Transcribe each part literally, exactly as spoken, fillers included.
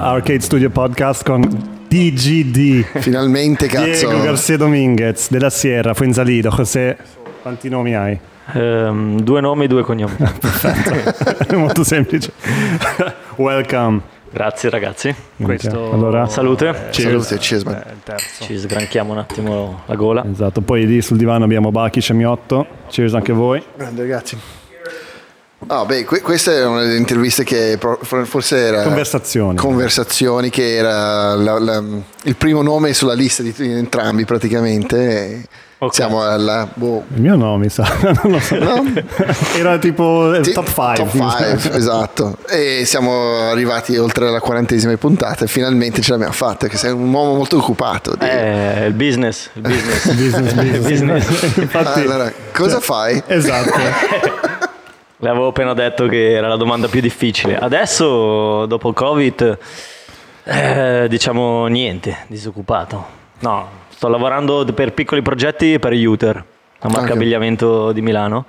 Arcade Studio Podcast con D G D. Finalmente, cazzo. Diego Garcia Dominguez della Sierra, Fuenzalido. José, quanti nomi hai? Um, due nomi, due cognomi. Perfetto, molto semplice. Welcome. Grazie ragazzi. Questo... Allora, salute. Eh, salute, cheers, man. Ci sgranchiamo un attimo la gola. Esatto, poi lì sul divano abbiamo Bachi, Scemiotto. Cheers anche voi. Grande ragazzi. Ah, beh, que- questa è una delle interviste che pro- forse era... Conversazioni. Conversazioni, che era la, la, il primo nome sulla lista di entrambi praticamente. Okay. Siamo alla... Boh. Il mio no, mi sa. Non lo so. No? Era tipo T- top five. Top five, esatto. E siamo arrivati oltre la quarantesima puntata e finalmente ce l'abbiamo fatta, che sei un uomo molto occupato. Di... Eh, il business. Il business. business, business. business. Infatti, allora, cosa cioè, fai? Esatto. Le avevo appena detto che era la domanda più difficile. Adesso, dopo il Covid, eh, diciamo niente, disoccupato. No, sto lavorando per piccoli progetti per Uter, la marca okay. abbigliamento di Milano.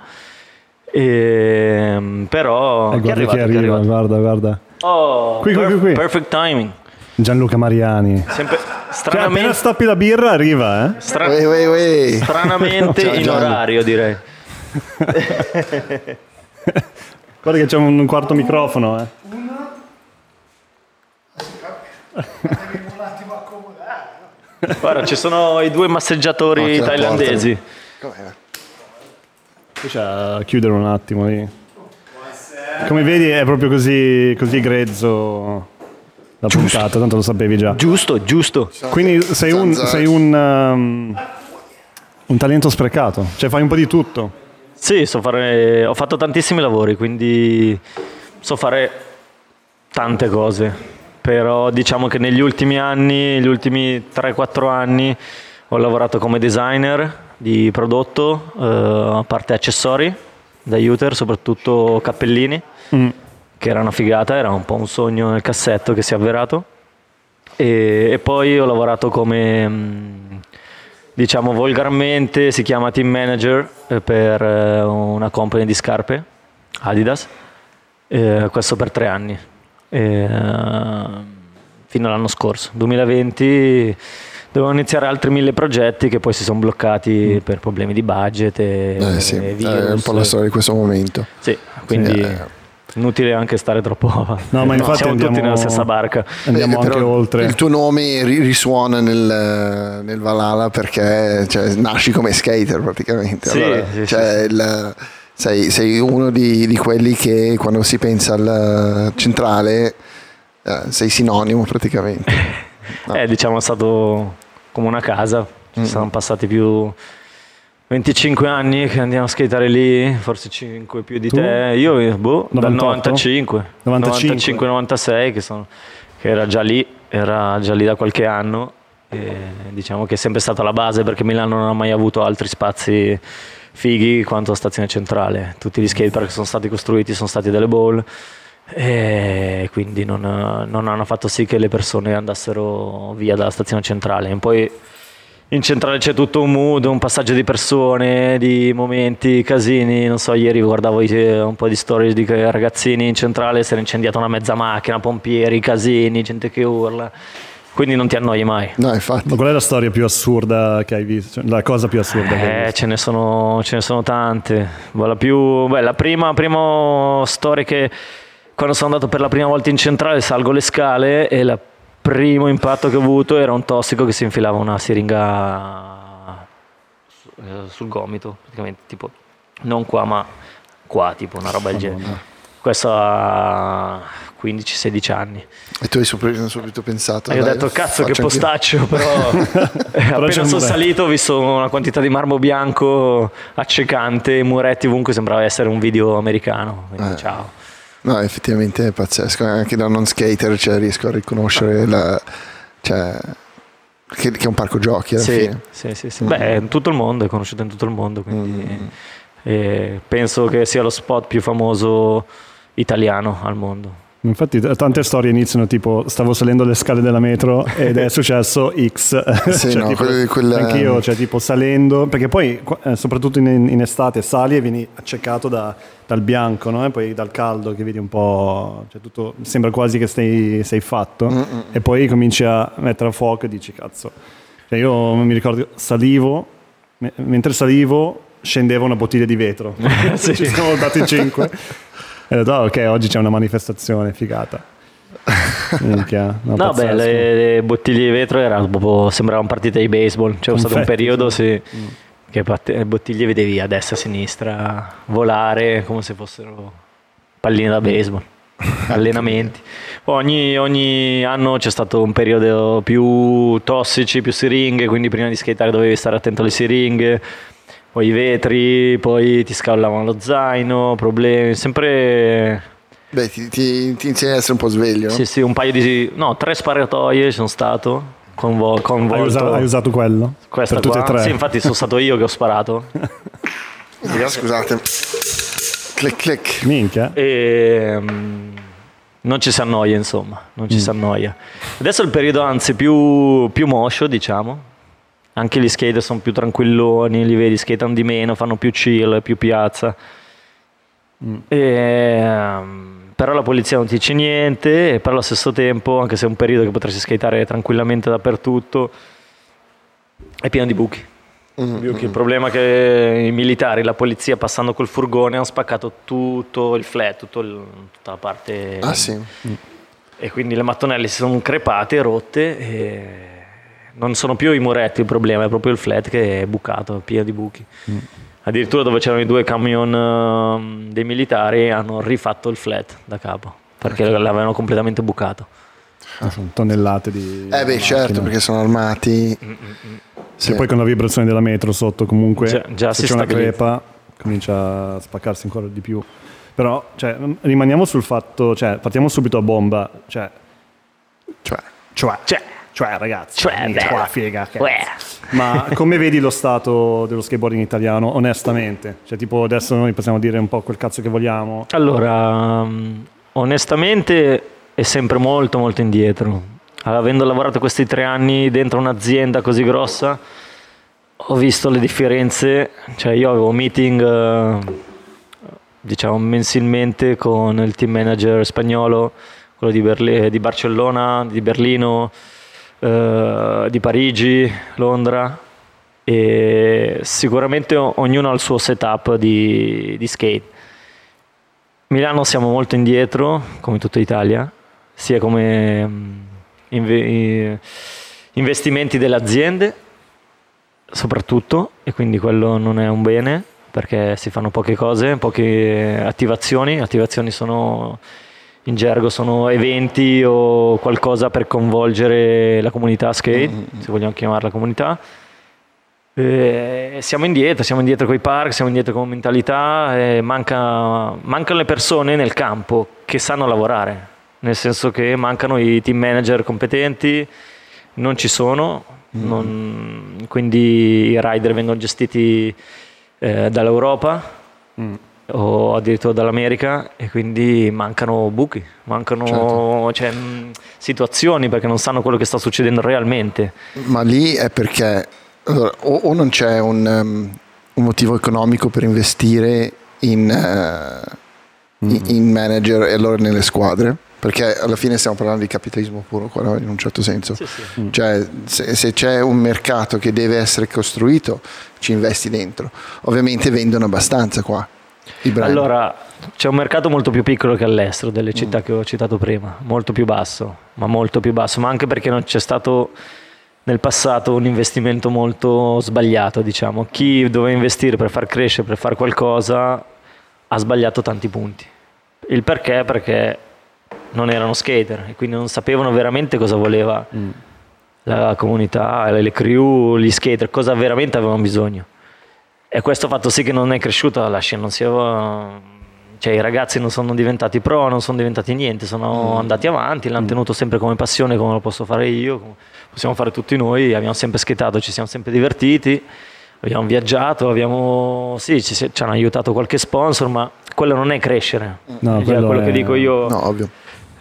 E, però... Eh, guarda che arriva, guarda, guarda. Oh, qui, perf- qui, qui. Perfect timing. Gianluca Mariani. Sempre, stranamente... Cioè, appena stappi la birra arriva, eh? Stra- wey, wey, wey. Stranamente ciao, in Gianni. Orario, direi. Guarda che c'è un quarto microfono, eh. Uno. Devi un attimo accomodare. Guarda, ci sono i due masseggiatori oh, thailandesi. Qui c'è a chiudere un attimo lì. Come vedi è proprio così, così grezzo la giusto. Puntata, tanto lo sapevi già. Giusto, giusto. Quindi sei un, sei un, um, un talento sprecato, cioè fai un po' di tutto. Sì, so fare, ho fatto tantissimi lavori, quindi so fare tante cose, però diciamo che negli ultimi anni, gli ultimi tre quattro anni, ho lavorato come designer di prodotto, eh, a parte accessori da Uter, soprattutto cappellini, mm. che era una figata, era un po' un sogno nel cassetto che si è avverato, e, e poi ho lavorato come... Mh, diciamo volgarmente si chiama team manager per una company di scarpe, Adidas, eh, questo per tre anni, eh, fino all'anno scorso, duemilaventi. Dovevo iniziare altri mille progetti che poi si sono bloccati mm. per problemi di budget e, eh sì, e virus. È un po' la storia di questo momento. Sì, quindi... Sì, eh. Inutile anche stare troppo avanti. No, ma infatti siamo andiamo, tutti nella stessa barca. Andiamo eh, anche oltre. Il tuo nome risuona nel, nel Valhalla perché cioè, nasci come skater praticamente. Sì, allora, sì, cioè, sì. Il, sei, sei uno di, di quelli che quando si pensa al centrale eh, sei sinonimo praticamente. No. Eh, diciamo è stato come una casa. Ci mm-hmm. sono passati più... venticinque anni che andiamo a skateare lì, forse cinque più di tu? Te. Io boh, dal novantacinque, novantacinque novantasei che, sono, che era già lì, era già lì da qualche anno. E diciamo che è sempre stata la base perché Milano non ha mai avuto altri spazi fighi quanto la stazione centrale. Tutti gli skatepark che sono stati costruiti sono stati delle bowl e quindi non, non hanno fatto sì che le persone andassero via dalla stazione centrale. E poi in centrale c'è tutto un mood, un passaggio di persone, di momenti, casini. Non so, ieri guardavo un po' di stories di ragazzini in centrale, si era incendiata una mezza macchina, pompieri, casini, gente che urla. Quindi non ti annoi mai. No, infatti. Ma qual è la storia più assurda che hai visto? Cioè, la cosa più assurda eh, che hai visto? Ce ne sono, ce ne sono tante. La, più, beh, la prima, prima storia che quando sono andato per la prima volta in centrale salgo le scale e la primo impatto che ho avuto era un tossico che si infilava una siringa sul gomito, praticamente, tipo non qua ma qua, tipo una roba del genere. Questo a quindici sedici anni. E tu hai subito pensato? E io ho detto cazzo che postaccio, però appena sono salito ho visto una quantità di marmo bianco accecante, muretti ovunque, sembrava essere un video americano. Quindi, eh. Ciao. No, effettivamente è pazzesco, anche da non skater cioè, riesco a riconoscere la, cioè, che, che è un parco giochi alla sì, fine. Sì, sì, sì. Mm. Beh, in tutto il mondo, è conosciuto in tutto il mondo, quindi mm. eh, penso che sia lo spot più famoso italiano al mondo. Infatti tante storie iniziano tipo stavo salendo le scale della metro ed è successo X. Sì, cioè, no, tipo, quella, quella... Anch'io, cioè tipo salendo, perché poi eh, soprattutto in, in estate sali e vieni accecato da, dal bianco, no? E poi dal caldo che vedi un po', cioè tutto, sembra quasi che stai, sei fatto. Mm-mm. E poi cominci a mettere a fuoco e dici cazzo. Cioè io mi ricordo salivo, me, mentre salivo scendeva una bottiglia di vetro. Sì. Ci siamo dati cinque. E ho detto, oh, ok, oggi c'è una manifestazione, figata. Minchia, no, no beh, le, le bottiglie di vetro erano proprio, sembravano partite di baseball. C'è Confetti, stato un periodo sì, sì, che le bottiglie vedevi a destra e a sinistra volare come se fossero palline da baseball. Allenamenti. Ogni, ogni anno c'è stato un periodo più tossici, più siringhe, quindi prima di skateare dovevi stare attento alle siringhe. Poi i vetri, poi ti scallavano lo zaino, problemi, sempre... Beh, ti, ti, ti insegna ad essere un po' sveglio, no? Sì, sì, un paio di... No, tre sparatoie sono stato, convo- coinvolto. Hai usato, hai usato quello? Questa per tutte qua? E tre? Sì, infatti sono stato io che ho sparato. No, scusate. Clic, clic. Minchia. E... Um, non ci si annoia, insomma, non ci mm. si annoia. Adesso è il periodo, anzi, più, più moscio, diciamo. Anche gli skater sono più tranquilloni, li vedi, skatano di meno, fanno più chill, più piazza. Mm. E, um, però la polizia non ti dice niente, e però allo stesso tempo, anche se è un periodo che potresti skatare tranquillamente dappertutto, è pieno di buchi. Mm-hmm. buchi. Il problema è che i militari, la polizia, passando col furgone, hanno spaccato tutto il flat, tutto il, tutta la parte... Ah sì? Mm. E quindi le mattonelle si sono crepate, rotte, e... non sono più i muretti il problema, è proprio il flat che è bucato, pieno di buchi. Mm. Addirittura dove c'erano i due camion uh, dei militari hanno rifatto il flat da capo, perché okay. l'avevano completamente bucato. Ah, sono tonnellate di... Eh beh certo, perché sono armati. Mm-mm. Sì. E poi con la vibrazione della metro sotto comunque, già, già se c'è una crepa comincia a spaccarsi ancora di più. Però cioè, rimaniamo sul fatto, cioè, partiamo subito a bomba, cioè... Cioè... Cioè... cioè Cioè ragazzi, cioè, qua figa, ma come vedi lo stato dello skateboarding italiano onestamente? Cioè tipo adesso noi possiamo dire un po' quel cazzo che vogliamo. Allora, um, onestamente è sempre molto molto indietro. Avendo lavorato questi tre anni dentro un'azienda così grossa, ho visto le differenze. Cioè io avevo meeting uh, diciamo mensilmente con il team manager spagnolo, quello di, Berli- di Barcellona, di Berlino, Uh, di Parigi, Londra, e sicuramente ognuno ha il suo setup di, di skate. Milano siamo molto indietro, come tutta Italia, sia come um, inve- investimenti delle aziende, soprattutto, e quindi quello non è un bene, perché si fanno poche cose, poche attivazioni. Attivazioni sono... in gergo sono eventi o qualcosa per coinvolgere la comunità skate, mm-hmm. se vogliamo chiamarla comunità. E siamo indietro, siamo indietro con i park, siamo indietro con mentalità, e manca, mancano le persone nel campo che sanno lavorare, nel senso che mancano i team manager competenti, non ci sono, mm-hmm. non, quindi i rider vengono gestiti eh, dall'Europa. Mm. o addirittura dall'America, e quindi mancano buchi, mancano certo. cioè, mh, situazioni, perché non sanno quello che sta succedendo realmente. Ma lì è perché allora, o, o non c'è un, um, un motivo economico per investire in, uh, mm. in, in manager e allora nelle squadre, perché alla fine stiamo parlando di capitalismo puro qua, in un certo senso. Sì, sì. Mm. Cioè se, se c'è un mercato che deve essere costruito, ci investi dentro. Ovviamente vendono abbastanza qua. Allora, c'è un mercato molto più piccolo che all'estero, delle città mm. che ho citato prima, molto più basso, ma molto più basso, ma anche perché non c'è stato nel passato un investimento molto sbagliato, diciamo. Chi doveva investire per far crescere, per fare qualcosa, ha sbagliato tanti punti. Il perché? Perché non erano skater e quindi non sapevano veramente cosa voleva mm. la comunità, le crew, gli skater, cosa veramente avevano bisogno. E questo ha fatto sì che non è cresciuta la scena, non si aveva, cioè i ragazzi non sono diventati pro, non sono diventati niente, sono mm. andati avanti, l'hanno mm. tenuto sempre come passione, come lo posso fare io, come possiamo fare tutti noi, abbiamo sempre skatato, ci siamo sempre divertiti, abbiamo viaggiato, abbiamo, sì, ci, ci hanno aiutato qualche sponsor, ma quello non è crescere. No, quello, quello è... che dico io, no, ovvio.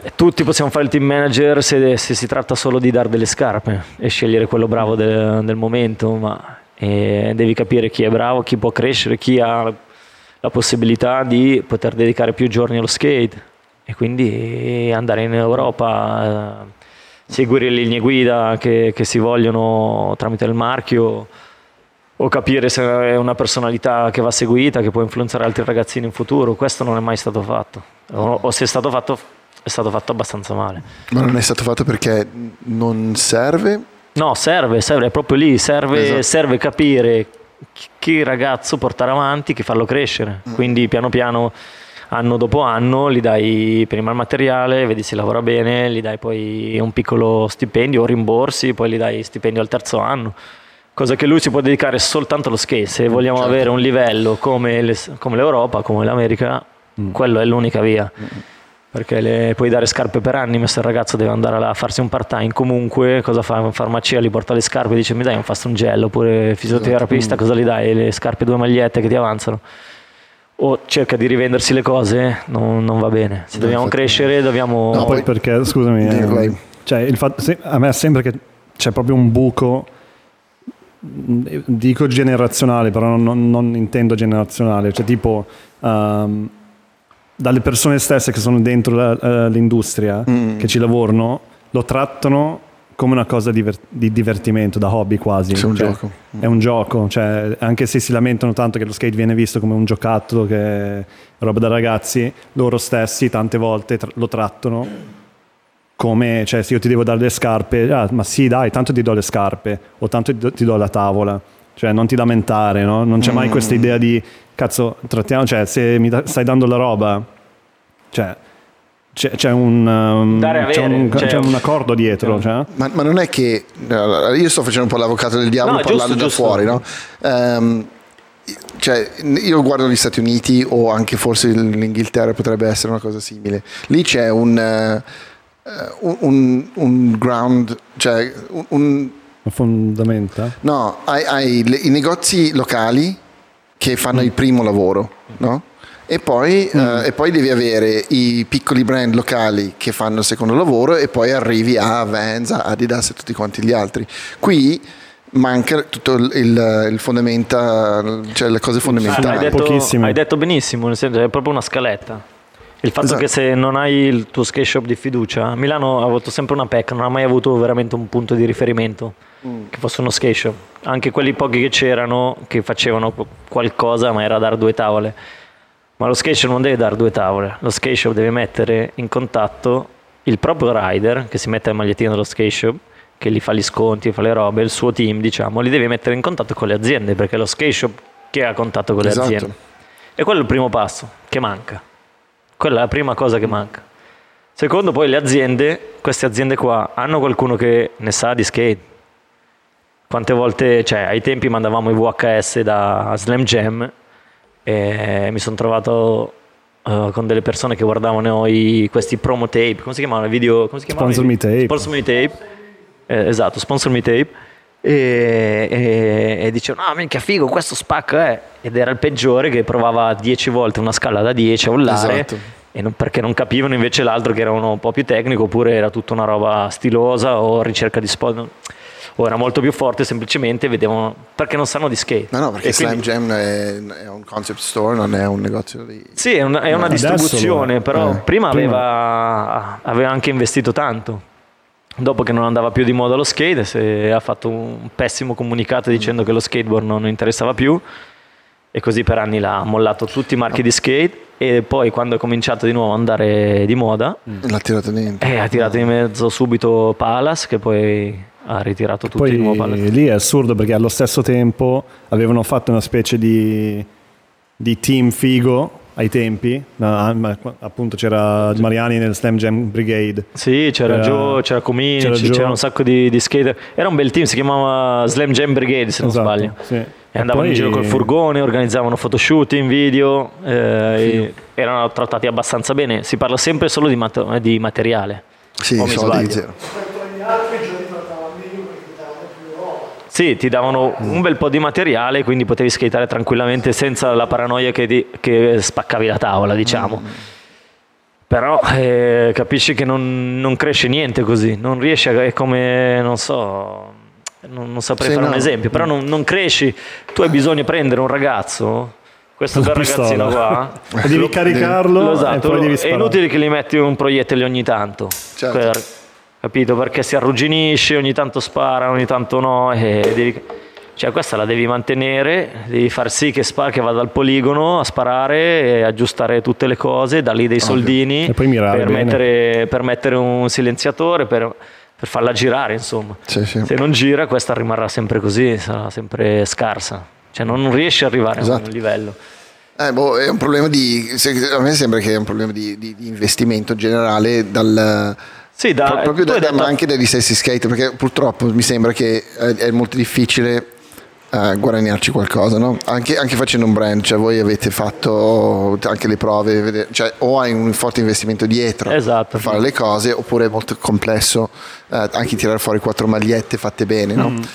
tutti possiamo fare il team manager se, se si tratta solo di dare delle scarpe e scegliere quello bravo del, del momento, ma e devi capire chi è bravo, chi può crescere, chi ha la possibilità di poter dedicare più giorni allo skate e quindi andare in Europa, eh, seguire le linee guida che, che si vogliono tramite il marchio, o capire se è una personalità che va seguita, che può influenzare altri ragazzini in futuro. Questo non è mai stato fatto, o, o se è stato fatto è stato fatto abbastanza male. Ma non è stato fatto perché non serve? No, serve, serve, è proprio lì, serve, esatto. serve capire che ragazzo portare avanti, che farlo crescere. Mm. Quindi piano piano, anno dopo anno, gli dai prima il materiale, vedi se lavora bene, gli dai poi un piccolo stipendio o rimborsi, poi gli dai stipendio al terzo anno. Cosa che lui si può dedicare soltanto allo skate. Se vogliamo certo. avere un livello come, le, come l'Europa, come l'America, mm. quello è l'unica via. Mm. Perché le puoi dare scarpe per anni, ma se il ragazzo deve andare a farsi un part time comunque, cosa fa? In farmacia gli porta le scarpe e dice mi dai un fast un gel, oppure fisioterapista, esatto. cosa gli dai? Le scarpe, due magliette che ti avanzano. O cerca di rivendersi le cose, non, non va bene. Se no, dobbiamo infatti, crescere, dobbiamo... No, poi perché, scusami, eh, cioè, il fatto, se, a me sembra che c'è proprio un buco, dico generazionale, però non, non intendo generazionale, cioè tipo... Um, dalle persone stesse che sono dentro la, uh, l'industria, mm. che ci lavorano, lo trattano come una cosa diver- di divertimento, da hobby quasi. C'è un cioè, gioco. È un gioco, cioè, anche se si lamentano tanto che lo skate viene visto come un giocattolo, che è roba da ragazzi, loro stessi tante volte tra- lo trattano come, cioè se io ti devo dare le scarpe, ah, ma sì dai, tanto ti do le scarpe, o tanto ti do, ti do la tavola. Cioè non ti lamentare, no? Non c'è mai questa idea di cazzo, trattiamo, cioè se mi da, stai dando la roba, cioè c'è, c'è, un, um, c'è, un, cioè, c'è un accordo dietro. Cioè. Ma, ma non è che io sto facendo un po' l'avvocato del diavolo, no, parlando giusto, da giusto. fuori, no? Um, cioè io guardo gli Stati Uniti, o anche forse l'Inghilterra potrebbe essere una cosa simile. Lì c'è un uh, un, un ground, cioè un, un fondamenta? No, hai, hai le, i negozi locali che fanno mm. il primo lavoro, no? E poi, mm. uh, e poi devi avere i piccoli brand locali che fanno il secondo lavoro, e poi arrivi a Vans, a Adidas e tutti quanti gli altri. Qui manca tutto il, il, il fondamenta, cioè le cose fondamentali. Hai detto, hai detto benissimo, nel senso è proprio una scaletta. Il fatto esatto. che se non hai il tuo skate shop di fiducia, Milano ha avuto sempre una pecca, non ha mai avuto veramente un punto di riferimento mm. che fosse uno skate shop. Anche quelli pochi che c'erano, che facevano qualcosa, ma era dare due tavole. Ma lo skate shop non deve dare due tavole, lo skate shop deve mettere in contatto il proprio rider, che si mette il magliettino dello skate shop, che gli fa gli sconti, fa le robe, il suo team, diciamo, li deve mettere in contatto con le aziende, perché è lo skate shop che ha contatto con le esatto. aziende. E quello è il primo passo, che manca. Quella è la prima cosa che manca. Secondo, poi le aziende, queste aziende qua, hanno qualcuno che ne sa di skate. Quante volte, cioè ai tempi mandavamo i V H S da Slam Jam e mi sono trovato uh, con delle persone che guardavano i, questi promo tape, come si chiamavano? Video, come si chiamavano? Sponsor Me Tape. Sponsor Me Tape. Eh, esatto, Sponsor Me Tape. E, e, e dicevano, ah minchia figo, questo spacca è. Ed era il peggiore, che provava dieci volte una scala da dieci a ullare, esatto. e non, perché non capivano invece l'altro che era uno un po' più tecnico, oppure era tutta una roba stilosa o ricerca di spot, o era molto più forte, semplicemente vedevano, perché non sanno di skate. No, no, perché e Slam quindi, Jam è, è un concept store, non è un negozio di... Sì, è una, è una distribuzione, però eh. prima aveva, aveva anche investito tanto. Dopo che non andava più di moda lo skate, se ha fatto un pessimo comunicato dicendo che lo skateboard non interessava più, e così per anni l'ha mollato tutti i marchi di skate, e poi quando è cominciato di nuovo ad andare di moda l'ha tirato dentro. Eh, ha tirato in mezzo subito Palace, che poi ha ritirato tutti poi di nuovo Palace. Lì è assurdo, perché allo stesso tempo avevano fatto una specie di, di team figo ai tempi, appunto c'era Mariani nel Slam Jam Brigade. Sì, c'era, c'era Joe, c'era Comini, c'era, c'era un sacco di, di skater. Era un bel team, si chiamava Slam Jam Brigade, se non esatto, sbaglio. Sì. E, e andavano poi... in giro col furgone, organizzavano photoshoot, video, eh, sì. erano trattati abbastanza bene. Si parla sempre solo di, mat- di materiale. Sì, sono di zero. Sì, ti davano un bel po' di materiale, quindi potevi skateare tranquillamente senza la paranoia che, di, che spaccavi la tavola, diciamo. Mm. Però eh, capisci che non, non cresce niente così, non riesci a, è come, non so, non, non saprei sì, fare no. un esempio, però non, non cresci, tu hai bisogno di prendere un ragazzo, questo bel ragazzino qua, e devi lo, caricarlo lo, esatto, e poi lo, devi è sparare. inutile che gli metti un proiettile ogni tanto, Certo. per, capito? Perché si arrugginisce, ogni tanto spara, ogni tanto no, e devi... Cioè questa la devi mantenere, devi far sì che, spa, che vada al poligono a sparare e aggiustare tutte le cose, da lì dei soldini e poi mirare per, bene. mettere, per mettere un silenziatore, per, per farla girare insomma. Sì, sì. Se non gira questa rimarrà sempre così, sarà sempre scarsa, cioè non riesci ad arrivare Esatto. a un livello. Eh, boh, è un problema di, a me sembra che è un problema di, di, di investimento generale dal... Sì, da, Pro- proprio da, da, detto... ma anche dagli stessi skater, perché purtroppo mi sembra che è, è molto difficile uh, guadagnarci qualcosa, no? Anche, anche facendo un brand, cioè voi avete fatto anche le prove, vede- cioè o hai un forte investimento dietro Esatto. per fare le cose, oppure è molto complesso uh, anche tirare fuori quattro magliette fatte bene, no? Mm.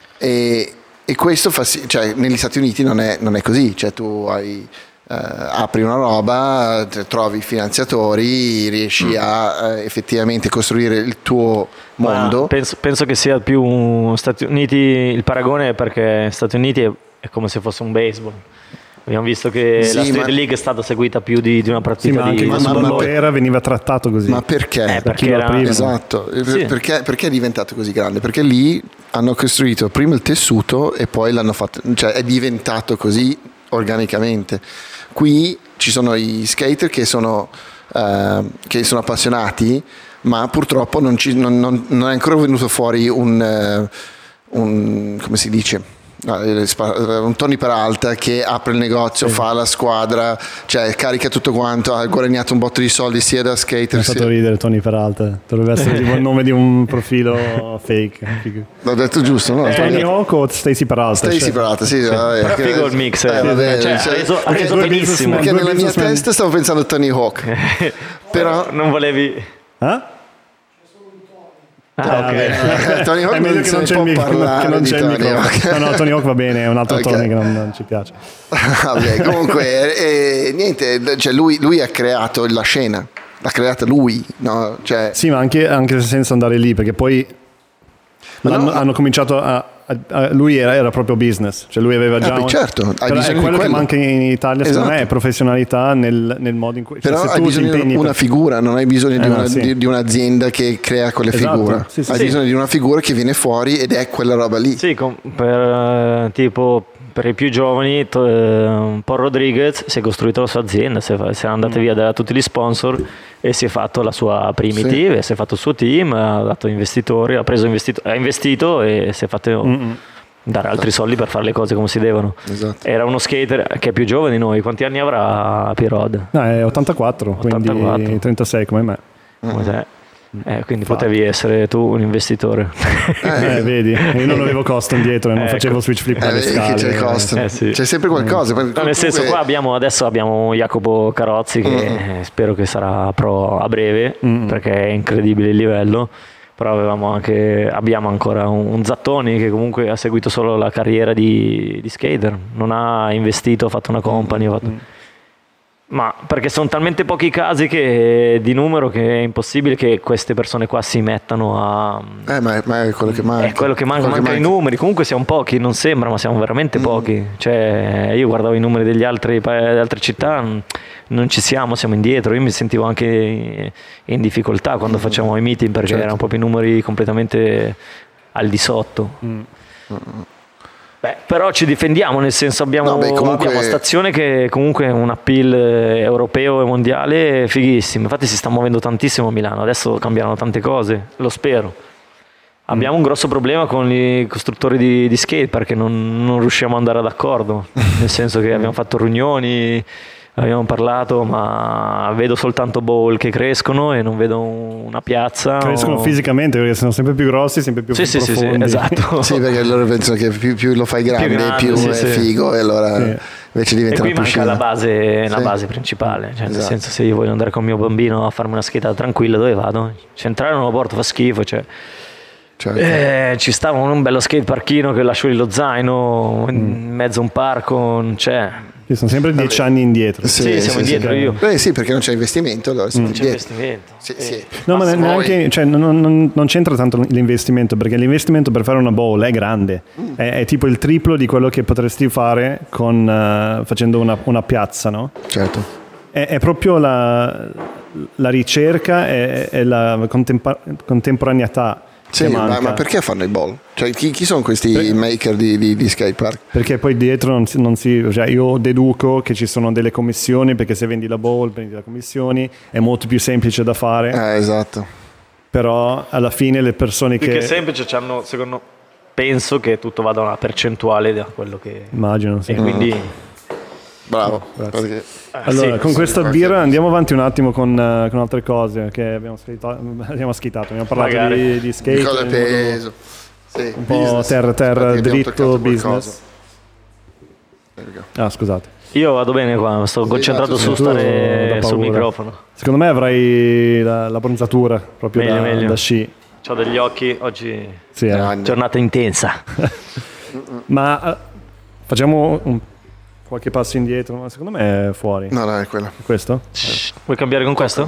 E, e questo fa sì, cioè negli Stati Uniti non è, non è così, cioè tu hai... Uh, apri una roba, trovi finanziatori, riesci mm. a uh, effettivamente costruire il tuo mondo. Penso, penso che sia più Stati Uniti, il paragone è perché Stati Uniti è, è come se fosse un baseball. Abbiamo visto che sì, la Street ma... League è stata seguita più di, di una partita sì, ma anche di ma, ma, ma veniva trattato così. Ma perché? Eh, perché era... Esatto, sì. perché, perché è diventato così grande? Perché lì hanno costruito prima il tessuto e poi l'hanno fatto, cioè è diventato così organicamente. Qui ci sono i skater che sono, uh, che sono appassionati, ma purtroppo non, ci, non, non, non è ancora venuto fuori un, uh, un come si dice? No, un Tony Peralta che apre il negozio, sì. fa la squadra, cioè carica tutto quanto, ha guadagnato un botto di soldi sia da skater. Mi ha fatto ridere Tony Peralta, dovrebbe essere tipo il nome di un profilo fake. L'ho detto giusto, no? Eh, Tony Hawk o Stacy Peralta? Stacy Peralta, sì. sì. Vabbè, però figo il mix, eh, vabbè, cioè, cioè, ha reso, ha reso perché, benissimo. Perché nella mia testa stavo pensando a Tony Hawk. Però non volevi... Eh? Ah, ok. Tony Hawk è meglio che non c'è il microfono. Che non c'è il microfono. No, no, Tony Hawk va bene, è un altro okay. Tony che non, non ci piace. Vabbè, comunque, eh, niente, cioè lui, lui ha creato la scena, l'ha creata lui, no? Cioè... Sì, ma anche, anche senza andare lì, perché poi no, hanno, hanno cominciato a... lui era, era proprio business, cioè lui aveva già eh, un... certo, hai però è quello, che manca in Italia secondo esatto. me è professionalità nel, nel modo in cui però cioè, se hai tu bisogno di una per... figura, non hai bisogno di, eh, una, sì. di, di un'azienda che crea quelle esatto. figure sì, sì, hai sì. bisogno di una figura che viene fuori ed è quella roba lì. Sì, com- per tipo per i più giovani to- eh, Paul Rodriguez si è costruito la sua azienda, si è, si è andato mm. via da tutti gli sponsor e si è fatto la sua primitive, sì. si è fatto il suo team, ha dato investitori, ha preso investito, ha investito e si è fatto Mm-mm. dare altri esatto. soldi per fare le cose come si devono. Esatto. Era uno skater che è più giovane di noi. Quanti anni avrà P-Rod? No, è ottantaquattro, ottantaquattro. Quindi trentasei come me. Come te. Eh, quindi Fatto. Potevi essere tu un investitore. Eh, eh vedi, io non avevo Coston dietro e non ecco. facevo switch flip eh, alle scale. C'è, Coston. Eh, sì. c'è sempre qualcosa. No, comunque... nel senso, qua abbiamo adesso abbiamo Jacopo Carozzi che mm. spero che sarà pro a breve mm. perché è incredibile il livello. Però avevamo anche, abbiamo ancora un, un Zattoni che comunque ha seguito solo la carriera di, di skater, non ha investito, ha fatto una company, mm. ha fatto... Mm. ma perché sono talmente pochi casi che, di numero che è impossibile che queste persone qua si mettano a... Eh, ma è, ma è quello che manca. È quello che manca, quello manca che i manca. numeri, comunque siamo pochi, non sembra, ma siamo veramente pochi. Mm. Cioè, io guardavo i numeri degli altri, delle altre città, non ci siamo, siamo indietro. Io mi sentivo anche in difficoltà quando mm. facevamo i meeting perché certo. erano proprio i numeri completamente al di sotto. Mm. Beh, però ci difendiamo, nel senso abbiamo, no, beh, comunque... abbiamo stazione che comunque è un appeal europeo e mondiale fighissimo. Infatti si sta muovendo tantissimo a Milano, adesso cambieranno tante cose, lo spero. Abbiamo mm. un grosso problema con i costruttori di, di skate perché non, non riusciamo ad andare d'accordo, nel senso che abbiamo fatto riunioni, abbiamo parlato, ma vedo soltanto bowl che crescono e non vedo una piazza. Crescono o... fisicamente perché sono sempre più grossi, sempre più sì, profondi. Sì, sì, esatto. Sì, perché loro pensano che più, più lo fai grande, più, grande, più sì, è sì. figo e allora sì. invece diventa una piscina. E qui manca la base, la sì. base principale, cioè, esatto. nel senso se io voglio andare con mio bambino a farmi una skateata tranquilla, dove vado? Centrale non lo porto, fa schifo, cioè... Certo. Eh, ci stava un bello skate parchino che lascio lì lo zaino mm. in mezzo a un parco, non c'è. Sì, sono sempre dieci anni indietro. Sì, sì siamo sì, indietro sì. io. Beh, sì, perché non c'è investimento, allora non c'è investimento. Sì, sì. No, ma neanche, cioè, non, non, non c'entra tanto l'investimento, perché l'investimento per fare una bowl è grande, mm. è, è tipo il triplo di quello che potresti fare con, uh, facendo una, una piazza, no? Certo. È, è proprio la, la ricerca e, e la contempa- contemporaneità. Sì, ma, ma perché fanno i bowl? Cioè, chi, chi sono questi per, maker di, di, di skatepark? Perché poi dietro non si, non si cioè io deduco che ci sono delle commissioni, perché se vendi la bowl, prendi le commissioni, è molto più semplice da fare. Eh, esatto. Però alla fine le persone più che... che semplice c'hanno, secondo penso che tutto vada a una percentuale da quello che... Immagino, sì. E quindi... Bravo. Perché... Allora, sì, con sì, questa sì, birra sì. andiamo avanti un attimo con, uh, con altre cose che abbiamo schittato, abbiamo, schittato. abbiamo parlato di, di skate, di cose peso, sì, un po' terra terra dritto, business. Qualcosa. Ah, scusate. Io vado bene qua, sto sì, concentrato su stare sul microfono. Secondo me avrai la, la bronzatura proprio meglio, da, meglio. da sci. C'ho degli occhi, oggi sì, eh. giornata intensa. Ma uh, facciamo un qualche passo indietro, ma secondo me è fuori. No, no, è quello. Questo? Shh, vuoi cambiare con questo?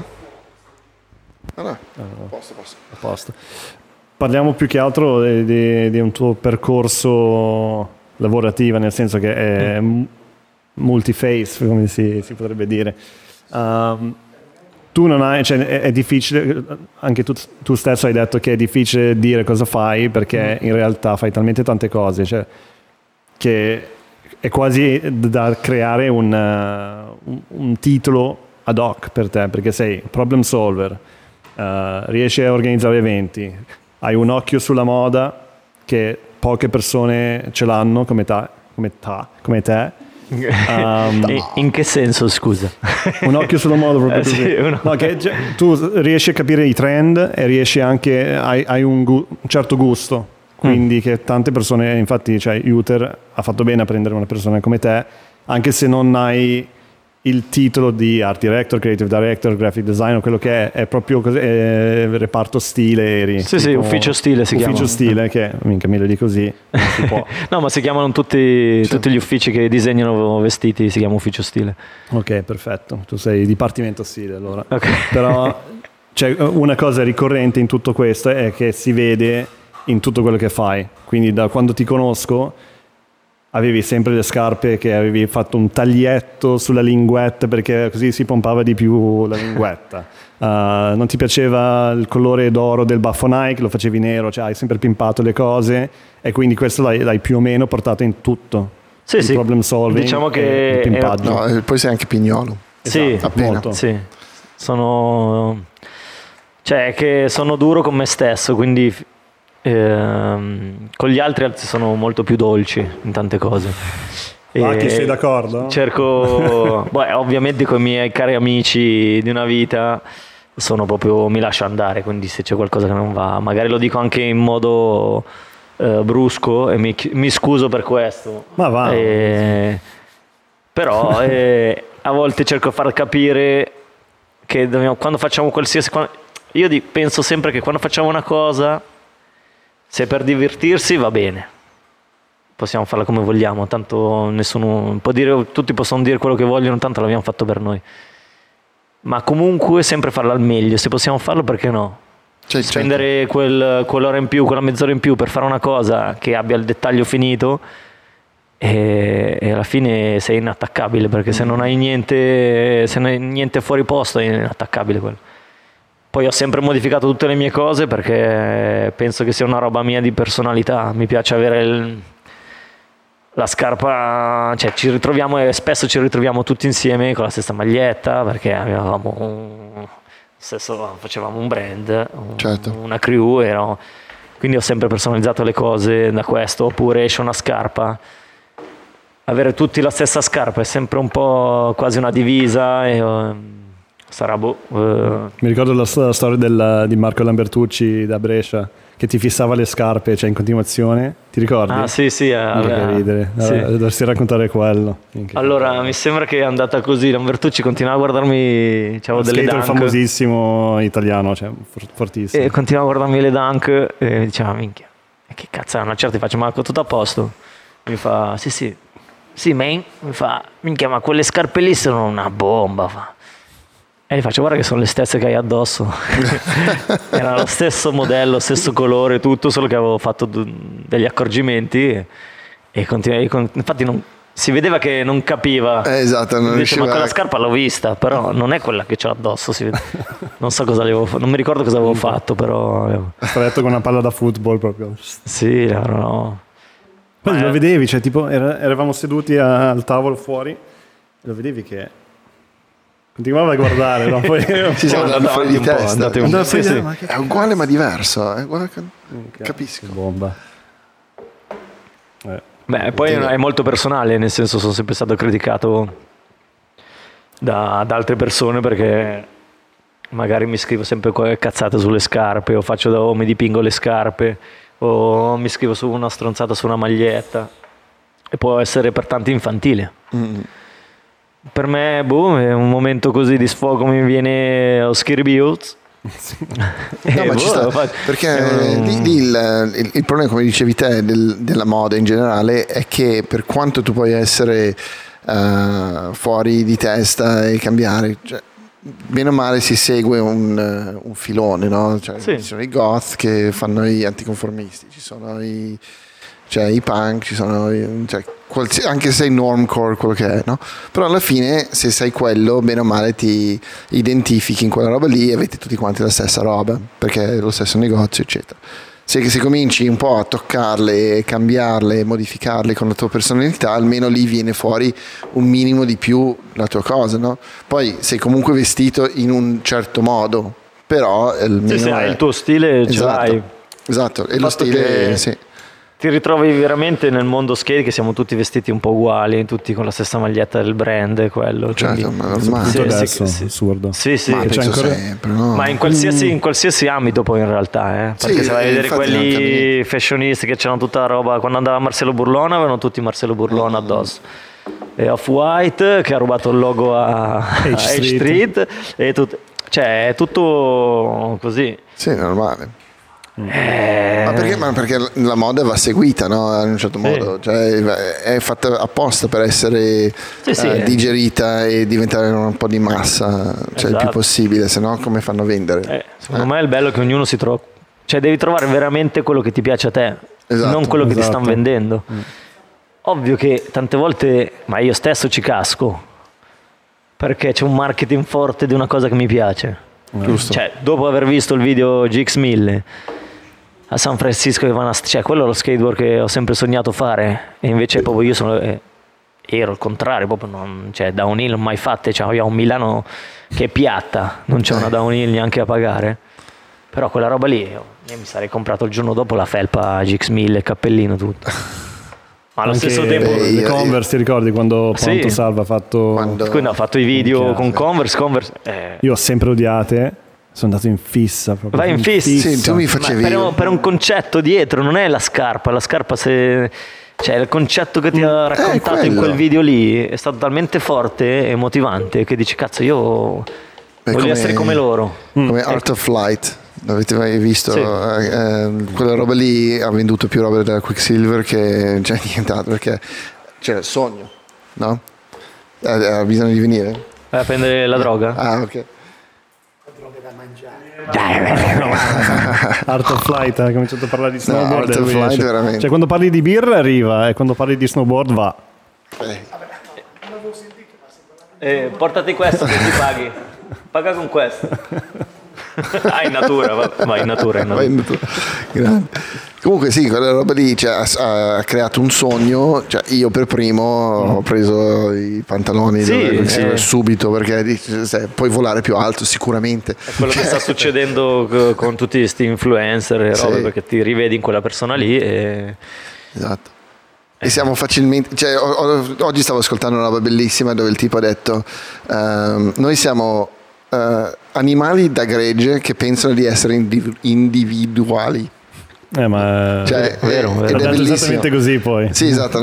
No, no, ah, no. A posto, posto. A posto. Parliamo più che altro di, di, di un tuo percorso lavorativo, nel senso che è mm. multiface, come si, si potrebbe dire. Um, tu non hai, cioè è, è difficile, anche tu, tu stesso hai detto che è difficile dire cosa fai, perché mm. in realtà fai talmente tante cose, cioè che è quasi da creare un, uh, un, un titolo ad hoc per te, perché sei problem solver, uh, riesci a organizzare eventi, hai un occhio sulla moda che poche persone ce l'hanno come, ta, come, ta, come te. Um, in che senso, scusa? Un occhio sulla moda proprio così. Eh sì, uno... no, che, cioè, tu riesci a capire i trend e riesci anche, hai, hai un, gu- un certo gusto. Quindi mm. che tante persone, infatti, cioè Uter ha fatto bene a prendere una persona come te, anche se non hai il titolo di art director, creative director, graphic designer, quello che è, è proprio così, è reparto stile eri. Sì, sì, ufficio stile si ufficio chiama. Ufficio stile, che minchia meglio di così non si può. No, ma si chiamano tutti, sì. tutti gli uffici che disegnano vestiti, si chiama ufficio stile. Ok, perfetto, tu sei dipartimento stile allora. Okay. Però cioè, una cosa ricorrente in tutto questo è che si vede in tutto quello che fai, quindi da quando ti conosco avevi sempre le scarpe che avevi fatto un taglietto sulla linguetta perché così si pompava di più la linguetta, uh, non ti piaceva il colore d'oro del baffo Nike, lo facevi nero, cioè hai sempre pimpato le cose e quindi questo l'hai, l'hai più o meno portato in tutto. Sì, il sì. problem solving, diciamo che il pimpaggio. No, poi sei anche pignolo. Esatto, sì, molto. Sì. Sono cioè che sono duro con me stesso, quindi Ehm, con gli altri sono molto più dolci in tante cose. Ma ah, che sei d'accordo? Cerco, beh, ovviamente con i miei cari amici di una vita sono proprio, mi lascio andare, quindi se c'è qualcosa che non va, magari lo dico anche in modo eh, brusco e mi, mi scuso per questo. Ma va. E, però eh, a volte cerco di far capire che dobbiamo, quando facciamo qualsiasi... Quando, io di, penso sempre che quando facciamo una cosa, se per divertirsi va bene, possiamo farla come vogliamo, tanto nessuno può dire, tutti possono dire quello che vogliono, tanto l'abbiamo fatto per noi. Ma comunque sempre farla al meglio, se possiamo farlo perché no? Cioè, spendere certo. quel, quell'ora in più, quella mezz'ora in più per fare una cosa che abbia il dettaglio finito e, e alla fine sei inattaccabile, perché se non hai niente, se non hai niente fuori posto è inattaccabile quello. Poi ho sempre modificato tutte le mie cose perché penso che sia una roba mia di personalità. Mi piace avere il, la scarpa, cioè ci ritroviamo e spesso ci ritroviamo tutti insieme con la stessa maglietta perché avevamo un, stesso, facevamo un brand, un, certo. una crew, ero, quindi ho sempre personalizzato le cose da questo. Oppure esce una scarpa, avere tutti la stessa scarpa è sempre un po' quasi una divisa e... Sarà boh, uh... Mi ricordo la, la storia del, di Marco Lambertucci da Brescia che ti fissava le scarpe, cioè in continuazione, ti ricordi? Ah sì sì, allora, che ridere. Allora, sì. Dovresti raccontare quello. Minchia. Allora mi sembra che è andata così, Lambertucci continuava a guardarmi, c'avevo delle dunk, famosissimo italiano, cioè fortissimo, e continuava a guardarmi le dunk e mi diceva minchia, che cazzo è, una certa ti faccio, ma tutto a posto? Mi fa sì sì, sì, man, mi fa, minchia, ma quelle scarpe lì sono una bomba, fa. E gli faccio, guarda che sono le stesse che hai addosso. Era lo stesso modello, stesso colore, tutto, solo che avevo fatto degli accorgimenti e, e continuai, infatti non, si vedeva che non capiva. Eh, esatto, non dice, riusciva. Ma quella scarpa l'ho vista, però non è quella che c'ho addosso, si vede. Non so cosa avevo fatto, non mi ricordo cosa avevo fatto, però avevo... Stretto con una palla da football proprio. Sì, no, no. Poi Ma lo è... vedevi, cioè tipo era, eravamo seduti a, al tavolo fuori, lo vedevi che continuava a guardare, no? Poi si siamo andati fuori di testa. Un po', sì, sì. È uguale ma diverso, è uguale, capisco. Bomba. Eh. Beh, poi è molto personale, nel senso sono sempre stato criticato da, da altre persone perché magari mi scrivo sempre qualche cazzata sulle scarpe o, faccio da, o mi dipingo le scarpe o mi scrivo su una stronzata su una maglietta e può essere per tanti infantile. Mm. Per me, boh, è un momento così di sfogo, mi viene lo Skirby-Hoots. No, ma ci sta, perché um... lì, lì il, il, il problema, come dicevi te, del, della moda in generale è che per quanto tu puoi essere uh, fuori di testa e cambiare, cioè, bene o male si segue un, un filone, no? Cioè, sì. Ci sono i goth che fanno gli anticonformisti, ci sono i, cioè, i punk, ci sono i, cioè, qualsiasi, anche se sei normcore, quello che è, no? Però alla fine se sei quello, bene o male ti identifichi in quella roba lì e avete tutti quanti la stessa roba perché è lo stesso negozio, eccetera. Se, se cominci un po' a toccarle, cambiarle, modificarle con la tua personalità, almeno lì viene fuori un minimo di più la tua cosa, no? Poi sei comunque vestito in un certo modo, però sì, se hai il tuo stile, esatto, ce l'hai. Esatto, e lo stile che... sì. Ti ritrovi veramente nel mondo skate che siamo tutti vestiti un po' uguali, tutti con la stessa maglietta del brand, quello. Certo, quindi, ma ormai sì, adesso, sì, sì, assurdo. Sì, sì. Ma c'è ancora... sempre, no? Ma in qualsiasi, in qualsiasi ambito poi in realtà, eh? Perché sì, se vai a vedere quelli fashionisti che c'erano tutta la roba, quando andava Marcello Burlona avevano tutti Marcello Burlona addosso. E Off-White che ha rubato il logo a H Street, e tut... cioè è tutto così. Sì, normale. Eh... Ma, perché, ma perché la moda va seguita, no? In un certo sì. modo, cioè è fatta apposta per essere sì, sì, eh, eh. digerita e diventare un po' di massa, cioè esatto. il più possibile, se no come fanno a vendere? Eh, secondo eh. me è il bello che ognuno si trova, cioè devi trovare veramente quello che ti piace a te, esatto. non quello esatto. che ti stanno vendendo. Mm. Ovvio che tante volte, ma io stesso ci casco, perché c'è un marketing forte di una cosa che mi piace. Giusto. Cioè, dopo aver visto il video G X mille a San Francisco, cioè quello è lo skateboard che ho sempre sognato fare, e invece proprio io sono, eh, ero il contrario, proprio non, cioè downhill non mai fatte, cioè abbiamo un Milano che è piatta, non c'è una downhill neanche a pagare, però quella roba lì io, io mi sarei comprato il giorno dopo la felpa G X mille, il cappellino, tutto. Ma allo anche stesso tempo le Converse, ti ricordi quando Ponto sì. Salva ha fatto quando... Quindi ha fatto i video con Converse, Converse eh. io ho sempre odiate, sono andato in fissa proprio. Vai in fissa, fissa. Sì, tu mi facevi per un, per un concetto dietro, non è la scarpa, la scarpa se cioè il concetto che ti ha raccontato in quel video lì è stato talmente forte e motivante che dici cazzo io Beh, voglio come, essere come loro. Come mm. Art of Flight. L'avete mai visto? Sì. Eh, quella roba lì ha venduto più roba della Quicksilver che c'è nient'altro, perché c'era il sogno, no? Ha bisogno di venire? Vai a prendere la droga? Ah, ok. La droga da mangiare. Art of Flight, ha cominciato a parlare di snowboard. No, Art of Flight, veramente. Cioè, quando parli di birra arriva, e quando parli di snowboard va. Eh. Eh, portati questo che ti paghi. Paga con questo. Ah, in natura, va, va in natura, in natura. In natura. Grande. Comunque sì, quella roba lì cioè, ha, ha creato un sogno, cioè, io per primo mm. ho preso i pantaloni sì, eh. subito perché cioè, puoi volare più alto sicuramente. È quello che sta succedendo con tutti questi influencer e robe, sì. perché ti rivedi in quella persona lì e... Esatto. E siamo facilmente, cioè, o, o, oggi stavo ascoltando una roba bellissima dove il tipo ha detto uh, noi siamo uh, animali da gregge che pensano di essere individu- individuali. Eh, ma cioè, è vero, è, vero. È esattamente così poi. Sì, esatto.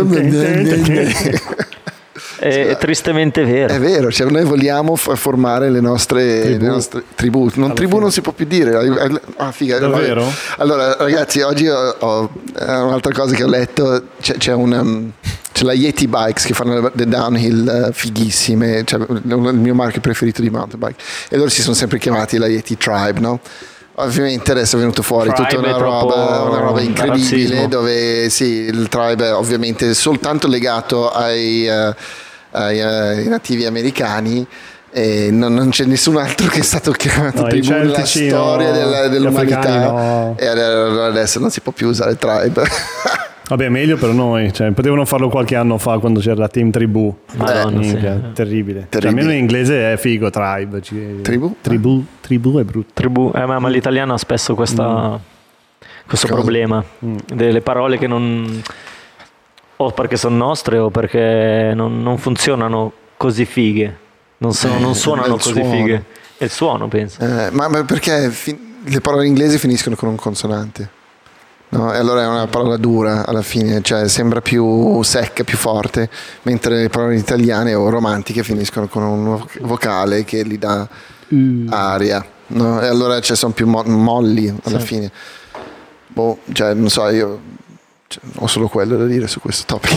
È, è tristemente vero. È vero, cioè noi vogliamo f- formare le nostre tribù. Le nostre tribù. Non Alla tribù fine. Non si può più dire. Ah, figa. Davvero? Allora, ragazzi, oggi ho, ho un'altra cosa che ho letto. C'è, c'è, un, c'è c'è la Yeti Bikes che fanno le downhill uh, fighissime, cioè il mio marchio preferito di mountain bike, e loro si sono sempre chiamati la Yeti Tribe, no? Ovviamente adesso è venuto fuori Tribe tutta una roba, una roba incredibile razzismo. Dove sì, il Tribe è ovviamente soltanto legato ai, uh, ai, uh, ai nativi americani, e non, non c'è nessun altro che è stato chiamato no, tribù nella storia no, della, dell'umanità, no. E adesso non si può più usare Tribe. Vabbè, meglio per noi, cioè, potevano farlo qualche anno fa quando c'era la Team Tribù. Madonna, eh, sì. terribile. terribile. Cioè, almeno in inglese è figo, Tribe. Ci... Tribù? Tribù, tribù è brutto. Tribù, eh, ma, ma l'italiano ha spesso questa, mm. questo Cosa? problema, mm. delle parole che non... o perché sono nostre o perché non, non funzionano così fighe, non, sono, non suonano così suono. fighe. È il suono, penso. Eh, ma, ma perché fi- le parole inglesi finiscono con un consonante? No, e allora è una parola dura alla fine, cioè sembra più secca, più forte, mentre le parole italiane o romantiche finiscono con un vocale che gli dà mm. aria, no? E allora cioè, sono più mo- molli alla sì. fine. Boh, cioè non so, io cioè, ho solo quello da dire su questo topic.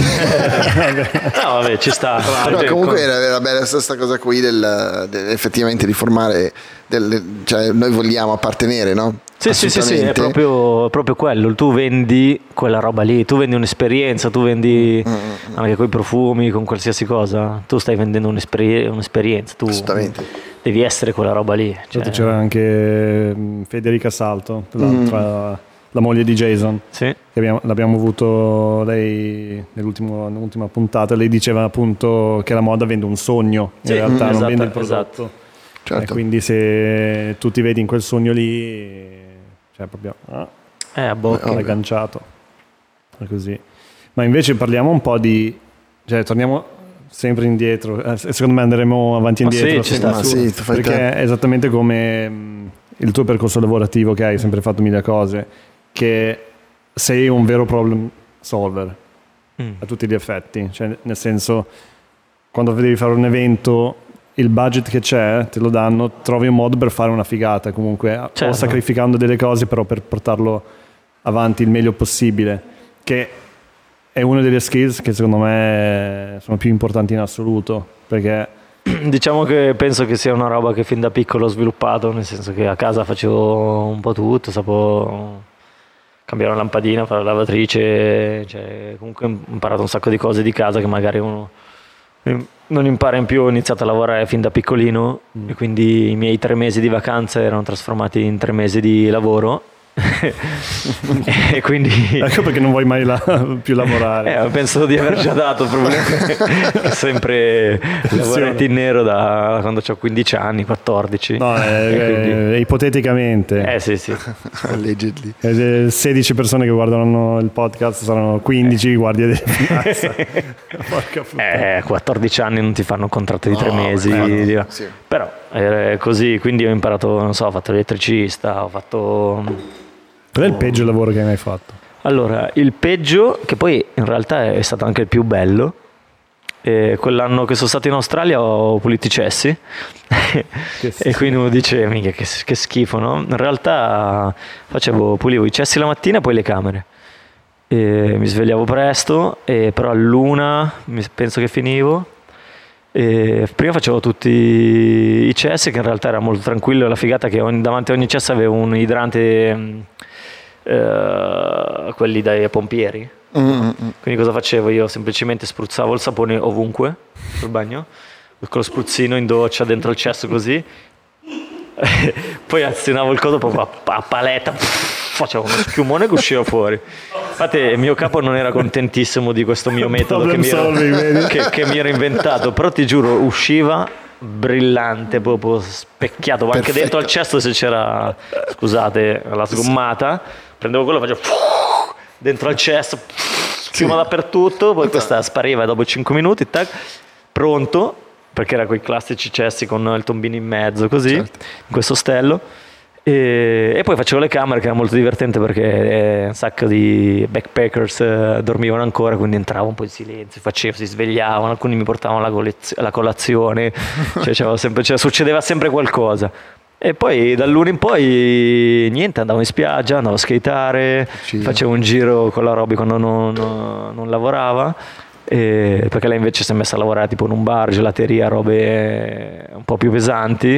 No, vabbè, ci sta. No, comunque era, era bella questa cosa qui del, del, effettivamente di formare, del, cioè noi vogliamo appartenere, no? Sì, sì, sì, sì, è proprio, proprio quello. Tu vendi quella roba lì, tu vendi un'esperienza, tu vendi mm-hmm. anche con i profumi, con qualsiasi cosa. Tu stai vendendo un'esperi- un'esperienza, tu devi essere quella roba lì. Cioè... C'era anche Federica Salto, l'altra, mm. la moglie di Jason, sì. che abbiamo, l'abbiamo avuto lei nell'ultima puntata. Lei diceva appunto che la moda vende un sogno, in sì, realtà mm, non esatto, vende il prodotto. Esatto. Certo. E quindi se tu ti vedi in quel sogno lì, cioè proprio ah, è a bocca, è agganciato, è così. Ma invece parliamo un po' di, cioè torniamo sempre indietro, eh, secondo me andremo avanti e indietro, sì, sta, sì, perché te. È esattamente come mh, il tuo percorso lavorativo, che hai sempre fatto mille cose, che sei un vero problem solver mm. a tutti gli effetti, cioè nel senso, quando devi fare un evento, il budget che c'è te lo danno, trovi un modo per fare una figata comunque, certo. o sacrificando delle cose però per portarlo avanti il meglio possibile, che è una delle skills che secondo me sono più importanti in assoluto, perché diciamo che penso che sia una roba che fin da piccolo ho sviluppato, nel senso che a casa facevo un po' tutto, sapevo cambiare una lampadina, fare la lavatrice, cioè comunque ho imparato un sacco di cose di casa che magari uno non impara in più. Ho iniziato a lavorare fin da piccolino mm. e quindi i miei tre mesi di vacanze erano trasformati in tre mesi di lavoro. E quindi ecco perché non vuoi mai la, più lavorare. Eh, penso di aver già dato sempre lavoretti in nero da quando ho quindici anni, quattordici. No, eh, quindi... eh, ipoteticamente. Eh sì, sì. Allegedly. Eh, sedici persone che guardano il podcast saranno quindici eh. guardie di finanza. Porca puttana. Eh, quattordici anni non ti fanno un contratto di no, tre mesi. Beh, no, sì. Però è così, quindi ho imparato, non so, ho fatto l'elettricista, ho fatto... Qual è il peggio lavoro che hai mai fatto? Allora, il peggio, che poi in realtà è stato anche il più bello, eh, quell'anno che sono stato in Australia ho pulito i cessi e quindi uno dice, mica che, che schifo, no? In realtà facevo, pulivo i cessi la mattina e poi le camere. E mi svegliavo presto, e però all'una penso che finivo. E prima facevo tutti i cessi, che in realtà era molto tranquillo, la figata che ogni, davanti a ogni cesso avevo un idrante, eh, quelli dai pompieri. Mm-hmm. Quindi cosa facevo? Io semplicemente spruzzavo il sapone ovunque sul bagno, con lo spruzzino in doccia dentro il cesso così, poi azionavo il coso proprio a, a paletta, facevo uno schiumone che usciva fuori. Infatti il mio capo non era contentissimo di questo mio metodo che mi, ero, che, che mi ero inventato, però ti giuro usciva brillante, proprio specchiato. Perfetto. Anche dentro al cesto, se c'era, scusate, la sgommata, prendevo quello e facevo dentro al cesto, schiuma sì. dappertutto, poi questa spariva dopo cinque minuti, tac, pronto, perché era quei classici cessi con il tombino in mezzo così, certo. in questo ostello. E, e poi facevo le camere, che era molto divertente perché eh, un sacco di backpackers eh, dormivano ancora, quindi entravo un po' in silenzio, facevo, si svegliavano, alcuni mi portavano la, colez- la colazione, cioè, sempre, cioè, succedeva sempre qualcosa. E poi dall'uno in poi niente, andavo in spiaggia, andavo a skateare, Cio. facevo un giro con la Roby quando non, non, non lavorava, e, perché lei invece si è messa a lavorare tipo in un bar, gelateria, robe un po' più pesanti.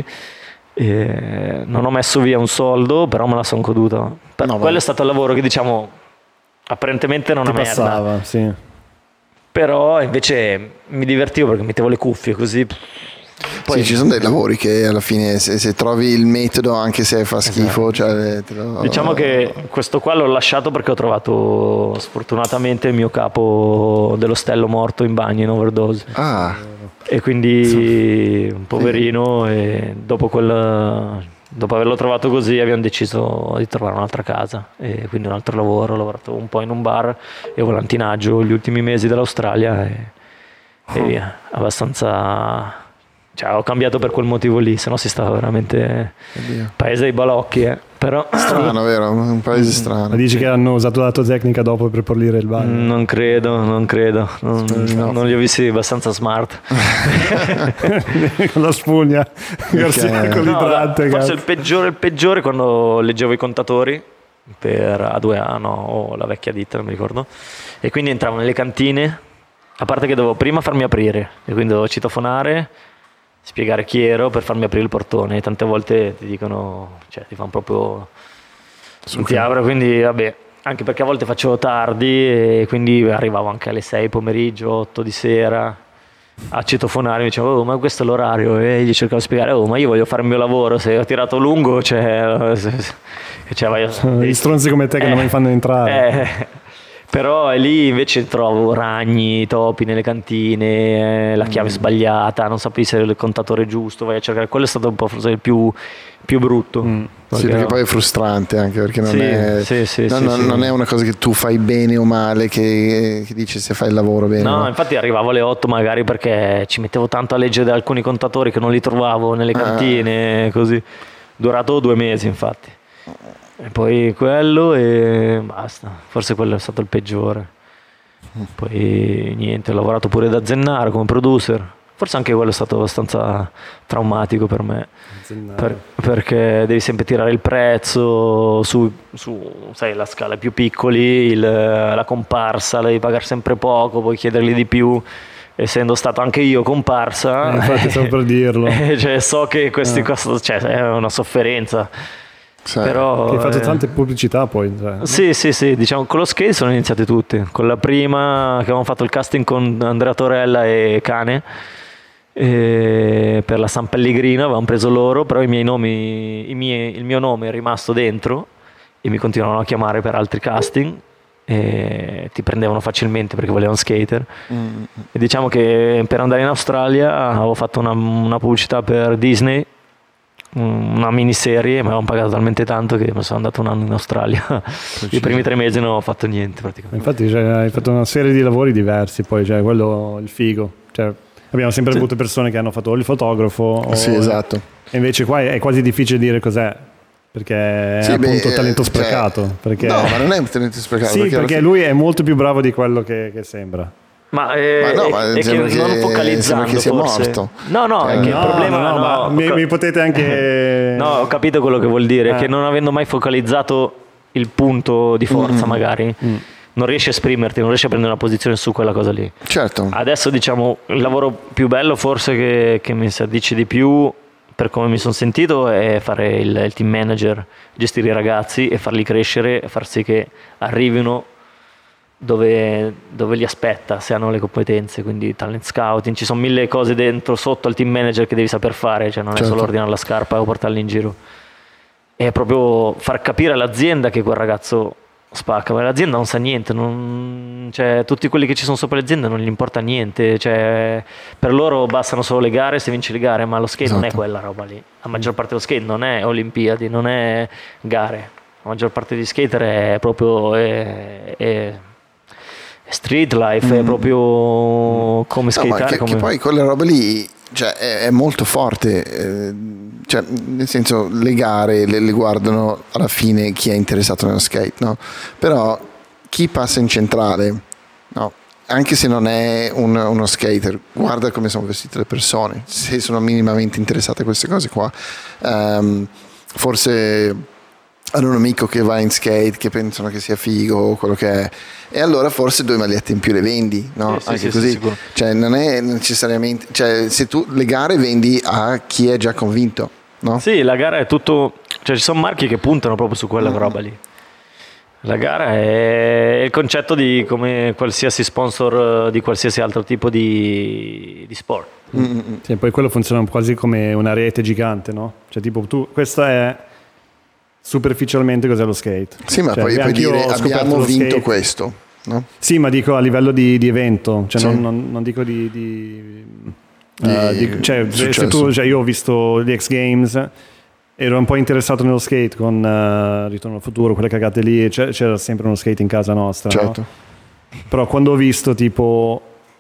E non ho messo via un soldo, però me la sono goduta. Per no, quello è stato il lavoro che diciamo apparentemente non ti una passava, merda, sì. Però invece mi divertivo perché mettevo le cuffie così. Poi, sì, ci sono dei lavori che alla fine se, se trovi il metodo, anche se fa schifo, esatto. cioè, te lo... diciamo che questo qua l'ho lasciato perché ho trovato sfortunatamente il mio capo dell'ostello morto in bagno in overdose. Ah. E quindi un poverino, sì. E dopo quel, dopo averlo trovato così abbiamo deciso di trovare un'altra casa e quindi un altro lavoro. Ho lavorato un po' in un bar e volantinaggio gli ultimi mesi dell'Australia e, oh. e via, abbastanza. Cioè, ho cambiato per quel motivo lì, se no si stava veramente Oddio. paese dei balocchi, eh. Però strano, vero? Un paese strano. Ma dici sì. che hanno usato la tua tecnica dopo per pulire il bagno? Non credo, non credo. Non, no. non li ho visti abbastanza smart. Con la spugna, okay. con l'idrante. No, forse il peggiore, il peggiore quando leggevo i contatori per A due A, no, o la vecchia ditta, non mi ricordo. E quindi entravo nelle cantine, a parte che dovevo prima farmi aprire, e quindi dovevo citofonare, spiegare chi ero per farmi aprire il portone. Tante volte ti dicono, cioè ti fanno proprio non ti apre, quindi vabbè, anche perché a volte facevo tardi e quindi arrivavo anche alle sei pomeriggio, otto di sera a citofonare, mi dicevo oh, ma questo è l'orario, e gli cercavo di spiegare oh, ma io voglio fare il mio lavoro, se ho tirato lungo cioè, cioè vai, gli stronzi come te che eh, non mi fanno entrare. eh, Però lì invece trovo ragni, topi nelle cantine, eh, la chiave mm. sbagliata, non sapevi se era il contatore giusto, vai a cercare. Quello è stato un po' forse il più, più brutto. Mm. Perché sì, perché no. poi è frustrante anche perché non, sì, è, sì, sì, non, sì, non, sì. non è una cosa che tu fai bene o male, che, che dici se fai il lavoro bene. No, no, infatti arrivavo alle otto magari perché ci mettevo tanto a leggere alcuni contatori che non li trovavo nelle cantine, ah. così. Durato due mesi infatti. E poi quello e basta, forse quello è stato il peggiore. Poi niente, ho lavorato pure da Zennaro come producer, forse anche quello è stato abbastanza traumatico per me, per, perché devi sempre tirare il prezzo su, su sai, la scala più piccoli, il, la comparsa la devi pagare sempre poco, puoi chiedergli di più. Essendo stato anche io comparsa, eh, infatti stavo per dirlo, cioè, so che questi eh. cost- cioè, è una sofferenza. Sì. Però, che hai fatto eh, tante pubblicità poi, cioè. sì sì sì, diciamo con lo skate sono iniziate tutte, con la prima che avevamo fatto il casting con Andrea Torella e Cane e per la San Pellegrino avevamo preso loro, però i miei nomi, i miei, il mio nome è rimasto dentro e mi continuavano a chiamare per altri casting e ti prendevano facilmente perché volevano skater. mm. E diciamo che per andare in Australia avevo fatto una, una pubblicità per Disney, una miniserie, mi avevano pagato talmente tanto che mi sono andato un anno in Australia. I primi tre mesi non ho fatto niente praticamente. Infatti cioè, hai fatto una serie di lavori diversi, poi cioè, quello il figo, cioè, abbiamo sempre sì. avuto persone che hanno fatto il fotografo o, sì, esatto. E invece qua è quasi difficile dire cos'è, perché sì, è beh, appunto talento sprecato, cioè, perché... no, ma non è un talento sprecato, sì, perché, perché lui è molto più bravo di quello che, che sembra. Ma, eh, ma no, ma è che, che non focalizzando che sia forse. morto. No, no, eh, è che no, il problema no, no, no, ma mi, mi potete anche no, ho capito quello che vuol dire, eh. che non avendo mai focalizzato il punto di forza mm. magari mm. non riesci a esprimerti, non riesci a prendere una posizione su quella cosa lì. Certo. Adesso diciamo il lavoro più bello forse che, che mi si addice di più per come mi sono sentito è fare il, il team manager, gestire i ragazzi e farli crescere e far sì che arrivino Dove, dove li aspetta, se hanno le competenze, quindi talent scouting, ci sono mille cose dentro sotto al team manager che devi saper fare, cioè non certo. è solo ordinare la scarpa o portarli in giro, è proprio far capire all'azienda che quel ragazzo spacca, ma l'azienda non sa niente, non, cioè, tutti quelli che ci sono sopra l'azienda non gli importa niente, cioè, per loro bastano solo le gare, se vinci le gare, ma lo skate esatto. non è quella roba lì, la maggior parte dello skate non è Olimpiadi, non è gare, la maggior parte degli skater è proprio è, è street life, mm. è proprio come skatare. No, che, come... che poi quella roba lì cioè, è, è molto forte, eh, cioè, nel senso le gare le, le guardano alla fine chi è interessato nello skate, no? Però chi passa in centrale, no? Anche se non è un, uno skater, guarda come sono vestite le persone, se sono minimamente interessate a queste cose qua. Um, forse hanno un amico che va in skate, che pensano che sia figo, quello che è, e allora forse due magliette in più le vendi, no? Sì, Anche sì, così, sì, cioè non è necessariamente, cioè se tu le gare vendi a chi è già convinto, no? Sì, la gara è tutto, cioè ci sono marchi che puntano proprio su quella mm. roba lì. La gara è il concetto di come qualsiasi sponsor di qualsiasi altro tipo di, di sport. Mm-hmm. Sì, poi quello funziona quasi come una rete gigante, no? Cioè tipo tu, questa è superficialmente cos'è lo skate. Sì, ma cioè, poi puoi dire abbiamo vinto skate. Questo, no? Sì, ma dico a livello di, di evento, cioè sì. non, non, non dico di... di, di, uh, di cioè, se tu, cioè io ho visto gli X Games, ero un po' interessato nello skate con uh, Ritorno al futuro, quelle cagate lì, c'era, c'era sempre uno skate in casa nostra, certo. No? Però quando ho visto tipo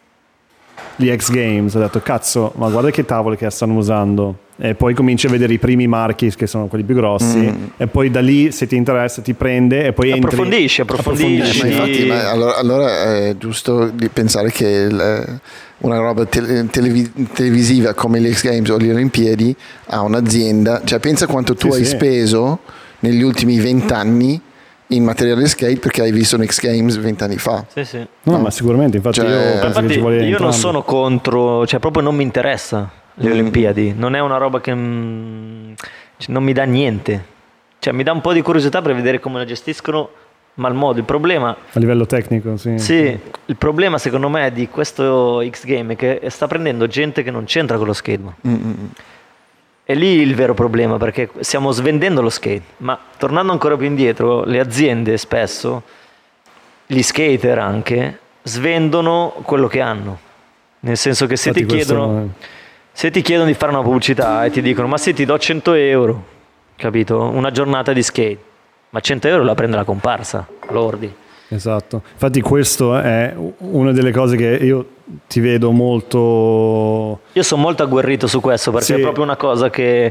gli X Games ho detto cazzo, ma guarda che tavole che stanno usando, e poi cominci a vedere i primi marchi che sono quelli più grossi mm. e poi da lì se ti interessa ti prende e poi approfondisci, entri, approfondisci, approfondisci. Ma infatti, ma allora, allora è giusto di pensare che il, una roba te- televis- televisiva come gli X Games o le Olimpiadi ha un'azienda, cioè pensa quanto tu sì, hai sì. speso negli ultimi vent'anni in materiale skate perché hai visto un X Games vent'anni fa. Sì, sì. No, no, ma sicuramente, infatti cioè, io penso infatti che ci voglia io entrambi. Non sono contro, cioè proprio non mi interessa le mm. Olimpiadi, non è una roba che mm, cioè, non mi dà niente, cioè mi dà un po' di curiosità per vedere come la gestiscono, ma il modo, il problema a livello tecnico, sì. Sì, il problema secondo me di questo X Game è che sta prendendo gente che non c'entra con lo skateboard. Mm-hmm. È lì il vero problema, perché stiamo svendendo lo skate, ma tornando ancora più indietro, le aziende spesso, gli skater anche, svendono quello che hanno, nel senso che se Infatti ti chiedono è... se ti chiedono di fare una pubblicità e ti dicono ma se ti do cento euro, capito? Una giornata di skate, ma cento euro la prende la comparsa, lordi. Esatto, infatti questo è una delle cose che io ti vedo molto... Io sono molto agguerrito su questo perché sì. È proprio una cosa che...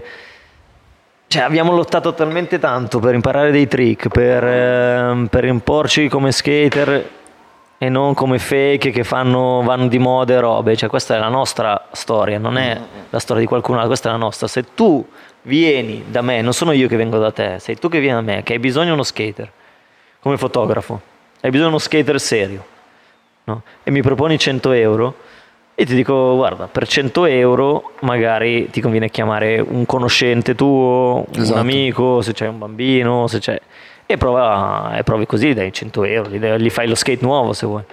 Cioè abbiamo lottato talmente tanto per imparare dei trick, per, eh, per imporci come skater e non come fake che fanno, vanno di moda e robe. Cioè questa è la nostra storia, non è la storia di qualcun altro, questa è la nostra. Se tu vieni da me, non sono io che vengo da te, sei tu che vieni da me, che hai bisogno di uno skater come fotografo, hai bisogno di uno skater serio, no? E mi proponi cento euro e ti dico guarda, per cento euro magari ti conviene chiamare un conoscente tuo, esatto. Un amico, se c'è un bambino, se c'è, e prova, e provi così, dai cento euro, gli, gli fai lo skate nuovo se vuoi.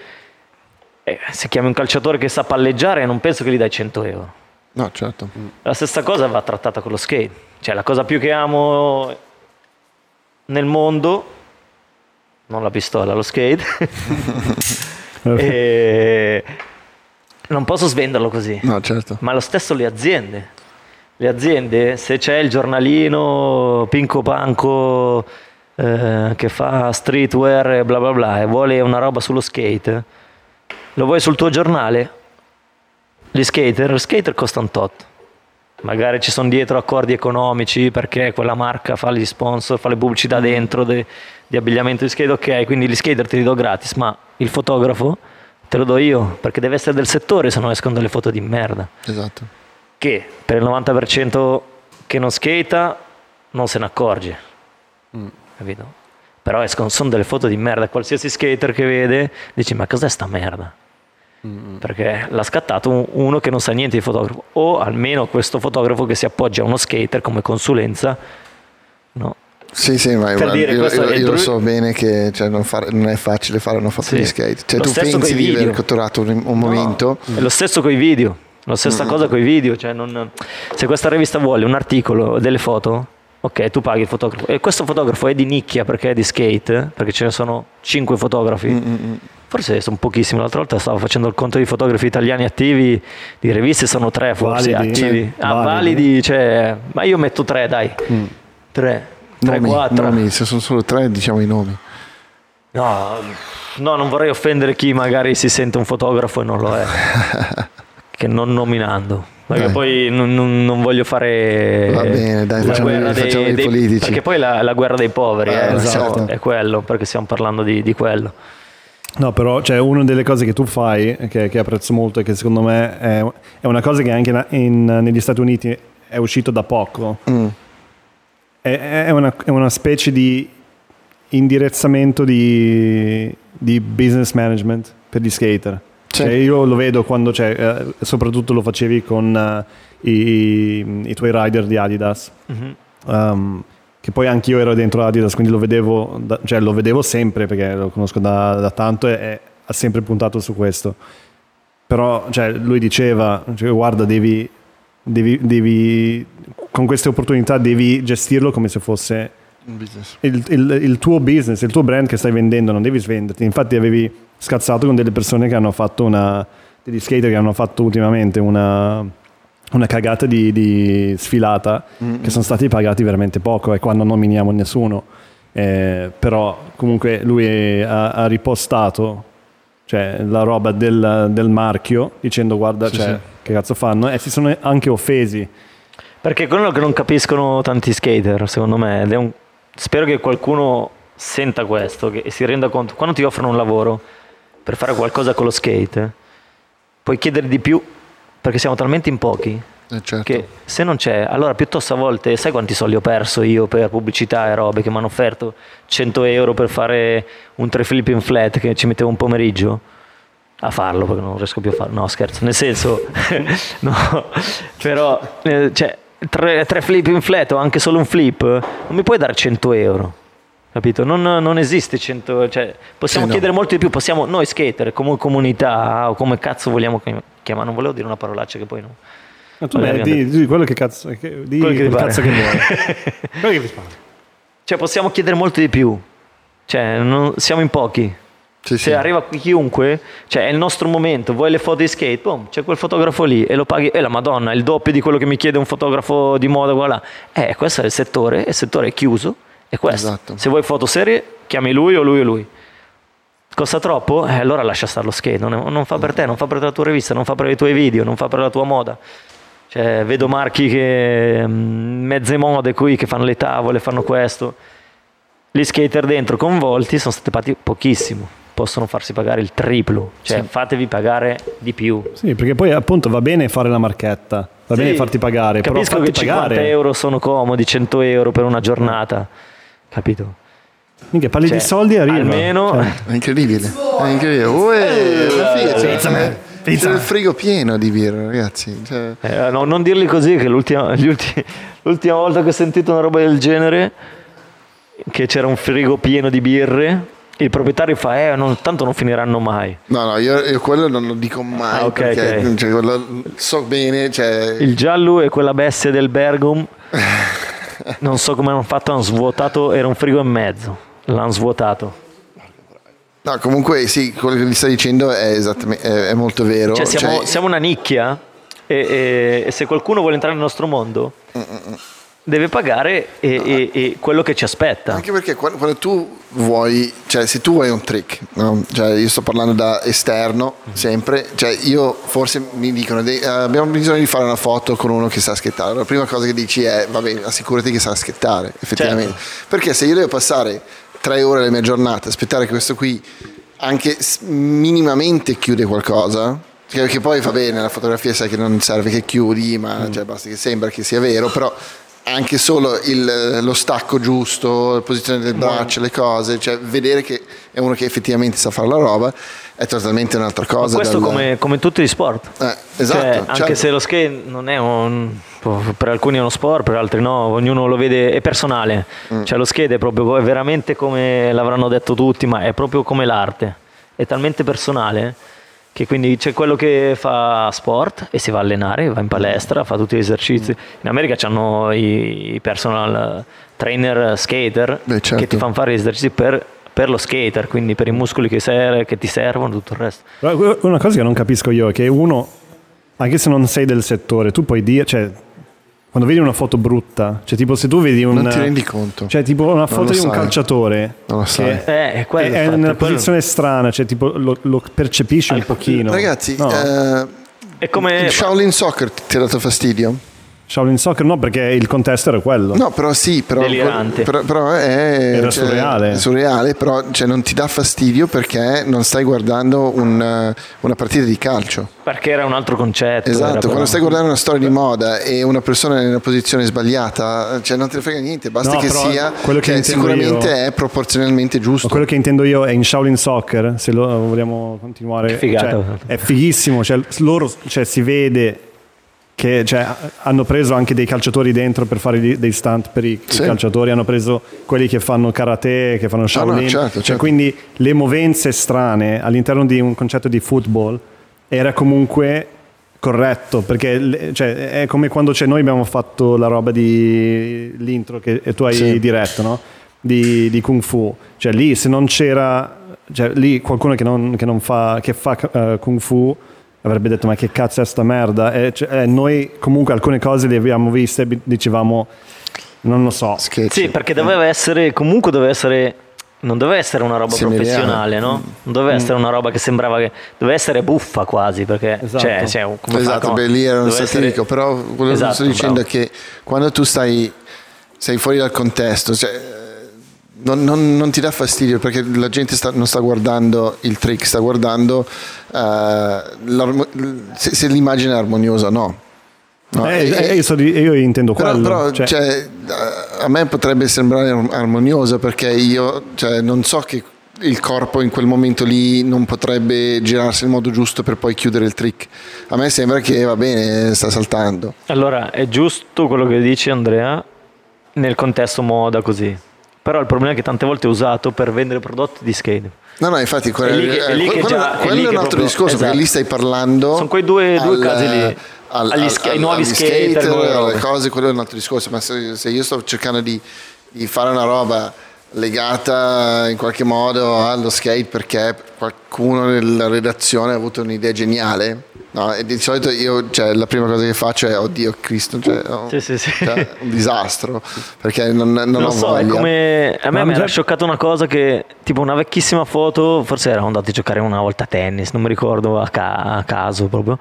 E se chiami un calciatore che sa palleggiare non penso che gli dai cento euro. No, certo. La stessa cosa va trattata con lo skate, cioè la cosa più che amo nel mondo, non la pistola, lo skate. E non posso svenderlo così. No, certo. Ma lo stesso le aziende. Le aziende, se c'è il giornalino Pinco Panco eh, che fa streetwear e bla bla bla e vuole una roba sullo skate, lo vuoi sul tuo giornale? Gli skater, lo skater costa un tot. Magari ci sono dietro accordi economici perché quella marca fa gli sponsor, fa le pubblicità dentro de, di abbigliamento di skate, ok, quindi gli skater te li do gratis, ma il fotografo te lo do io perché deve essere del settore, se no escono delle foto di merda. Esatto. Che per il novanta per cento che non skata non se ne accorge, mm. capito? Però escono, sono delle foto di merda, qualsiasi skater che vede dice ma cos'è sta merda? Mm. Perché l'ha scattato uno che non sa niente di fotografo, o almeno questo fotografo che si appoggia a uno skater come consulenza, no? Sì, sì, ma per io, dire, io, io, io dru- lo so bene che cioè, non, fare, non è facile fare una foto sì. di skate. Cioè lo tu pensi di aver catturato un, un momento. No, è lo stesso con i video, la stessa mm. cosa con i video. Cioè non, se questa rivista vuole un articolo, delle foto, ok, tu paghi il fotografo. E questo fotografo è di nicchia perché è di skate, perché ce ne sono cinque fotografi. Mm-hmm. Forse sono pochissimi. L'altra volta stavo facendo il conto di fotografi italiani attivi di riviste, sono tre forse validi, attivi. Cioè, ah, validi, validi cioè, ma io metto tre, dai. Mm. Tre. tre quattro. Nomi, se sono solo tre diciamo i nomi. No, no, non vorrei offendere chi magari si sente un fotografo e non lo è. Che non nominando. Perché dai. Poi non, non, non voglio fare va bene, dai, facciamo, guerra dei, facciamo dei, dei politici. Perché poi la, la guerra dei poveri eh, eh, esatto. è quello, perché stiamo parlando di, di quello. No, però c'è cioè, una delle cose che tu fai che, che apprezzo molto e che secondo me è, è una cosa che anche in, in, negli Stati Uniti è uscito da poco. Mm. è, è, una, è una specie di indirizzamento di, di business management per gli skater. Sì. Cioè io lo vedo quando c'è, eh, soprattutto lo facevi con uh, i, i tuoi rider di Adidas. Mm-hmm. Um, che poi anch'io ero dentro Adidas, quindi lo vedevo, da, cioè lo vedevo sempre perché lo conosco da, da tanto e, e ha sempre puntato su questo. Però cioè, lui diceva, cioè, guarda, devi, devi, devi, con queste opportunità devi gestirlo come se fosse un business. Il, il, il tuo business, il tuo brand che stai vendendo, non devi svenderti. Infatti avevi scazzato con delle persone che hanno fatto una, degli skater che hanno fatto ultimamente una... una cagata di, di sfilata, mm-hmm. che sono stati pagati veramente poco e qua non nominiamo nessuno, eh, però comunque lui ha, ha ripostato cioè, la roba del, del marchio dicendo guarda sì, cioè, sì. che cazzo fanno, e si sono anche offesi perché quello che non capiscono tanti skater secondo me, ed è un, spero che qualcuno senta questo che, e si renda conto, quando ti offrono un lavoro per fare qualcosa con lo skate puoi chiedere di più perché siamo talmente in pochi eh certo. che se non c'è, allora piuttosto a volte sai quanti soldi ho perso io per pubblicità e robe che mi hanno offerto cento euro per fare un tre flip in flat che ci mettevo un pomeriggio a farlo perché non riesco più a farlo, no scherzo, nel senso no, però eh, cioè tre, tre flip in flat o anche solo un flip non mi puoi dare cento euro, capito? Non, non esiste cento, cioè possiamo sì, chiedere no. molto di più, possiamo noi skater come comunità o come cazzo vogliamo chiamare, non volevo dire una parolaccia che poi no. Ma tu beh, di, di quello che cazzo che, di quello che, quel cazzo che vuoi. Quello che vi spara. Cioè possiamo chiedere molto di più, cioè non, siamo in pochi. Sì, se sì. arriva chiunque, cioè è il nostro momento, vuoi le foto di skate, boom, c'è quel fotografo lì e lo paghi, e la madonna, è il doppio di quello che mi chiede un fotografo di moda qua là. Eh, questo è il settore, il settore è chiuso. È questo. Esatto. Se vuoi foto serie, chiami lui o lui o lui. Costa troppo? Eh, allora lascia stare lo skate. Non, è, non fa per te, non fa per la tua rivista, non fa per i tuoi video, non fa per la tua moda. Cioè, vedo marchi che mezze mode qui che fanno le tavole, fanno questo. Gli skater dentro coinvolti sono stati pagati pochissimo. Possono farsi pagare il triplo. Cioè, sì. fatevi pagare di più. Sì, perché poi appunto va bene fare la marchetta. Va sì, bene farti pagare. Capisco però che cinquanta pagare. euro sono comodi, cento euro per una giornata. Capito? Minchia, parli cioè, di soldi e arriva. Almeno cioè. È incredibile. È incredibile. Uè, uh, pizza, man. C'è il frigo pieno di birra, ragazzi. Cioè... Eh, no, non dirli così, che l'ultima, gli ultimi, l'ultima volta che ho sentito una roba del genere, che c'era un frigo pieno di birre, il proprietario fa, eh, non, tanto non finiranno mai. No, no, io, io quello non lo dico mai, ah, okay, perché okay. Cioè, quello, so bene. Cioè... Il giallo è quella bestia del Bergum. Non so come hanno fatto, hanno svuotato, era un frigo e mezzo, l'hanno svuotato. No, comunque sì, quello che vi sta dicendo è esattamente è, è molto vero. Cioè siamo, cioè... siamo una nicchia e, e, e se qualcuno vuole entrare nel nostro mondo Mm-mm. deve pagare e, no. e, e quello che ci aspetta. Anche perché quando, quando tu vuoi, cioè se tu vuoi un trick, no? Cioè io sto parlando da esterno sempre, cioè io forse mi dicono eh, abbiamo bisogno di fare una foto con uno che sa schettare. La prima cosa che dici è va bene, assicurati che sa schettare effettivamente, certo. Perché se io devo passare tre ore della mia giornata aspettare che questo qui anche minimamente chiude qualcosa, che poi va bene, la fotografia sai che non serve che chiudi, ma mm. cioè, basta che sembra che sia vero, però anche solo il, lo stacco giusto, la posizione del braccio, le cose, cioè vedere che è uno che effettivamente sa fare la roba è totalmente un'altra cosa. Ma questo dal... come, come tutti gli sport, eh, esatto, cioè, anche certo. se lo skate non è un, per alcuni è uno sport, per altri no, ognuno lo vede, è personale, mm. cioè lo skate è proprio è veramente come l'avranno detto tutti, ma è proprio come l'arte, è talmente personale che quindi c'è quello che fa sport e si va a allenare, va in palestra, fa tutti gli esercizi. In America c'hanno i personal trainer skater. Beh, certo. Che ti fanno fare gli esercizi per, per lo skater, quindi per i muscoli che, ser- che ti servono, tutto il resto. Una cosa che non capisco io è che uno, anche se non sei del settore, tu puoi dire, cioè quando vedi una foto brutta, cioè tipo se tu vedi un... Non ti rendi conto. Cioè tipo una foto di un sai. calciatore non lo sai. Che eh, è, è, è in una posizione quello... strana, cioè tipo lo, lo percepisci Al... un pochino. Ragazzi, no. eh, è come... il Shaolin Soccer ti ha dato fastidio? Shaolin Soccer no, perché il contesto era quello. No, però sì, però, delirante. però, però è era cioè, surreale. surreale, però cioè, non ti dà fastidio perché non stai guardando un, una partita di calcio. Perché era un altro concetto. Esatto, quando però... stai guardando una storia di moda e una persona è in una posizione sbagliata, cioè non te ne frega niente, basta No, che però sia quello che che sicuramente io... è proporzionalmente giusto. Ma quello che intendo io è in Shaolin Soccer, se lo vogliamo continuare, Che figata. cioè, è fighissimo, cioè, loro, cioè, si vede che cioè, hanno preso anche dei calciatori dentro per fare dei stunt per i, sì. i calciatori, hanno preso quelli che fanno karate, che fanno Shaolin, ah, no, certo, cioè, certo. quindi le movenze strane all'interno di un concetto di football era comunque corretto, perché cioè, è come quando cioè, noi abbiamo fatto la roba di l'intro che tu hai sì. diretto, no? Di, di Kung Fu, cioè lì se non c'era, cioè, lì qualcuno che non, che non fa, che fa uh, Kung Fu avrebbe detto ma che cazzo è sta merda, e cioè, eh, noi comunque alcune cose le abbiamo viste e dicevamo non lo so. Sketch. Sì, perché doveva essere, comunque doveva essere, non doveva essere una roba Similiare. professionale, no? Non doveva mm. essere una roba che sembrava che doveva essere buffa quasi, perché esatto, cioè, cioè, come esatto fa, beh, lì era un satirico, essere... però quello che esatto, sto dicendo bravo. è che quando tu stai sei fuori dal contesto, cioè Non, non, non ti dà fastidio perché la gente sta, non sta guardando il trick, sta guardando uh, se, se l'immagine è armoniosa o no. no eh, e, eh, io, so di, io intendo però, quello. Però cioè. Cioè, a me potrebbe sembrare armoniosa perché io cioè, non so che il corpo in quel momento lì non potrebbe girarsi in modo giusto per poi chiudere il trick. A me sembra che va bene, sta saltando. Allora, è giusto quello che dice Andrea nel contesto moda così. Però il problema è che tante volte è usato per vendere prodotti di skate. No, no, infatti quello è, lì che, è, lì quello, che già, quello è, lì è un che altro proprio, discorso, esatto. perché lì stai parlando. Sono quei due, al, due casi lì. Al, agli, al, ai nuovi skater, skater, le cose, quello è un altro discorso. Ma se, se io sto cercando di, di fare una roba legata in qualche modo allo skate perché qualcuno nella redazione ha avuto un'idea geniale, no? E di solito io, cioè, la prima cosa che faccio è oddio Cristo, cioè, oh, sì, sì, sì. Cioè, un disastro perché non, non, non lo ho so, voglia. È come, a me mi era scioccata una cosa che tipo una vecchissima foto, forse eravamo andati a giocare una volta a tennis, non mi ricordo, a, ca- a caso proprio,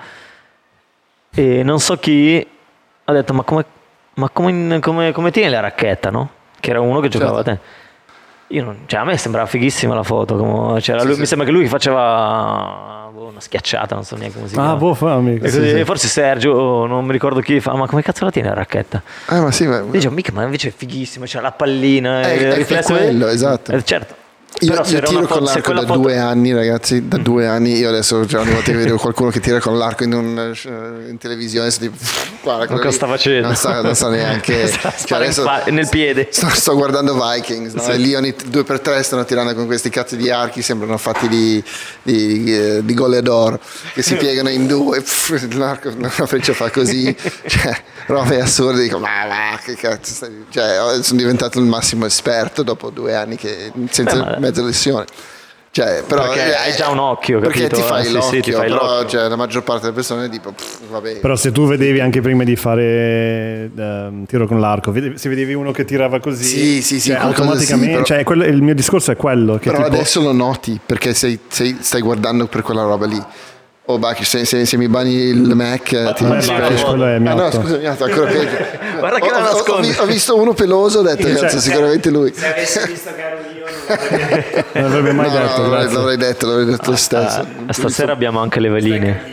e non so chi ha detto ma come, ma come, come, come tieni la racchetta, no? Che era uno che giocava certo. a tennis. Io non, cioè a me sembrava fighissima la foto, come, cioè, sì, lui, sì. mi sembra che lui faceva una schiacciata, non so neanche come si chiama. Ah, boh, fammi. E così, sì, forse sì. Sergio, non mi ricordo chi, fa, ma come cazzo la tiene la racchetta? Eh, ma sì, ma... Dice, mica, ma invece è fighissima, c'è la pallina, è, il è riflesso. quello, esatto. Eh, certo. Io, Però io tiro foto, con l'arco da foto... due anni, ragazzi, da mm. due anni. Io adesso cioè, ogni volta che vedo qualcuno che tira con l'arco in, un, in televisione, sto tipo, guarda cosa sta facendo? Non sa, non sa neanche. Cioè, adesso fa, nel piede. Sto, sto guardando Vikings, no? Sì. E lì ogni due per tre stanno tirando con questi cazzo di archi, sembrano fatti di, di, di goleador che si piegano in due. Pff, l'arco, una freccia fa così, cioè, robe assurde. Dico, ma va, che cazzo stai? Cioè, sono diventato il massimo esperto dopo due anni che senza. Beh, mezza lezione, cioè, però perché hai già un occhio, perché capito? ti fai sì, l'occhio, sì, ti fai però l'occhio. Cioè, la maggior parte delle persone tipo pff, va bene. Però se tu vedevi anche prima di fare uh, tiro con l'arco, se vedevi uno che tirava così, sì, sì, sì, cioè, automaticamente, sì, però, cioè, quello, il mio discorso è quello. Che però tipo... adesso lo noti perché sei, sei, stai guardando per quella roba lì. Oh Bacchi, se, se, se mi bani il Mac ah, ti Bacchi, quello è ah, no, scusa, miato, ancora peggio. Guarda che ho, la ho, ho visto uno peloso, ho detto, cioè, cazzo, sicuramente lui. Se avessi visto che ero io non l'avrebbe mai no, detto, no, grazie. l'avrei detto, l'avrei detto lo stesso. Ah, stasera abbiamo anche le veline.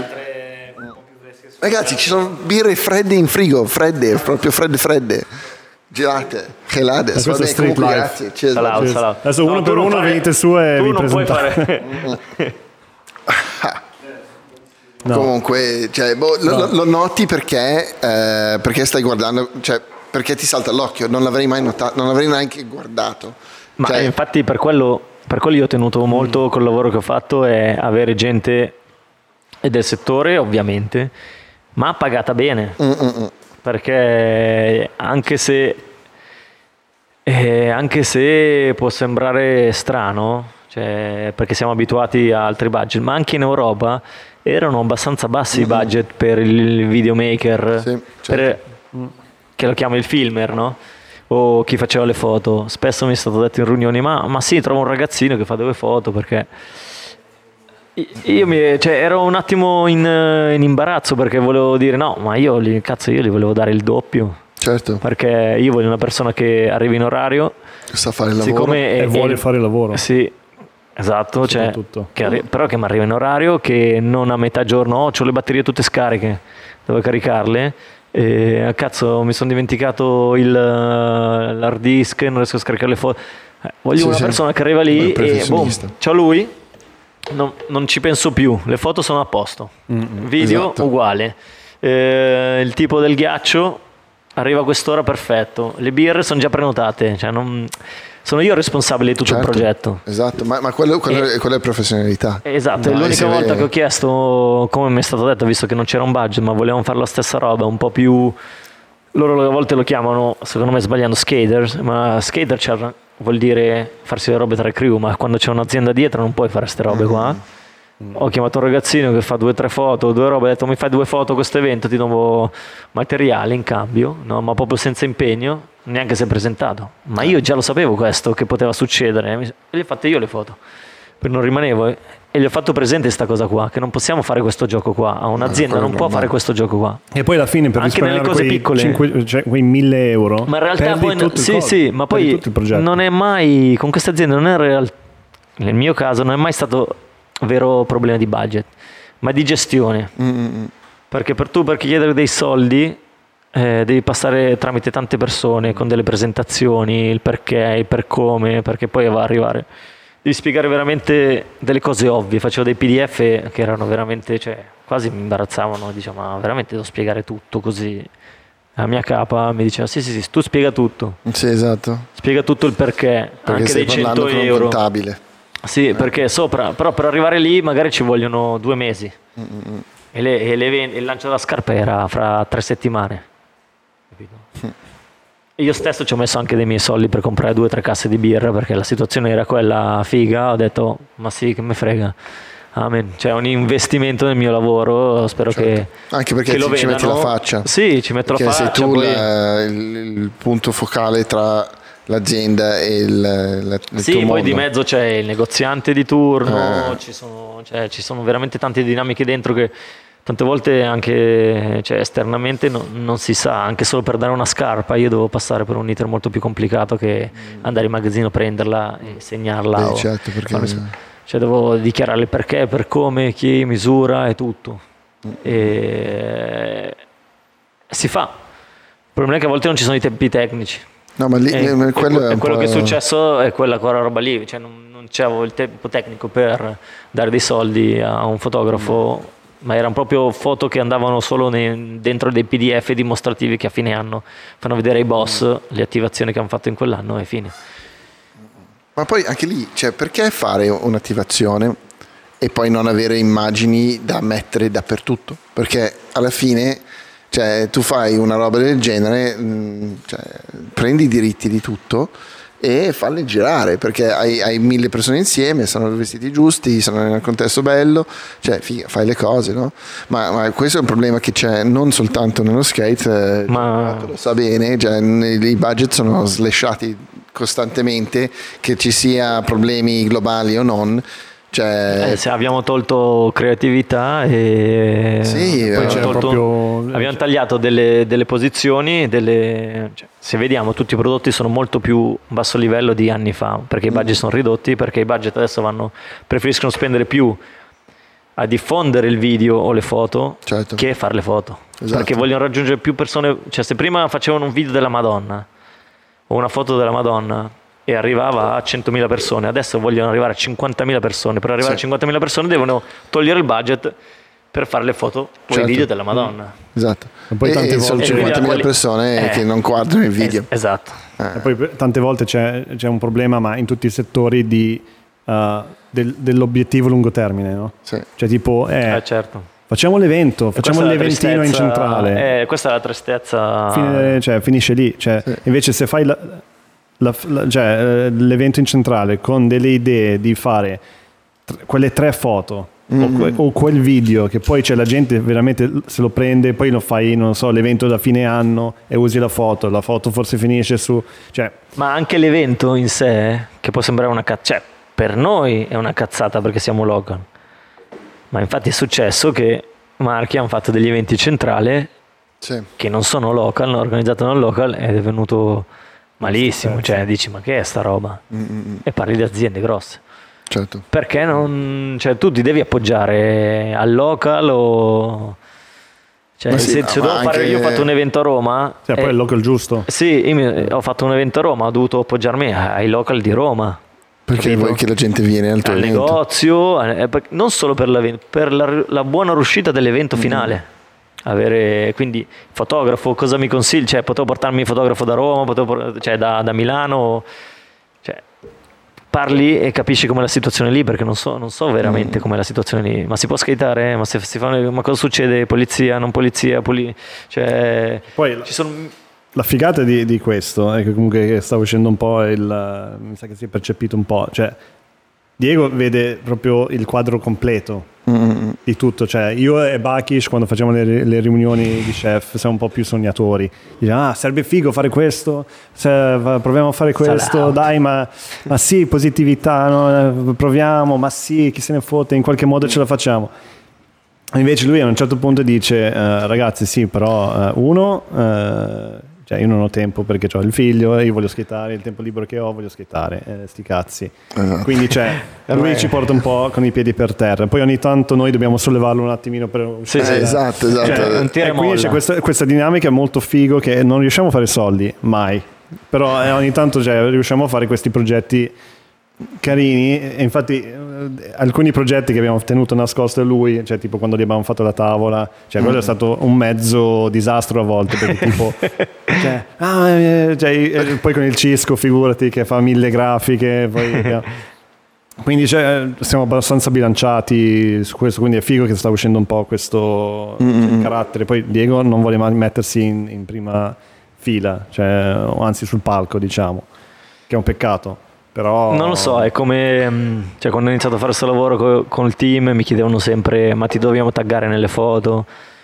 Ragazzi, ci sono birre fredde in frigo, fredde, proprio fredde fredde. Gelate, gelate. Ma questo è street life. Grazie. Cheers, salao, cheers. salao. Adesso uno no, per uno fare, venite su e vi presentate. No. Comunque, cioè, boh, no. lo, lo noti perché, eh, perché stai guardando, cioè, perché ti salta all'occhio, non l'avrei mai notato, non l'avrei neanche guardato. Ma cioè, infatti per quello, per quello io ho tenuto molto mm. col lavoro che ho fatto è avere gente del settore, ovviamente, ma pagata bene. Mm-mm. Perché anche se eh, anche se può sembrare strano, cioè, perché siamo abituati a altri budget, ma anche in Europa erano abbastanza bassi i mm-hmm. budget per il videomaker, sì, certo. per, che lo chiamo il filmer, no? O chi faceva le foto. Spesso mi è stato detto in riunioni, ma, ma sì, trovo un ragazzino che fa delle foto perché io mi, cioè, ero un attimo in, in imbarazzo perché volevo dire no, ma io li, cazzo, io gli volevo dare il doppio. Certo. Perché io voglio una persona che arrivi in orario, sa fare il lavoro siccome e è, vuole è, fare il lavoro. Sì, esatto, cioè, che arri- però che mi arriva in orario, che non a metà giorno, oh, ho le batterie tutte scariche, devo caricarle. E cazzo, mi sono dimenticato il, l'hard disk, non riesco a scaricare le foto. Eh, voglio sì, una sì. persona che arriva lì e boom, c'ho lui, non, non ci penso più, le foto sono a posto, mm-hmm. video esatto. uguale, eh, il tipo del ghiaccio arriva a quest'ora perfetto, le birre sono già prenotate, cioè non, sono io il responsabile di tutto certo, il progetto. Esatto, ma, ma quello, quello, e, quello è professionalità. Esatto, no, l'unica volta che ho chiesto, come mi è stato detto, visto che non c'era un budget, ma volevamo fare la stessa roba, un po' più, loro a volte lo chiamano, secondo me sbagliando, skaters, ma skater c'era, vuol dire farsi le robe tra i crew, ma quando c'è un'azienda dietro non puoi fare queste robe mm-hmm. qua. Mm. Ho chiamato un ragazzino che fa due o tre foto, due robe, ho detto mi fai due foto a questo evento, ti do materiale in cambio, no? Ma proprio senza impegno, neanche si è presentato. Ma io già lo sapevo questo, che poteva succedere, e le ho fatte io le foto, per non rimanevo, e gli ho fatto presente questa cosa qua, che non possiamo fare questo gioco qua, a un'azienda non può fare questo gioco qua. E poi alla fine per anche nelle cose quei piccole, cinque, cioè quei mille euro, ma in realtà poi no, sì coso, sì, ma poi non è mai, con queste aziende non è real, nel mio caso non è mai stato vero problema di budget, ma di gestione. Mm-hmm. Perché per tu, per chiedere dei soldi, eh, devi passare tramite tante persone con delle presentazioni, il perché, il per come, perché poi va a arrivare. Devi spiegare veramente delle cose ovvie. Facevo dei P D F che erano veramente, cioè, quasi mi imbarazzavano, diciamo, ma veramente devo spiegare tutto così. La mia capa mi diceva sì sì sì, tu spiega tutto. Sì, esatto. Spiega tutto il perché, perché anche dei cento euro. Contabile. Sì, perché sopra, però per arrivare lì magari ci vogliono due mesi. Mm-hmm. E, le, e le, il lancio della scarpa era fra tre settimane. Capito? Mm. E io stesso ci ho messo anche dei miei soldi per comprare due o tre casse di birra perché la situazione era quella figa. Ho detto, ma sì, che me frega. Amen. C'è un investimento nel mio lavoro, spero certo. che anche perché che ti, lo ci metti la faccia. Sì, ci metto perché la faccia. Sei tu poi... la, il, il punto focale tra l'azienda e il, la, il sì, tuo poi mondo. Di mezzo c'è il negoziante di turno, eh. ci, sono, cioè, ci sono veramente tante dinamiche dentro che tante volte anche cioè, esternamente no, non si sa, anche solo per dare una scarpa io devo passare per un iter molto più complicato che andare in magazzino, prenderla e segnarla. Beh, o certo, perché... farmi, cioè devo dichiarare il perché, per come, chi, misura e tutto. E si fa. Il problema è che a volte non ci sono i tempi tecnici. No, ma lì, e, quello, e, è quello po'... che è successo è quella, quella roba lì, cioè non, non c'avevo il tempo tecnico per dare dei soldi a un fotografo, mm. ma erano proprio foto che andavano solo nei, dentro dei P D F dimostrativi che a fine anno fanno vedere ai boss mm. le attivazioni che hanno fatto in quell'anno e fine. Ma poi anche lì, cioè, perché fare un'attivazione e poi non avere immagini da mettere dappertutto? Perché alla fine... Cioè, tu fai una roba del genere, cioè, prendi i diritti di tutto e falli girare, perché hai, hai mille persone insieme, sono vestiti giusti, sono in un contesto bello, cioè figa, fai le cose, no? Ma, ma questo è un problema che c'è non soltanto nello skate, ma... lo sa bene, cioè, i budget sono slashati costantemente, che ci sia problemi globali o non. Cioè... Eh, se abbiamo tolto creatività e sì, poi c'era tolto... proprio... abbiamo tagliato delle, delle posizioni, delle... Cioè, se vediamo tutti i prodotti sono molto più basso livello di anni fa, perché i budget mm. sono ridotti, perché i budget adesso vanno, preferiscono spendere più a diffondere il video o le foto certo. che fare le foto, esatto. perché vogliono raggiungere più persone. Cioè, se prima facevano un video della Madonna o una foto della Madonna e arrivava a centomila persone, adesso vogliono arrivare a cinquantamila persone. Per arrivare sì. a cinquantamila persone devono togliere il budget per fare le foto o certo. i video della Madonna. Esatto. E poi tante e volte sono cinquantamila persone eh, che non guardano il video. Es- esatto. Eh. E poi tante volte c'è, c'è un problema, ma in tutti i settori di, uh, del, dell'obiettivo lungo termine, no? Sì. Cioè tipo, eh, eh certo. facciamo l'evento, facciamo l'eventino in centrale. Eh, questa è la tristezza. Fine, cioè, finisce lì. Cioè, sì. Invece se fai la, la, la, cioè, l'evento in centrale con delle idee di fare tre, quelle tre foto mm-hmm. o, que, o quel video che poi c'è la gente veramente se lo prende, poi lo fai, non so, l'evento da fine anno e usi la foto, la foto forse finisce su... Cioè, ma anche l'evento in sé, che può sembrare una cazzata, cioè per noi è una cazzata perché siamo Logan. Ma infatti è successo che marchi hanno fatto degli eventi centrali sì. che non sono local, hanno organizzato non local ed è venuto malissimo, cioè dici ma che è sta roba? Mm-mm. E parli di aziende grosse. Certo. Perché non, cioè, tu ti devi appoggiare al local o... Cioè, sì, se, se devo anche... fare, io ho fatto un evento a Roma. Cioè, e, poi è il local giusto. Sì, io mi, ho fatto un evento a Roma, ho dovuto appoggiarmi ai local di Roma. Perché capito? vuoi che la gente viene al tuo al evento? negozio, eh, non solo per l'evento, per la, la buona riuscita dell'evento mm. finale. Avere, quindi fotografo, cosa mi consigli? Cioè, potevo portarmi il fotografo da Roma, potevo, cioè da, da Milano, cioè, parli e capisci com'è la situazione lì, perché non so, non so veramente mm. com'è la situazione lì. Ma si può skateare? Ma, se si fa, ma cosa succede? Polizia, non polizia? Poli, cioè, poi ci sono... La figata di, di questo è che comunque sta uscendo un po' il... mi sa che si è percepito un po', cioè Diego vede proprio il quadro completo mm. di tutto, cioè io e Bakish quando facciamo le, le riunioni di chef siamo un po' più sognatori, diciamo ah sarebbe figo fare questo, se, proviamo a fare questo, Salam. dai ma, ma sì positività, no? Proviamo, ma sì chi se ne fotte, in qualche modo ce la facciamo. Invece lui a un certo punto dice uh, ragazzi sì però uh, uno uh, cioè io non ho tempo perché ho il figlio, io voglio skateare, il tempo libero che ho voglio skateare, eh, sti cazzi. Uh-huh. Quindi cioè, lui ci porta un po' con i piedi per terra, poi ogni tanto noi dobbiamo sollevarlo un attimino per... Sì, sì, esatto, esatto. Cioè, e quindi c'è questa, questa dinamica molto figo che non riusciamo a fare soldi, mai. Però eh, ogni tanto cioè, riusciamo a fare questi progetti carini e infatti eh, alcuni progetti che abbiamo tenuto nascosto a lui, cioè tipo quando gli abbiamo fatto la tavola, cioè quello mm. è stato un mezzo disastro a volte perché tipo cioè, ah, eh, cioè, eh, poi con il Cisco figurati che fa mille grafiche poi, quindi cioè, siamo abbastanza bilanciati su questo, quindi è figo che sta uscendo un po' questo mm. cioè, carattere. Poi Diego non vuole mai mettersi in, in prima fila, cioè, o anzi sul palco diciamo, che è un peccato. Però... Non lo so, è come cioè, quando ho iniziato a fare questo lavoro co- con il team mi chiedevano sempre ma ti dobbiamo taggare nelle foto,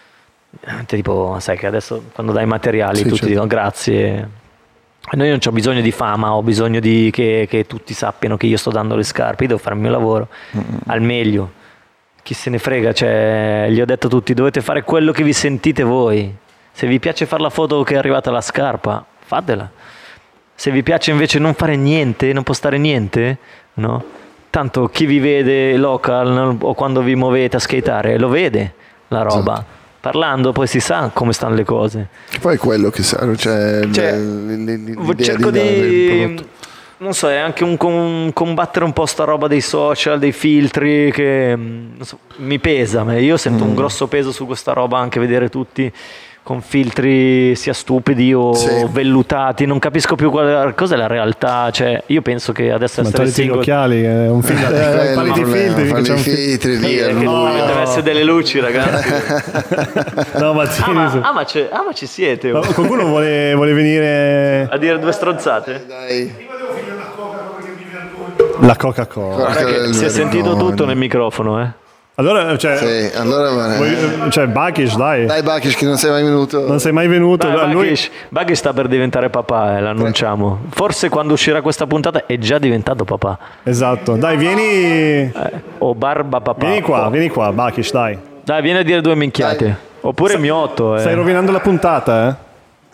tipo sai che adesso quando dai materiali sì, tutti certo. dicono grazie, noi non ho bisogno di fama, ho bisogno di che, che tutti sappiano che io sto dando le scarpe, io devo fare il mio lavoro mm-hmm. al meglio, chi se ne frega, cioè, gli ho detto a tutti dovete fare quello che vi sentite voi, se vi piace fare la foto che è arrivata la scarpa fatela. Se vi piace invece non fare niente, non postare niente, no? Tanto chi vi vede local o quando vi muovete a skateare lo vede la roba. Esatto. Parlando poi si sa come stanno le cose. Che poi è quello che sa, cioè, cioè cerco di, di non so, è anche un, un combattere un po' sta roba dei social, dei filtri che non so, mi pesa, io sento mm. un grosso peso su questa roba, anche vedere tutti con filtri sia stupidi o sì. vellutati, non capisco più qual, cos'è la realtà, cioè io penso che adesso ma essere single... gli occhiali è un film eh, parli di filtri, parli di filtri sì, è che no. deve essere delle luci ragazzi no, ma ah, ma, ah, ma, ah ma ci siete ma qualcuno vuole, vuole venire a dire due stronzate? Dai, dai. La Coca-Cola, Coca-Cola. Si è sentito tutto nel microfono eh Allora, cioè, sì, allora vuoi, cioè Bakish, dai. Dai Bakish che non sei mai venuto. Non sei mai venuto. Dai, lui... Bakish, Bakish sta per diventare papà, eh, l'annunciamo. Forse quando uscirà questa puntata è già diventato papà. Esatto. Dai, vieni. Eh, o barba papà. Vieni qua, vieni qua, Bakish, dai. Dai, vieni a dire due minchiate. Dai. Oppure Sa- miotto. Eh. Stai rovinando la puntata, eh.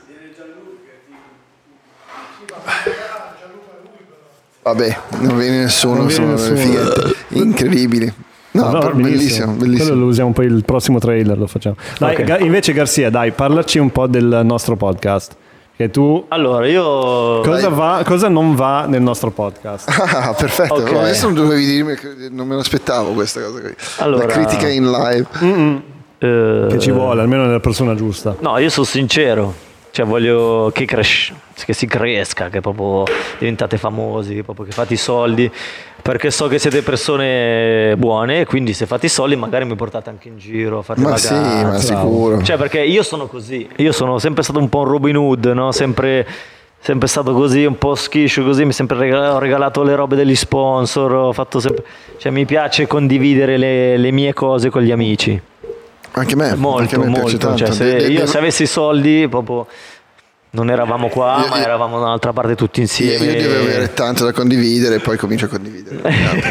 Vabbè, non viene nessuno, non viene sono nessuno. Incredibili. No, no, bellissimo, bellissimo, bellissimo. Quello lo usiamo poi il prossimo trailer, lo facciamo. Dai, okay. Ga- invece Garcia, dai, parlaci un po' del nostro podcast. Che tu Allora, io cosa va, cosa non va nel nostro podcast? Ah, perfetto. Okay. No, adesso non dovevi dirmi, non me l'aspettavo questa cosa qui. Allora, la critica in live. Uh, che ci vuole, almeno nella persona giusta. No, io sono sincero. Cioè voglio che, cres- che si cresca, che proprio diventate famosi, che proprio che fate i soldi, perché so che siete persone buone, quindi se fate i soldi magari mi portate anche in giro, fate ma sì, ma sicuro. Cioè perché io sono così, io sono sempre stato un po' un Robin Hood, no? Sempre, sempre stato così, un po' schiscio così, mi sempre regalato, ho regalato le robe degli sponsor, ho fatto sempre, cioè mi piace condividere le, le mie cose con gli amici. Anche me, molto, anche a me molto. Tanto. Cioè, se de, de, io de... se avessi i soldi, proprio non eravamo qua, io, ma io, eravamo da un'altra parte tutti insieme. Io, io devo avere tanto da condividere e poi comincio a condividere.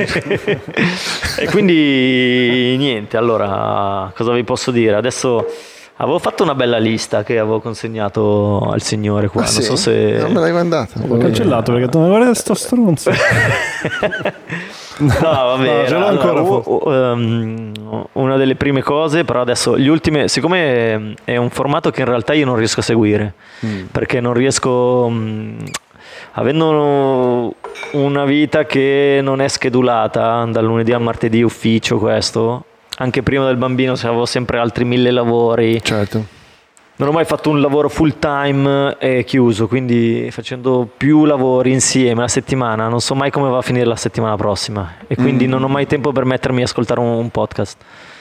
E quindi niente, allora cosa vi posso dire? Adesso avevo fatto una bella lista che avevo consegnato al signore qua, ah, non sì? so se... Non me l'hai mandata. L'ho cancellato perché tu guarda sto stronzo. No, vabbè, no, ce l'ho ancora. Allora, um, una delle prime cose, però adesso gli ultimi, siccome è un formato che in realtà io non riesco a seguire, mm. perché non riesco, um, avendo una vita che non è schedulata dal lunedì al martedì ufficio questo, anche prima del bambino avevo sempre altri mille lavori. Certo. Non ho mai fatto un lavoro full time e chiuso, quindi facendo più lavori insieme a settimana non so mai come va a finire la settimana prossima e quindi mm. non ho mai tempo per mettermi a ascoltare un, un podcast.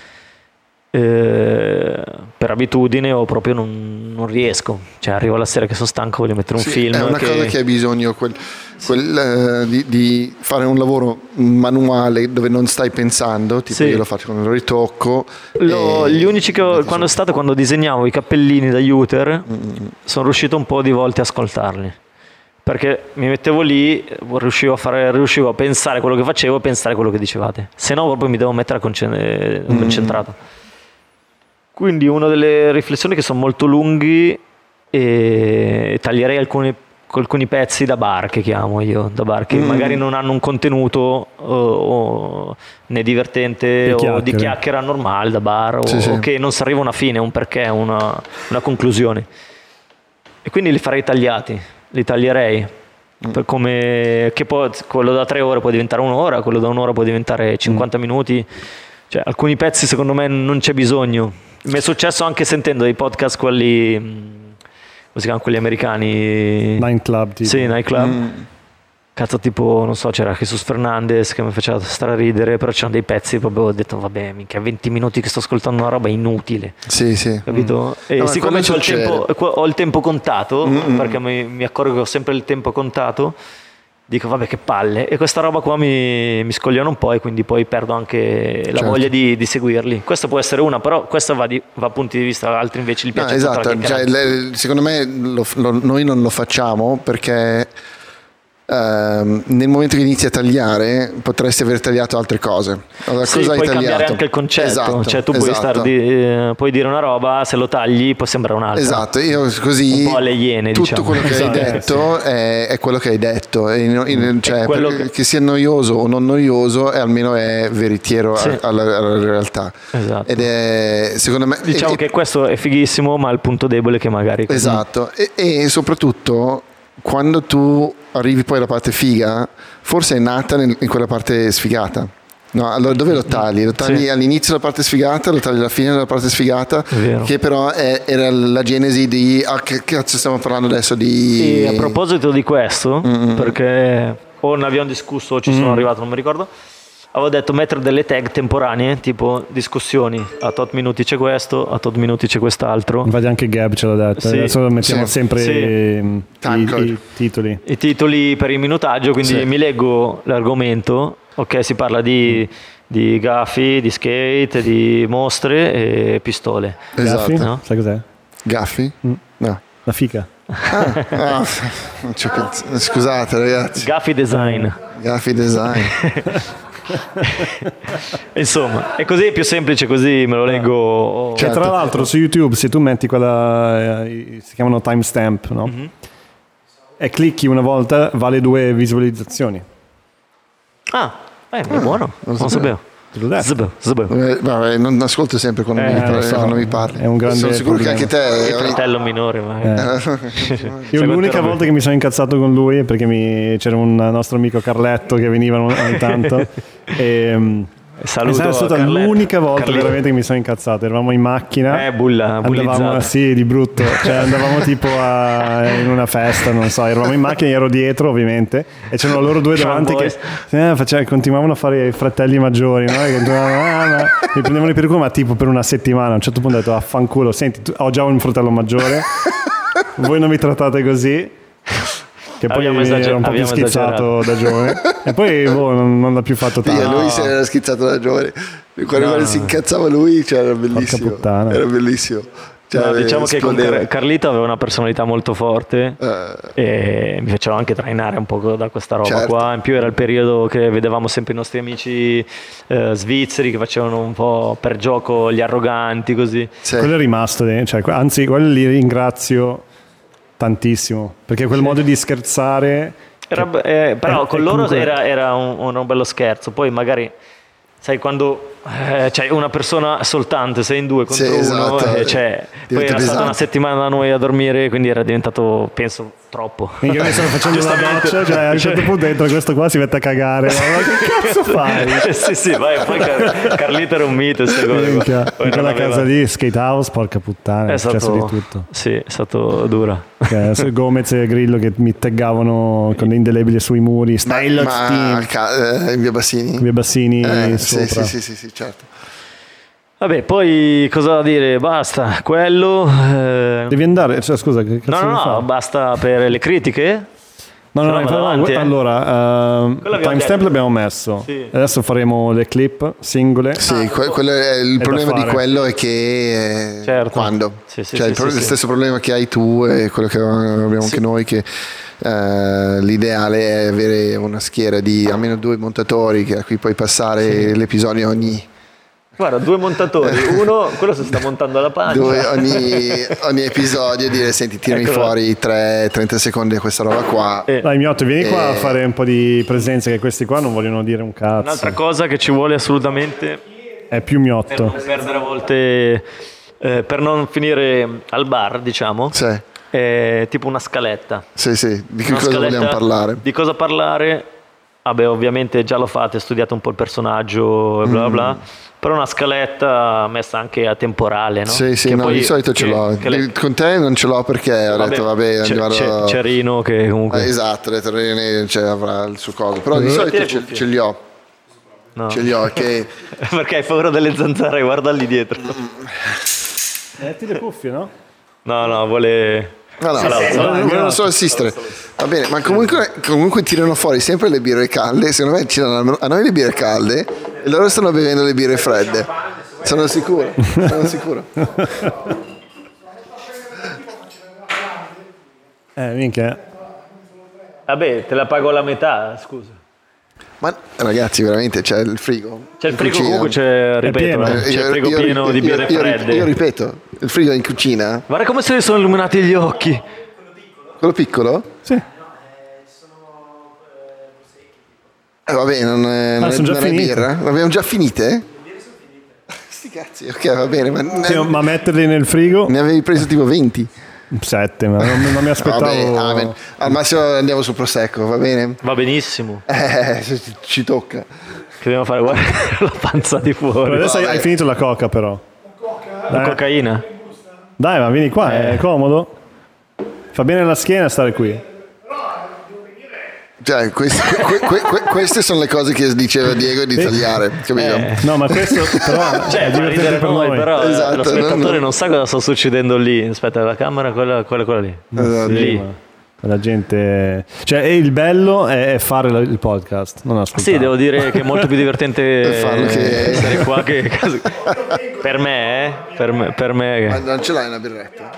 Eh, per abitudine o proprio non, non riesco, cioè arrivo la sera che sono stanco, voglio mettere un sì, film. È una che... cosa che hai bisogno quel, quel, uh, di, di fare un lavoro manuale dove non stai pensando, tipo sì. Io lo faccio quando lo ritocco. Lo, e... Gli unici che ho, quando è stato quando disegnavo i cappellini da Uter, mm-hmm. sono riuscito un po' di volte a ascoltarli. Perché mi mettevo lì, riuscivo a, fare, riuscivo a pensare quello che facevo, a pensare quello che dicevate. Se no proprio mi devo mettere concent- mm-hmm. concentrato. Quindi una delle riflessioni che sono molto lunghi e taglierei alcuni, alcuni pezzi da bar che chiamo io, da bar che mm. magari non hanno un contenuto o, o né divertente di o di chiacchiera normale da bar o, sì, sì. o che non si arriva a una fine, un perché, una, una conclusione. E quindi li farei tagliati, li taglierei. Mm. Per come che poi quello da tre ore può diventare un'ora, quello da un'ora può diventare cinquanta mm. minuti. Cioè, alcuni pezzi secondo me non c'è bisogno. Mi è successo anche sentendo dei podcast quelli come si chiamano quelli americani, Nine Club tipo. Sì, Nine Club. Mm. Cazzo, tipo, non so, c'era Jesus Fernandez che mi faceva straridere, però c'erano dei pezzi proprio ho detto vabbè, minchia, venti minuti che sto ascoltando una roba inutile. Sì, sì. Capito? Mm. E no, siccome ho il, tempo, ho il tempo contato, mm-hmm. perché mi, mi accorgo che ho sempre il tempo contato, dico vabbè che palle, e questa roba qua mi, mi scogliona un po' e quindi poi perdo anche la certo. voglia di, di seguirli. Questa può essere una, però questa va, di, va a punti di vista, altri invece li piace. No, esatto, cioè, le, secondo me lo, lo, noi non lo facciamo perché Uh, nel momento che inizi a tagliare potresti aver tagliato altre cose. Allora, sì, cosa puoi hai cambiare tagliato? Anche il concetto, esatto, cioè tu esatto. puoi, star di, eh, puoi dire una roba, se lo tagli può sembrare un'altra. Esatto, io così un po' alle iene, tutto diciamo. quello che esatto. hai detto sì. è, è quello che hai detto, e, in, cioè, che... che sia noioso o non noioso è almeno è veritiero sì. a, alla, alla realtà. Esatto. Ed è secondo me diciamo e, che questo è fighissimo, ma il punto debole che magari così. Esatto, e, e soprattutto quando tu arrivi poi alla parte figa, forse è nata nel, in quella parte sfigata. No, allora dove lo tagli? Lo tagli sì. all'inizio della parte sfigata, lo tagli alla fine della parte sfigata, che però è, era la genesi di ah, che cazzo stiamo parlando adesso di... E a proposito di questo, mm-hmm. perché o ne abbiamo discusso o ci sono mm. arrivato, non mi ricordo, avevo detto mettere delle tag temporanee, tipo discussioni, a tot minuti c'è questo, a tot minuti c'è quest'altro. Infatti anche Gab ce l'ha detto, sì. adesso mettiamo sì. sempre sì. I, i, i titoli. I titoli per il minutaggio, quindi sì. mi leggo l'argomento, ok, si parla di, di gaffi, di skate, di mostre e pistole. Esatto. Gaffi? No? Sai cos'è? Gaffi? Mm. No. La fica. Ah, ah, non ci ho pensato. Scusate ragazzi. Gaffi design. Gaffi design. Insomma, è così, è più semplice così, me lo leggo. Oh. Cioè, tra l'altro su YouTube se tu metti quella eh, si chiamano timestamp, no? Mm-hmm. E clicchi una volta vale due visualizzazioni. Ah, eh, è buono, non lo sapevo. Zb, zb. Eh, vabbè, non ascolto sempre quando, eh, mi, parli, so, quando mi parli. È un grande sono sicuro problema. che anche te il fratello minore ma eh. Io l'unica volta che mi sono incazzato con lui è perché mi, c'era un nostro amico Carletto che veniva ogni tanto e saluto, è stata Carletto. L'unica volta Carletto. veramente che mi sono incazzato. Eravamo in macchina, eh, bulla, andavamo sì, di brutto, cioè andavamo tipo a, in una festa, non so, eravamo in macchina, io ero dietro ovviamente e c'erano loro due davanti che eh, faceva, continuavano a fare i fratelli maggiori, no? Che ah, ma, mi prendevano per il culo, ma tipo per una settimana. A un certo punto ho detto affanculo, senti, tu, ho già un fratello maggiore, voi non mi trattate così. Che poi era un po' più schizzato esagerato. Da giovane e poi boh, non, non l'ha più fatto tanto. Sì, lui se era schizzato da giovane quando no. si incazzava lui, cioè, era bellissimo, era bellissimo. Cioè, no, diciamo esplodeva. che con Car- Carlito aveva una personalità molto forte Uh, e mi faceva anche trainare un po' da questa roba certo. qua. In più era il periodo che vedevamo sempre i nostri amici eh, svizzeri che facevano un po' per gioco gli arroganti così. sì. Quello è rimasto, cioè, anzi quello li ringrazio tantissimo, perché quel Sì. modo di scherzare Era, eh, però è- con è loro comunque- era, era un, un bello scherzo. Poi magari, sai, quando eh, c'hai una persona soltanto, sei in due contro Sì, uno, esatto. eh, cioè, poi era pesante. stata una settimana da noi a dormire, quindi era diventato, penso, troppo. Minchia, io stavo facendo la Giustamente. doccia, cioè a un certo punto dentro questo qua si mette a cagare, ma che cazzo fai? sì, sì, vai. Poi Car- Carlito era un mito, queste cose qua. Minchia, Poi in non quella aveva- casa lì, skate house, porca puttana, è, è successo stato, di tutto. sì, è stato dura. Cioè, Gomez e Grillo che mi taggavano con le indelebili sui muri, stai lo Ma team, ca- eh, in via Bassini? via Bassini Eh, sì, sopra. sì, sì, sì, sì, certo. Vabbè, poi cosa dire? Basta, quello... eh, Devi andare, cioè, scusa, che cazzo No, no, devi no, fare? basta per le critiche. No, no, no, Se no vado infatti, avanti, eh. allora, ehm, Quello abbiamo timestamp detto. l'abbiamo messo, Sì. adesso faremo le clip singole. Sì, que- quello è il da problema di fare. quello è che eh, Certo. quando? Sì, sì, cioè sì, il, pro- sì, il sì. stesso problema che hai tu e quello che abbiamo anche noi, che eh, l'ideale è avere una schiera di almeno due montatori che a cui puoi passare l'episodio ogni, Guarda, due montatori, uno, quello si sta montando la pancia. due- ogni, ogni episodio e dire senti tirami Eccola. fuori tre trenta secondi di questa roba qua. Eh. Dai Miotto, vieni qua a Eh. fare un po' di presenza, che questi qua non vogliono dire un cazzo. Un'altra cosa che ci vuole assolutamente È più per Miotto. non perdere a volte, eh, per non finire al bar, diciamo, Sì, è tipo una scaletta. sì, sì, di che Una cosa scaletta vogliamo parlare? Di cosa parlare? Vabbè, ovviamente già lo fate, studiate un po' il personaggio e bla bla bla. Però una scaletta messa anche a temporale, no? Sì, sì, Che no, poi- di solito ce che- l'ho. che le- Con te non ce l'ho perché ho detto vabbè c'è, andiamo c'è, a... c'è Rino che comunque... Eh, esatto, ho detto René, cioè, avrà il suo coso. Però di Metti solito le ce, cuffie. ce li ho. no. Ce li ho che... Perché hai paura delle zanzare, guarda lì dietro. Metti le cuffie, no? No, no, vuole... No, no, Salazzo, no, dai, vogliono solo assistere. Va bene, ma comunque, comunque tirano fuori sempre le birre calde. Secondo me tirano a noi le birre calde e loro stanno bevendo le birre fredde. Sono sicuro, sono sicuro. Eh, minchia. Vabbè, te la pago la metà, scusa. Ma ragazzi, veramente c'è il frigo. C'è il in frigo, cucina. comunque c'è, ripeto, pieno. eh, c'è il Io- frigo io- pieno io- di birre io- io- fredde. Io ripeto, il frigo è in cucina. Guarda come se ne sono illuminati gli occhi. Quello piccolo? Sì. Eh, vabbè, non è, non è, sono già non è finite. birra? L'abbiamo già finite? Sti cazzi, ok, va bene, ma ne, Sì, ma metterli nel frigo? ne avevi preso tipo venti. Sette, ma non, non mi aspettavo. Vabbè, amen. Al massimo andiamo sul prosecco, va bene? Va benissimo. Eh, se ci, ci tocca. Che dobbiamo fare? Guarda la panza di Però fuori. adesso hai, Vabbè. hai finito la coca, però. La Dai, cocaina. dai, ma vieni qua, è comodo. Fa bene alla schiena stare qui. Cioè, questi- que- que- que- queste sono le cose che diceva Diego di tagliare, capito? Eh. No, ma questo però Cioè, è fa divertente ridere per noi, noi. però eh, Esatto, lo spettatore no, no. non sa cosa sta succedendo lì. Aspetta, la camera, quella, quella, quella lì. Esatto. Lì. Ma la gente, cioè, e il bello è è fare la- il podcast, non ascoltare. Sì, devo dire che è molto più divertente farlo che- essere qua che per me, eh? Per me, per me. Ma non ce l'hai una birretta?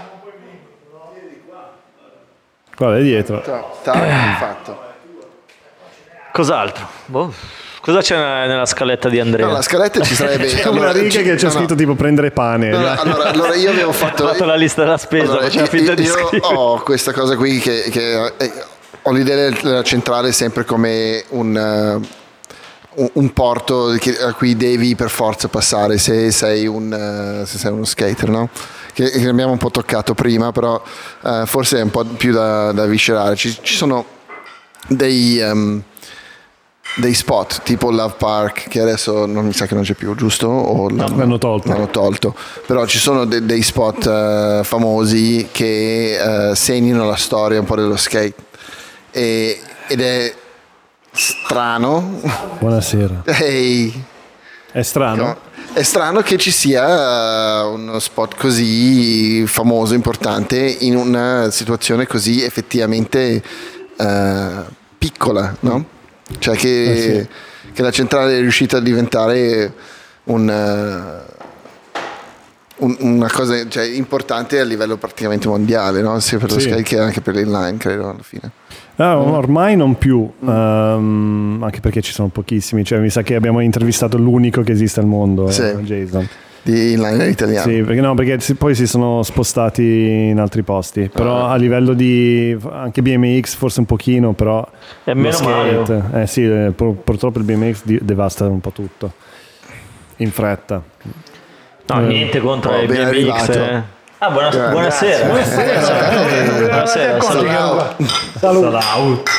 Guarda, è dietro. Ta- ta- fatto. Cos'altro? Boh. Cosa c'è nella nella scaletta di Andrea? No, la scaletta ci sarebbe... C'è allora, una riga ci- che c'è no, no. scritto tipo prendere pane. No, no, allora, allora io avevo fatto... Ho fatto la lista della spesa, Allora, faceva io- finta di io scrivere. ho questa cosa qui che, che eh, ho l'idea della centrale sempre come un, eh, un- un porto che- a cui devi per forza passare se sei, un, eh, se sei uno skater, no? Che, che abbiamo un po' toccato prima, però eh, forse è un po' più da, da viscerare. Ci, ci sono dei... ehm, dei spot tipo Love Park che adesso non mi sa che non c'è più, giusto? O l'hanno, l'hanno tolto. l'hanno tolto. Però ci sono de- dei spot eh, famosi che eh, segnino la storia un po' dello skate e- ed è strano. Buonasera. Ehi, È strano? no, è strano che ci sia eh, uno spot così famoso, importante in una situazione così effettivamente eh, piccola, no? Cioè che, Eh sì. che la centrale è riuscita a diventare un, eh, un, una cosa, cioè, importante a livello praticamente mondiale, no? Sia per lo sì. scale che anche per l'inline, credo, alla fine. Ah, ormai non più, mm. um, anche perché ci sono pochissimi, cioè mi sa che abbiamo intervistato l'unico che esiste al mondo, sì. Jason. Di inliner italiano. Sì, perché no, perché poi si sono spostati in altri posti, però ah. a livello di anche B M X forse un pochino, però è meno skate, eh sì, pur, purtroppo il B M X devasta un po' tutto in fretta. No, eh. niente contro oh, il B M X. Eh. Ah, buona, Grazie. buonasera. Buonasera. Buonasera. Buonasera. Salut. Salut.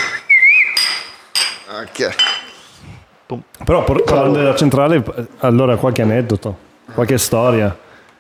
Ok. Però parlando della centrale, allora qualche aneddoto, qualche storia.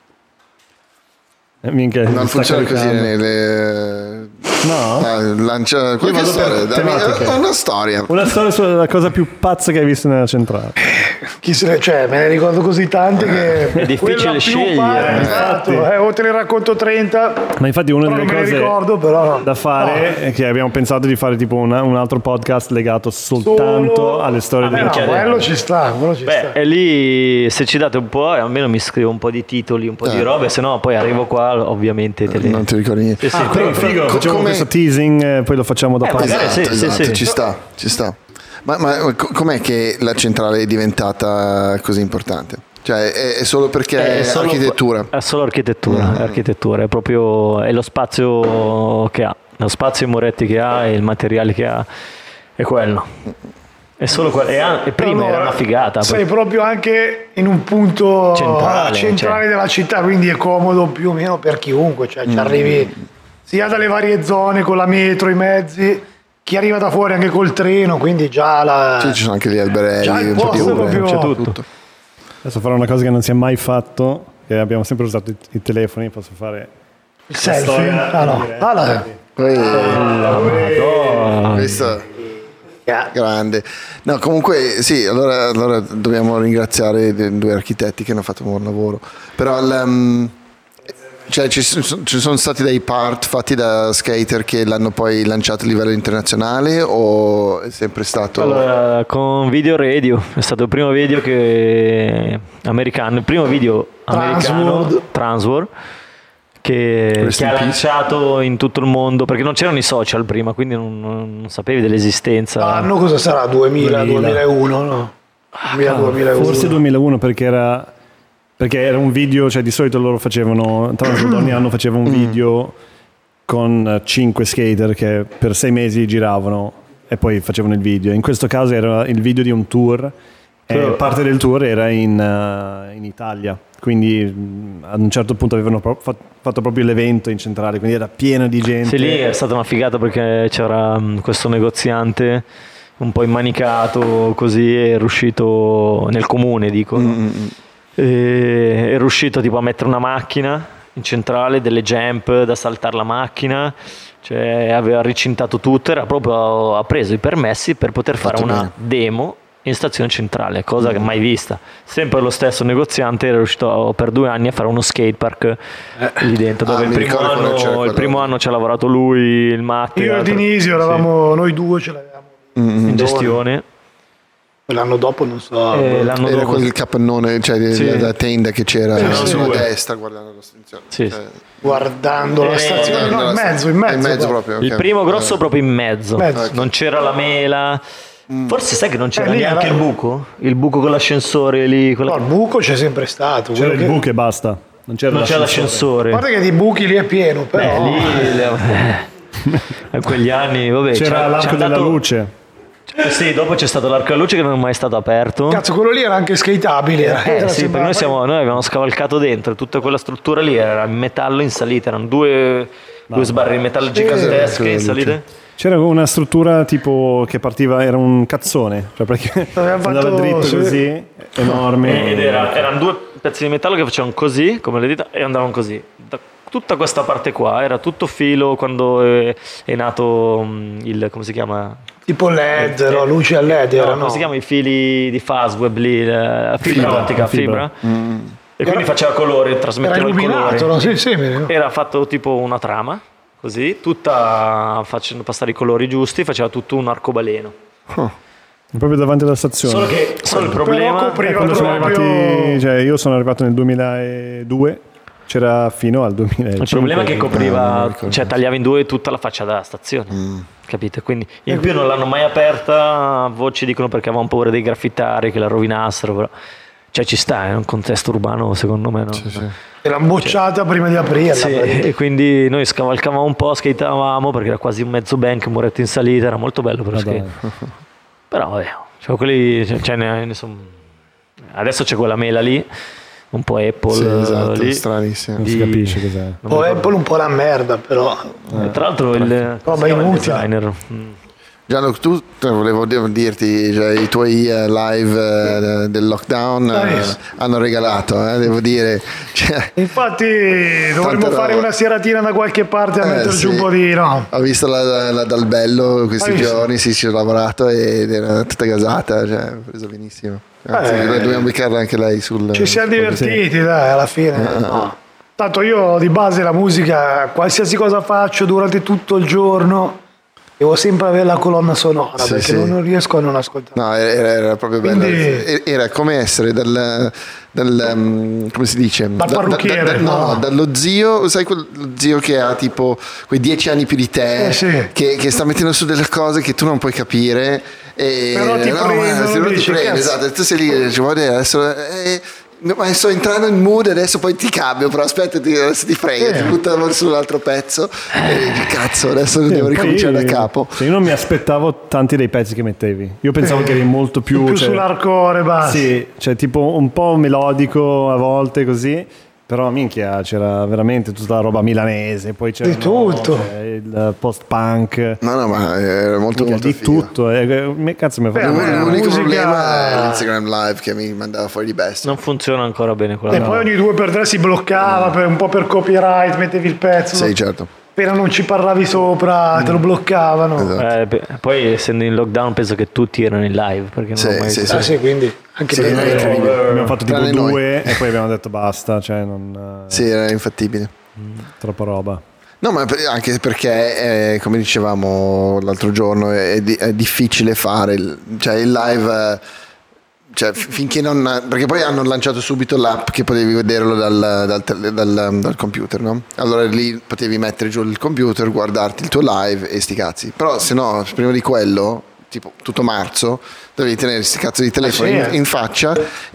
Eh, minchia, non funziona così nelle... No? Ah, lancia qualche storia. Dammi una storia. Una storia sulla cosa più pazza che hai visto nella centrale. Chi se ne, cioè, me ne ricordo così tante che è difficile scegliere. Esatto, eh, o te ne racconto trenta. Ma infatti una delle cose ricordo, però, da fare no. è che abbiamo pensato di fare tipo una, un altro podcast legato soltanto Solo... alle storie di no, quello ci sta, quello ci Beh, sta. E lì se ci date un po', almeno mi scrivo un po' di titoli, un po' eh. di robe, se no poi arrivo qua, ovviamente te le... non ti ricordi niente. Sì, sì, ah, però figo, co- facciamo come... questo teasing e poi lo facciamo dopo. Eh, esatto, sì, esatto, sì, sì. ci sta, ci sta. Ma, ma com'è che la centrale è diventata così importante? Cioè è, è solo perché è solo, architettura? È solo architettura, mm. è architettura, è proprio è lo spazio che ha, lo spazio e i muretti che ha e il materiale che ha, è quello. È solo quello. E, e prima allora, era una figata. Sei poi... proprio anche in un punto centrale, centrale cioè. della città, quindi è comodo più o meno per chiunque, cioè mm. ci arrivi sia dalle varie zone con la metro, i mezzi. Chi arriva da fuori anche col treno, quindi già la... Sì, ci sono anche gli alberelli, già il posto proprio... c'è tutto. tutto. Adesso farò una cosa che non si è mai fatto, che abbiamo sempre usato i, i telefoni, posso fare il selfie? Ah no, ah, no. Quella. Questa grande. No, comunque sì, allora, allora dobbiamo ringraziare i due architetti che hanno fatto un buon lavoro. Però il, um, cioè, ci, ci sono stati dei part fatti da skater che l'hanno poi lanciato a livello internazionale o è sempre stato... Allora, con Video Radio, è stato il primo video che americano, il primo video americano, Transworld, Transworld che, che ha lanciato in tutto il mondo, perché non c'erano i social prima, quindi non, non sapevi dell'esistenza. L'anno cosa sarà? duemila, duemilauno, no? duemila, duemilauno. Forse duemilauno perché era... Perché era un video, cioè di solito loro facevano, tra l'altro ogni anno faceva un video con cinque skater che per sei mesi giravano e poi facevano il video. In questo caso era il video di un tour e Però... parte del tour era in, uh, in Italia. Quindi ad un certo punto avevano pro- fatto proprio l'evento in centrale, quindi era pieno di gente. Sì, lì è stata una figata perché c'era um, questo negoziante un po' immanicato così, è riuscito nel comune, dico. Mm-hmm. E è riuscito tipo a mettere una macchina in centrale, delle jump da saltare la macchina, cioè aveva ricintato tutto, era proprio, ha preso i permessi per poter fare Fatto una bene. demo in stazione centrale, cosa mm. che mai vista. Sempre lo stesso negoziante era riuscito per due anni a fare uno skatepark eh. lì dentro, dove ah, il, primo anno, il primo anno ci ha lavorato lui, il Matte. Io e Dinisio eravamo, sì. noi due ce l'avevamo mm. in gestione. L'anno dopo non so, eh, l'anno era dopo... quel capannone, cioè sì. la tenda che c'era sì, sulla sì. destra guardando la stazione, sì. cioè... guardando la stazione, no, in mezzo, in mezzo, in mezzo proprio. Il okay. primo grosso eh. proprio in mezzo, mezzo. non c'era la mela. Mm. Forse sai che non c'era eh, neanche era... il buco? Il buco con l'ascensore lì. Con la... No, il buco c'è sempre stato. C'era il che... buco e basta. Non c'era, non l'ascensore. c'era l'ascensore. Guarda che di buchi lì è pieno, però. Beh, lì a quegli anni, vabbè, c'era l'arco della dato... luce. Sì, dopo c'è stato l'arco della luce che non è mai stato aperto. Cazzo, quello lì era anche skateabile. Era, eh, era sì, perché noi, siamo, noi abbiamo scavalcato dentro, tutta quella struttura lì era in metallo in salita, erano due, no. due sbarre di metallo gigantesche in salita. C'era una struttura tipo che partiva, era un cazzone, cioè perché andava dritto sì. così, enorme. Ed era, erano due pezzi di metallo che facevano così, come le dita, e andavano così. Da tutta questa parte qua era tutto filo quando è, è nato il, come si chiama? Tipo L E D, eh, no? Luce a L E D no, erano. Come si chiama i fili di Fastweb lì, la fibra ottica, fibra. fibra. Mm. E quindi era, faceva colore, trasmetteva il colore. No? Sì, sì, era fatto tipo una trama, così, tutta facendo passare i colori giusti, faceva tutto un arcobaleno. Oh. Proprio davanti alla stazione. Solo che solo il problema è quando sono arrivati, cioè io sono arrivato nel duemiladue c'era fino al duemilacinque. Il problema è che copriva, no, cioè tagliava in due tutta la faccia della stazione, mm. capite? Quindi in più non l'hanno mai aperta, voci dicono perché avevano paura dei graffitari che la rovinassero, però cioè ci sta, è un contesto urbano secondo me, no? Sì, sì. Era bocciata cioè, prima di aprirla. Sì, e quindi noi scavalcavamo un po', skateavamo perché era quasi un mezzo bank, un muretto in salita, era molto bello per lo skate. Però vabbè, cioè, quelli, cioè, ne, ne son... adesso c'è quella mela lì, un po' Apple, sì, esatto, lì. stranissimo. Non si capisce cos'è. Un po' Apple, un po' la merda, però. Eh, tra l'altro il, roba inutile. designer. Gianluca, tu volevo dirti, cioè, i tuoi uh, live uh, del lockdown uh, hanno regalato, eh, devo dire. Cioè, infatti dovremmo fare una seratina da qualche parte a eh, metterci sì. un po' di... No. Ho visto la, la Dal Bello questi giorni, sì, ci ho lavorato ed era tutta gasata, cioè, ho preso benissimo. Anzi, eh, dobbiamo beccarla anche lei sul... Ci siamo divertiti, sì. dai, alla fine. Uh, no. Tanto io di base la musica, qualsiasi cosa faccio durante tutto il giorno... devo sempre avere la colonna sonora, sì, perché sì. non riesco a non ascoltare. No, era, era proprio bello. Quindi... Era come essere dal, dal um, come si dice? Dal parrucchiere. Da, da, no, no, dallo zio, sai quello zio che ha tipo quei dieci anni più di te, eh, sì. che, che sta mettendo su delle cose che tu non puoi capire. E, però ti no, prendo, ma, dici, ti prendo, esatto. Tu sei lì, dici, guarda, adesso... Eh, ma sto entrando in mood, adesso poi ti cambio, però aspetta, ti, adesso ti frega, eh. ti butto sull'altro pezzo e cazzo, adesso sì, devo ricominciare da capo. Cioè io non mi aspettavo tanti dei pezzi che mettevi, io pensavo eh. che eri molto più, più cioè, sull'hardcore, basta. Sì, cioè tipo un po' melodico a volte così. Però minchia, c'era veramente tutta la roba milanese, poi c'era di tutto, il post-punk. No, no, ma era molto minchia, molto di figo. tutto. Eh, cazzo mi ha fatto. L'unico musica... problema è l'Instagram Live che mi mandava fuori di bestia. Non funziona ancora bene quella. E no. poi ogni due per tre si bloccava, per, un po' per copyright, mettevi il pezzo. Sì, certo. Appena non ci parlavi sopra, mm. te lo bloccavano. Esatto. Eh, poi essendo in lockdown penso che tutti erano in live perché non sì, ho mai sì, visto. Ah, sì, quindi anche sì, per noi abbiamo fatto tipo Tranne due noi. E poi abbiamo detto basta, cioè non, sì, era infattibile. Mm, troppa roba. No, ma anche perché, eh, come dicevamo l'altro giorno, è, è difficile fare il, cioè il live, cioè finché non, perché poi hanno lanciato subito l'app che potevi vederlo dal, dal, dal, dal computer, no? Allora lì potevi mettere giù il computer, guardarti il tuo live e sti cazzi. Però se no, prima di quello, tipo tutto marzo, dovevi tenere questi cazzo di telefono in, in faccia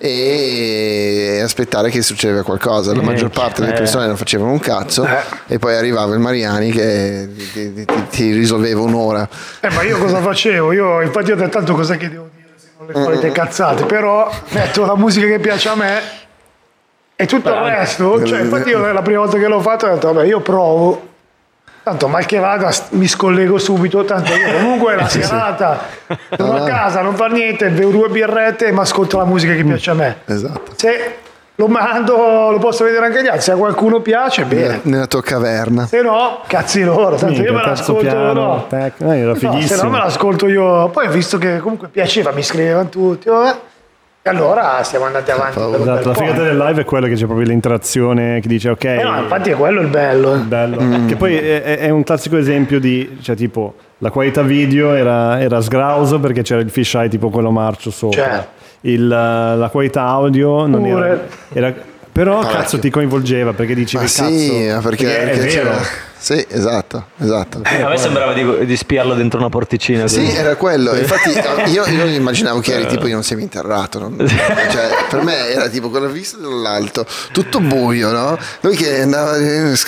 e aspettare che succedeva qualcosa. La maggior parte delle persone non facevano un cazzo e poi arrivava il Mariani che ti, ti, ti, ti risolveva un'ora. Eh, ma io cosa facevo? Io infatti ho detto tanto cos'è che devo dire se non le solite cazzate, però metto la musica che piace a me e tutto il resto, cioè infatti io la prima volta che l'ho fatto ho detto vabbè io provo. Tanto mal che vada mi scollego subito, tanto io comunque la serata sono a casa, non fa niente, bevo due birrette e mi ascolto la musica che piace a me. Esatto. Se lo mando, lo posso vedere anche agli altri, se a qualcuno piace, bene. Nella, nella tua caverna. Se no, cazzi loro, tanto io me l'ascolto piano, no. Tec- no, era no, se no me l'ascolto io. Poi ho visto che comunque piaceva, mi scrivevano tutti, vabbè. E allora siamo andati avanti. Per esatto, la figata del live è quella che c'è proprio l'interazione che dice ok. Eh no, infatti è quello il bello. Il bello. Mm. Che poi è, è un classico esempio di, cioè tipo, la qualità video era, era sgrauso perché c'era il fisheye tipo quello marcio sopra. Certo. Il, la qualità audio non Pure. era, era però ah, cazzo ti coinvolgeva perché dici ma che sì, cazzo perché, perché perché è vero. Sì, esatto, esatto. Eh, a me sembrava di, di spiarlo dentro una porticina. Sì, così. Era quello. Infatti io, io immaginavo che eri tipo in un seminterrato. No? Cioè, per me era tipo quella vista dall'alto, tutto buio, no? Lui che andava,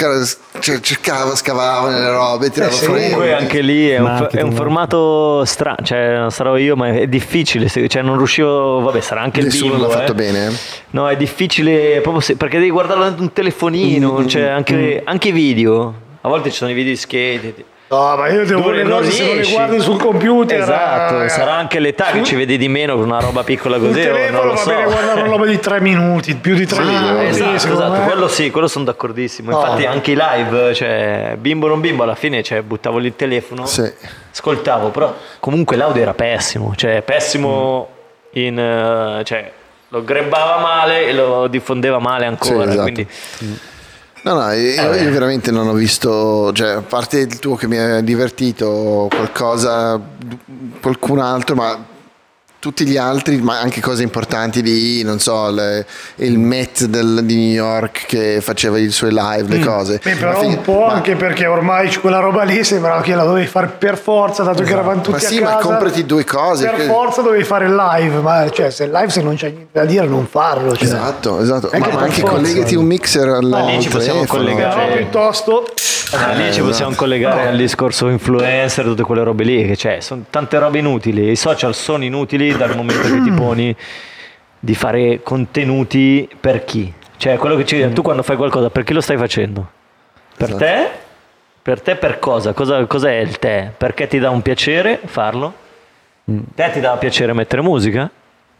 cercava, scavava nelle robe, tirava eh, fuori. Comunque anche lì è un, è un formato strano, cioè non sarò io, ma è difficile. Cioè non riuscivo, vabbè, sarà anche Nessuno il bimbo. l'ha fatto eh. bene. No, è difficile proprio se, perché devi guardarlo dentro un telefonino, mm, cioè anche, mm. anche i video. A volte ci sono i video di skate. No, ma io devo le cose se non le guardi sul computer. Esatto, eh, sarà anche l'età che ci vedi di meno con una roba piccola così. Il telefono non lo va so. bene guardare una roba di tre minuti, più di tre sì, minuti. Esatto, esatto. quello sì, quello sono d'accordissimo. No. Infatti anche i live, cioè bimbo non bimbo, alla fine cioè, buttavo lì il telefono, sì. ascoltavo, però comunque l'audio era pessimo, cioè pessimo mm. in... cioè lo grebbava male e lo diffondeva male ancora, sì, esatto. quindi... Mm. No, no, io, io veramente non ho visto, cioè, a parte il tuo che mi ha divertito, qualcosa, qualcun altro, ma tutti gli altri, ma anche cose importanti di, non so, le, il Met del, di New York che faceva i suoi live, le cose. Beh, però un po' ma, anche perché ormai quella roba lì sembrava che la dovevi fare per forza, dato esatto. che eravamo tutti ma sì, a casa. Ma comprati due cose. Per che... forza dovevi fare il live, ma cioè se il live se non c'è niente da dire non farlo. Cioè. Esatto, esatto. Anche ma, ma anche forza. collegati un mixer al no, lì ci possiamo telefono. collegare. No, piuttosto... Ah, lì ci possiamo collegare no. al discorso influencer, tutte quelle robe lì, che c'è, sono tante robe inutili. I social sono inutili dal momento che ti poni di fare contenuti per chi? Cioè, quello che ci tu quando fai qualcosa, per chi lo stai facendo? Per esatto. te? Per te per cosa? cosa? Cos'è il te? Perché ti dà un piacere farlo? Mm. Te ti dà piacere mettere musica?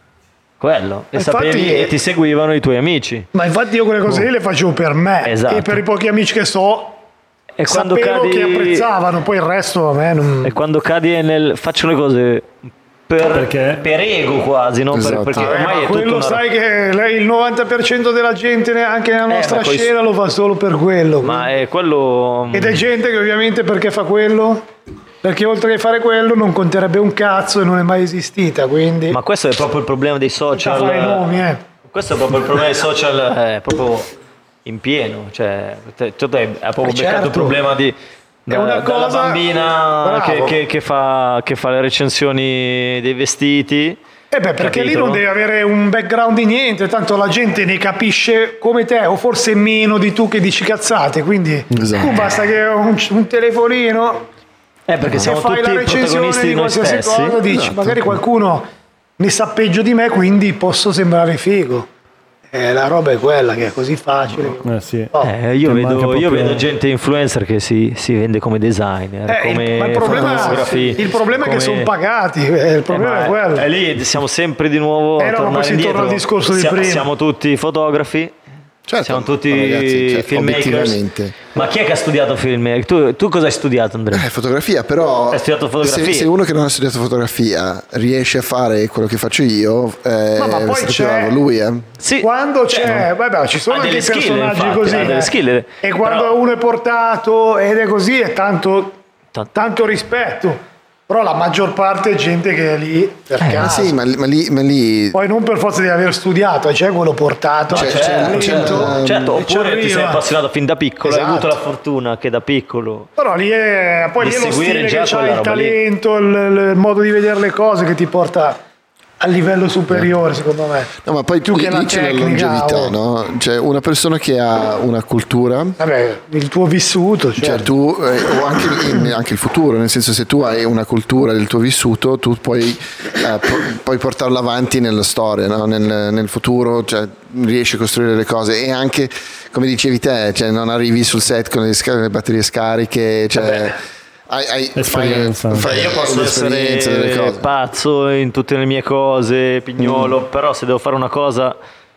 Quello. E infatti, sapevi e ti seguivano i tuoi amici. Ma infatti io quelle cose lì le facevo per me. Esatto. E per i pochi amici che so... E quando sapevo cadi... che apprezzavano, poi il resto a me non... E quando cadi nel... faccio le cose per, per ego quasi, no? Esatto. Per, perché eh, ormai è quello una... sai che il novanta per cento della gente anche nella nostra eh, scena lo fa solo per quello. Ma è quello... Ed è gente che ovviamente perché fa quello? Perché oltre che fare quello non conterebbe un cazzo e non è mai esistita, quindi... Ma questo è proprio il problema dei social. Fare i nomi, eh. Questo è proprio il problema dei social, è proprio... in pieno, cioè te, te hai proprio beccato certo. il problema di da, una cosa... dalla bambina che, che, che, fa, che fa le recensioni dei vestiti. Eh beh, perché capito? lì non devi avere un background di niente, tanto la gente ne capisce come te, o forse meno di tu che dici cazzate, quindi esatto. tu basta che un, un telefonino, eh, perché se siamo fai tutti la recensione protagonisti di di noi qualsiasi stessi. cosa, dici Esatto. magari qualcuno ne sa peggio di me, quindi posso sembrare figo. Eh, la roba è quella che è così facile. Eh, sì. oh. Eh, io, vedo, proprio... io vedo gente influencer che si, si vende come designer, eh, come il, ma il problema, il problema come... è che sono pagati, eh, il problema eh, è quello. E lì siamo sempre di nuovo eh, a no, tornare si indietro. torna al discorso di siamo, prima. siamo tutti fotografi. Certo, siamo tutti ragazzi, cioè, filmmakers. Ma chi è che ha studiato filmmaking? Tu, tu cosa hai studiato, Andrea? Eh, fotografia, però hai studiato fotografia. Se, se uno che non ha studiato fotografia riesce a fare quello che faccio io, eh, ma, ma poi c'è bravo, lui eh. Sì. Quando c'è, vabbè, ci sono anche skill, personaggi infatti, così, delle eh. skill, e quando però... uno è portato ed è così è tanto, tanto rispetto. Però la maggior parte è gente che è lì per eh, caso. Sì, ma, ma, lì, ma lì... Poi non per forza di aver studiato, c'è quello portato. C'è, c'è, c'è, certo, certo. Oppure ti sei appassionato fin da piccolo, esatto. Hai avuto la fortuna che da piccolo. Però lì è, poi lì è lo stile che c'ha, il talento, il, il modo di vedere le cose che ti porta a livello superiore, secondo me. No, ma poi più lì, che la lì c'è la longevità, oh. no? Cioè una persona che ha una cultura, vabbè, il tuo vissuto, certo. Cioè tu eh, o anche, in, anche il futuro, nel senso, se tu hai una cultura del tuo vissuto, tu puoi, eh, po- puoi portarla avanti nella storia, no? nel, nel futuro, cioè riesci a costruire le cose. E anche, come dicevi te, cioè non arrivi sul set con le, scar- le batterie scariche, cioè Hai, hai, esperienza. Fai, fai io posso essere pazzo in tutte le mie cose, pignolo, mm. però se devo fare una cosa,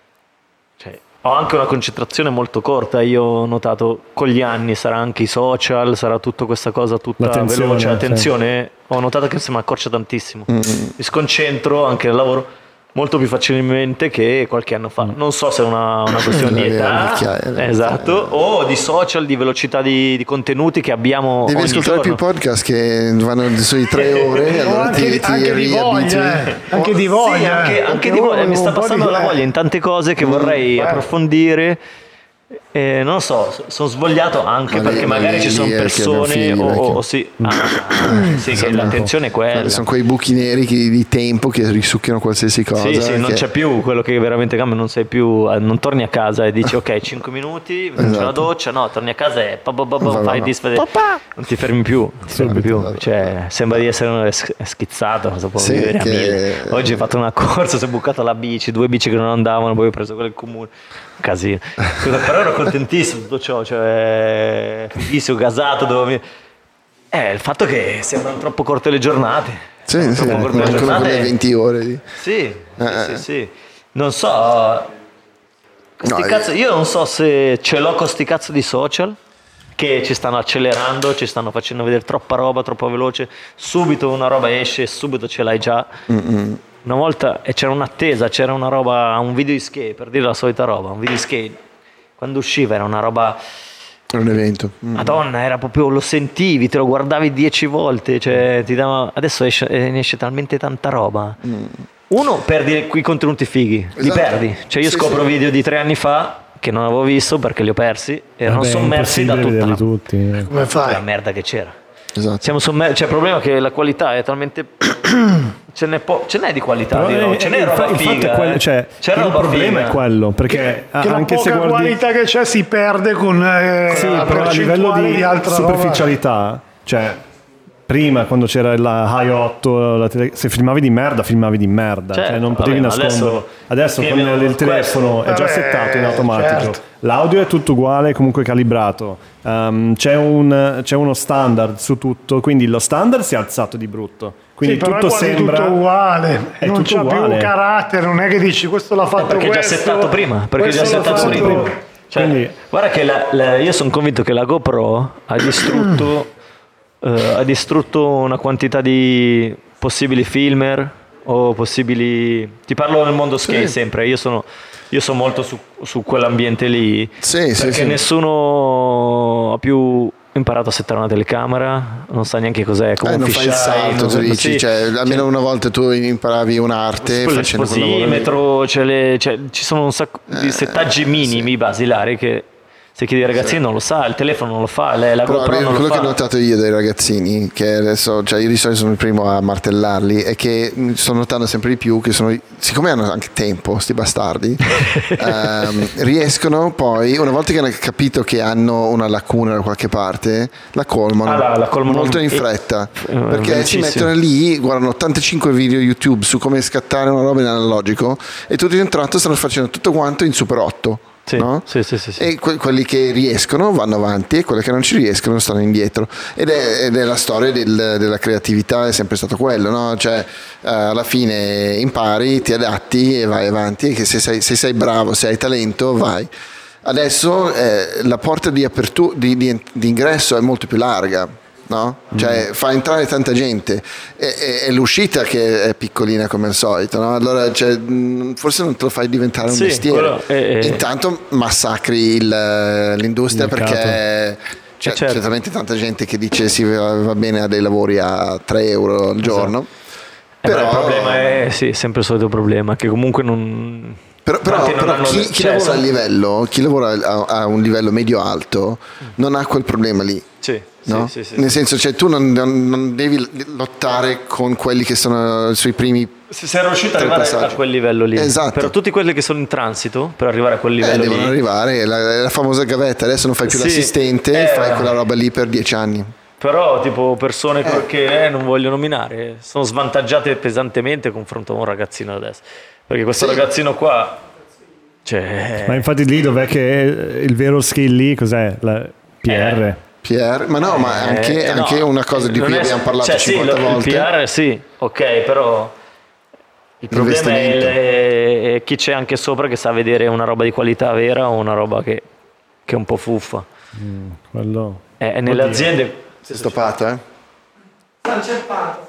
cioè, ho anche una concentrazione molto corta. Io ho notato con gli anni, sarà anche i social, sarà tutta questa cosa tutta veloce, attenzione, sì. Ho notato che si mi accorcia tantissimo, mm. mi sconcentro anche nel lavoro molto più facilmente che qualche anno fa. Non so se è una, una questione di età, esatto, o di social, di velocità di, di contenuti che abbiamo. Devi ogni ascoltare giorno. più podcast che vanno sui tre ore, allora anche, ti, ti anche di voglia, eh. anche di voglia, sì, anche, anche di voglia. Mi sta passando la voglia in tante cose che vorrei mm, approfondire. Eh, non lo so, sono svogliato anche ma perché lì, magari lì, ci sono persone o, o, o sì, ah, sì che l'attenzione è quella. Sono quei buchi neri che, di tempo che risucchiano qualsiasi cosa. Sì, sì, che... non c'è più quello che veramente cambia, non sei più, non torni a casa e dici ok, cinque minuti, mi faccio esatto. la doccia, no, torni a casa e pa, pa, pa, pa, fai no. disfede... non ti fermi più, non ti fermi più. Cioè, sembra di essere schizzato, cosa può sì, vivere che... a mille. Oggi ho fatto una corsa, si è bucata la bici, due bici che non andavano, poi ho preso quella del comune. Casino. Però ero contentissimo di tutto ciò, cioè fighissimo, gasato, dove mi... eh, il fatto che sembrano troppo corte le giornate. Sì, sì, corte le giornate. Quelle venti ore di... Sì, eh, sì, sì, sì. Non so, sti no, cazzo, io non so se ce l'ho con sti cazzo di social che ci stanno accelerando, ci stanno facendo vedere troppa roba, troppo veloce, subito una roba esce, subito ce l'hai già. Mm-mm. Una volta e c'era un'attesa, c'era una roba, un video di skate, per dire la solita roba, un video di skate, quando usciva era una roba Era un evento. Mm. Madonna, era proprio, lo sentivi, te lo guardavi dieci volte, cioè ti dava, adesso esce, ne esce talmente tanta roba. Mm. Uno, perdi quei contenuti fighi, esatto. Li perdi. Cioè io sì, scopro sì. video di tre anni fa che non avevo visto perché li ho persi, erano Vabbè, sommersi da tutta la, tutti. Come fai? La merda che c'era. Esatto. Siamo sommersi, cioè il problema è che la qualità è talmente ce n'è, po- ce n'è di qualità, è, ce n'è roba il figa, è quello, cioè, c'è il roba problema figa. È quello, perché che, a, che anche la poca se guardi, qualità che c'è si perde con eh, sì, la però a livello di, di altra superficialità, roba. Cioè prima quando c'era la High otto, la tele- se filmavi di merda, filmavi di merda, certo, cioè non potevi vabbè, nasconderlo. Adesso, adesso con il telefono questo. è già Vabbè, settato in automatico. certo. L'audio è tutto uguale, comunque calibrato. Um, c'è, un, c'è uno standard su tutto, quindi lo standard si è alzato di brutto. Quindi sì, tutto però è sembra tutto uguale, è non tutto c'ha uguale. più carattere, non è che dici questo l'ha fatto eh, perché questo. Perché è già settato prima, perché è già settato fatto... prima. Cioè, quindi... Guarda che la, la, io sono convinto che la GoPro ha distrutto Uh, ha distrutto una quantità di possibili filmer o possibili, ti parlo del mondo skate sì. sempre, io sono, io sono molto su, su quell'ambiente lì sì, perché sì, sì. nessuno ha più imparato a settare una telecamera, non sa neanche cos'è, come eh, un non fai il salto, tu dici, sì, cioè, almeno cioè, una volta tu imparavi un'arte facendo quel lavoro, cioè le, cioè, ci sono un sacco di eh, settaggi minimi sì. basilari che se chiedi ai ragazzini sì. non lo sa, il telefono non lo fa, la Però GoPro non quello lo fa. Che ho notato io dai ragazzini, che adesso, cioè io di solito sono il primo a martellarli, è che sto notando sempre di più che sono, siccome hanno anche tempo, sti bastardi, ehm, riescono poi, una volta che hanno capito che hanno una lacuna da qualche parte, la colmano, ah, la, la colmano molto in fretta, è, perché si mettono lì, guardano ottantacinque video YouTube su come scattare una roba in analogico e tutto di un tratto stanno facendo tutto quanto in Super otto. Sì, no? sì, sì, sì, sì. E que- quelli che riescono vanno avanti e quelli che non ci riescono stanno indietro ed è, ed è la storia del, della creatività, è sempre stato quello, no? Cioè uh, alla fine impari, ti adatti e vai avanti e che se sei, se sei bravo, se hai talento vai. Adesso eh, la porta di, apertu- di, di, di ingresso è molto più larga, no? Cioè mm. fa entrare tanta gente e, e, e l'uscita che è piccolina come al solito, no? Allora cioè, forse non te lo fai diventare un sì, mestiere è, è... intanto massacri il, l'industria il perché c'è, certo. c'è talmente tanta gente che dice si va, va bene a dei lavori a tre euro al giorno esatto. però... eh, il problema è sì, sempre il solito problema che comunque non Però, però, però hanno... chi, chi cioè, lavora sono... a livello, chi lavora a, a un livello medio-alto non ha quel problema lì. Sì, no? sì, sì, sì, Nel sì. senso, cioè, tu non, non, non devi lottare con quelli che sono sui primi. Se sei riuscito ad arrivare passaggi. A quel livello lì, esatto. Per tutti quelli che sono in transito, per arrivare a quel livello eh, devono lì, arrivare, la, la famosa gavetta. Adesso non fai più sì, l'assistente, eh, fai quella roba lì per dieci anni. Però tipo persone eh. che eh, non voglio nominare sono svantaggiate pesantemente confronto a un ragazzino adesso, perché questo sì. ragazzino qua cioè... ma infatti lì dov'è che il vero skill lì cos'è? La P R eh. P R, ma no, ma anche, eh, no, anche una cosa di cui è, abbiamo parlato cioè, cinquanta sì, volte. Il P R sì, ok, però il problema è, il, è chi c'è anche sopra che sa vedere una roba di qualità vera o una roba che, che è un po' fuffa. Mm, quello... eh, nelle Oddio. aziende... Si è stoppato, eh? San Ceppato.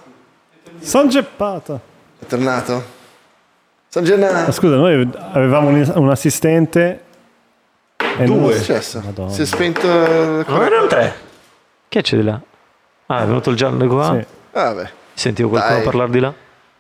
San Ceppato. È tornato? San Gennaro. Scusa, noi avevamo un, un assistente... E due, successo. Si è spento. Ma erano tre. Che c'è di là? Ah, è venuto il giallo qua. Sì. Ah, vabbè. Sentivo qualcuno Dai. parlare di là?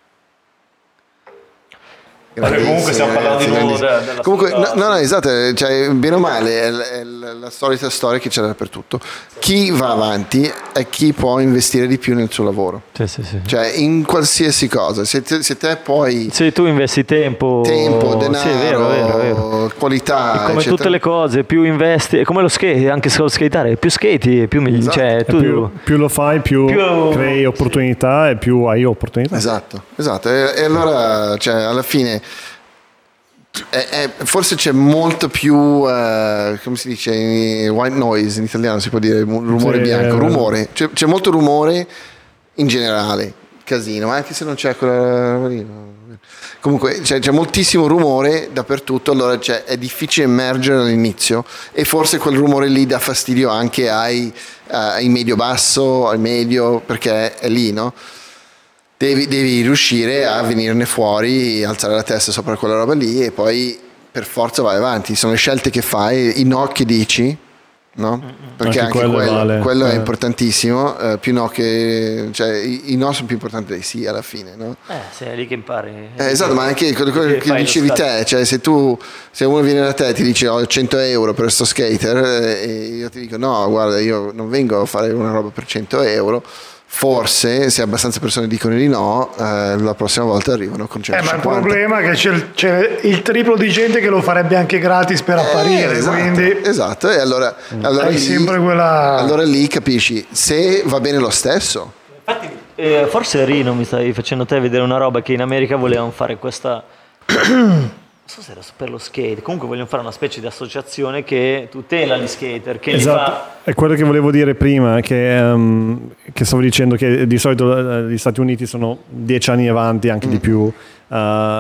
Vabbè, comunque stiamo parlando di nuovo della, della comunque no, no, no, esatto, cioè, bene o male è, è la, la solita storia che c'è dappertutto. Chi va avanti è chi può investire di più nel suo lavoro, sì, sì, sì. Cioè in qualsiasi cosa, se te, se te poi se tu investi tempo tempo, denaro, sì, è vero, è vero, è vero. qualità, e come eccetera. Tutte le cose, più investi, è come lo skate, anche se lo skateare, più skati, più migliore, esatto. cioè, tu... più, più lo fai, più, più... crei opportunità, sì. E più hai opportunità. Esatto, esatto. E, e allora, cioè, alla fine è, è, forse c'è molto più uh, come si dice, white noise in italiano si può dire, rumore sì, bianco, rumore, c'è, c'è molto rumore in generale, casino, ma anche se non c'è quella comunque c'è, c'è moltissimo rumore dappertutto, allora c'è, è difficile emergere all'inizio e forse quel rumore lì dà fastidio anche ai, uh, ai medio basso, ai medio, perché è lì, no? Devi, devi riuscire a venirne fuori, alzare la testa sopra quella roba lì e poi per forza vai avanti. Sono le scelte che fai, i no che dici, no? Perché anche, anche quello, vale. quello eh. è importantissimo, eh, più no che cioè i, i no sono più importanti dei sì alla fine, no? Eh, se è lì che impari. Eh, esatto, ma anche quello che, che dicevi te, cioè se tu se uno viene da te e ti dice ho cento euro per sto skater eh, e io ti dico no, guarda, io non vengo a fare una roba per cento euro. Forse se abbastanza persone dicono di no, eh, la prossima volta arrivano con centocinquanta. Eh, ma il problema è che c'è, c'è il triplo di gente che lo farebbe anche gratis per apparire, eh, esatto, quindi esatto, e allora, mm. allora, lì, sempre quella... allora lì capisci se va bene lo stesso. Infatti, eh, forse Rino mi stai facendo te vedere una roba che in America volevano fare questa... non so se era per lo skate, comunque vogliono fare una specie di associazione che tutela gli skater, che esatto. li fa... È quello che volevo dire prima, che, um, che stavo dicendo che di solito gli Stati Uniti sono dieci anni avanti, anche mm. di più. Uh,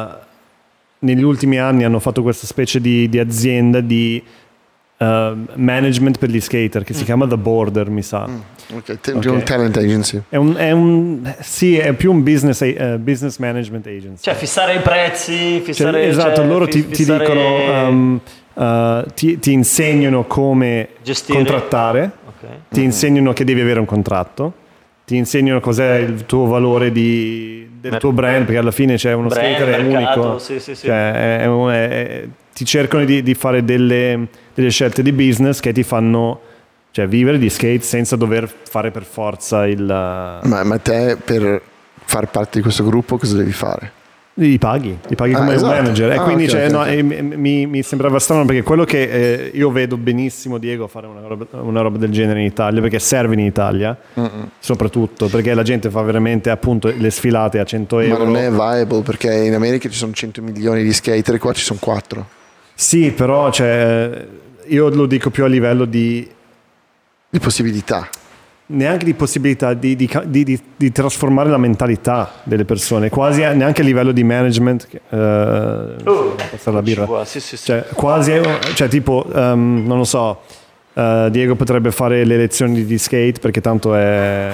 negli ultimi anni hanno fatto questa specie di, di azienda di uh, management per gli skater che mm. si chiama The Border, mi sa. Mm. Okay. T- okay. Un talent agency. È un, è un, sì, è più un business, uh, business management agency. Cioè fissare i prezzi, fissare... Cioè, esatto, cioè, loro ti, fissare... ti dicono... Um, Uh, ti, ti insegnano come gestire, contrattare, okay. ti mm-hmm. insegnano che devi avere un contratto, ti insegnano cos'è il tuo valore di, del Mer- tuo brand, perché alla fine c'è uno brand, skater è mercato, unico, sì, sì, sì. Cioè, è, è, è, ti cercano di, di fare delle, delle scelte di business che ti fanno cioè, vivere di skate senza dover fare per forza il... Ma, ma te per far parte di questo gruppo cosa devi fare? Li paghi, li paghi come ah, esatto. un manager e ah, quindi okay, cioè, okay, no, okay. E, mi, mi sembrava strano perché quello che eh, io vedo benissimo Diego fare una roba, una roba del genere in Italia, perché serve in Italia Mm-mm. soprattutto perché la gente fa veramente appunto le sfilate a cento euro. Ma non è viable perché in America ci sono cento milioni di skater e qua ci sono quattro. Sì, però cioè, io lo dico più a livello di di possibilità, neanche di possibilità di, di, di, di trasformare la mentalità delle persone, quasi neanche a livello di management. Eh, oh, la birra. Sì, sì, sì. Cioè, quasi, cioè tipo, um, non lo so, uh, Diego potrebbe fare le lezioni di skate perché tanto è,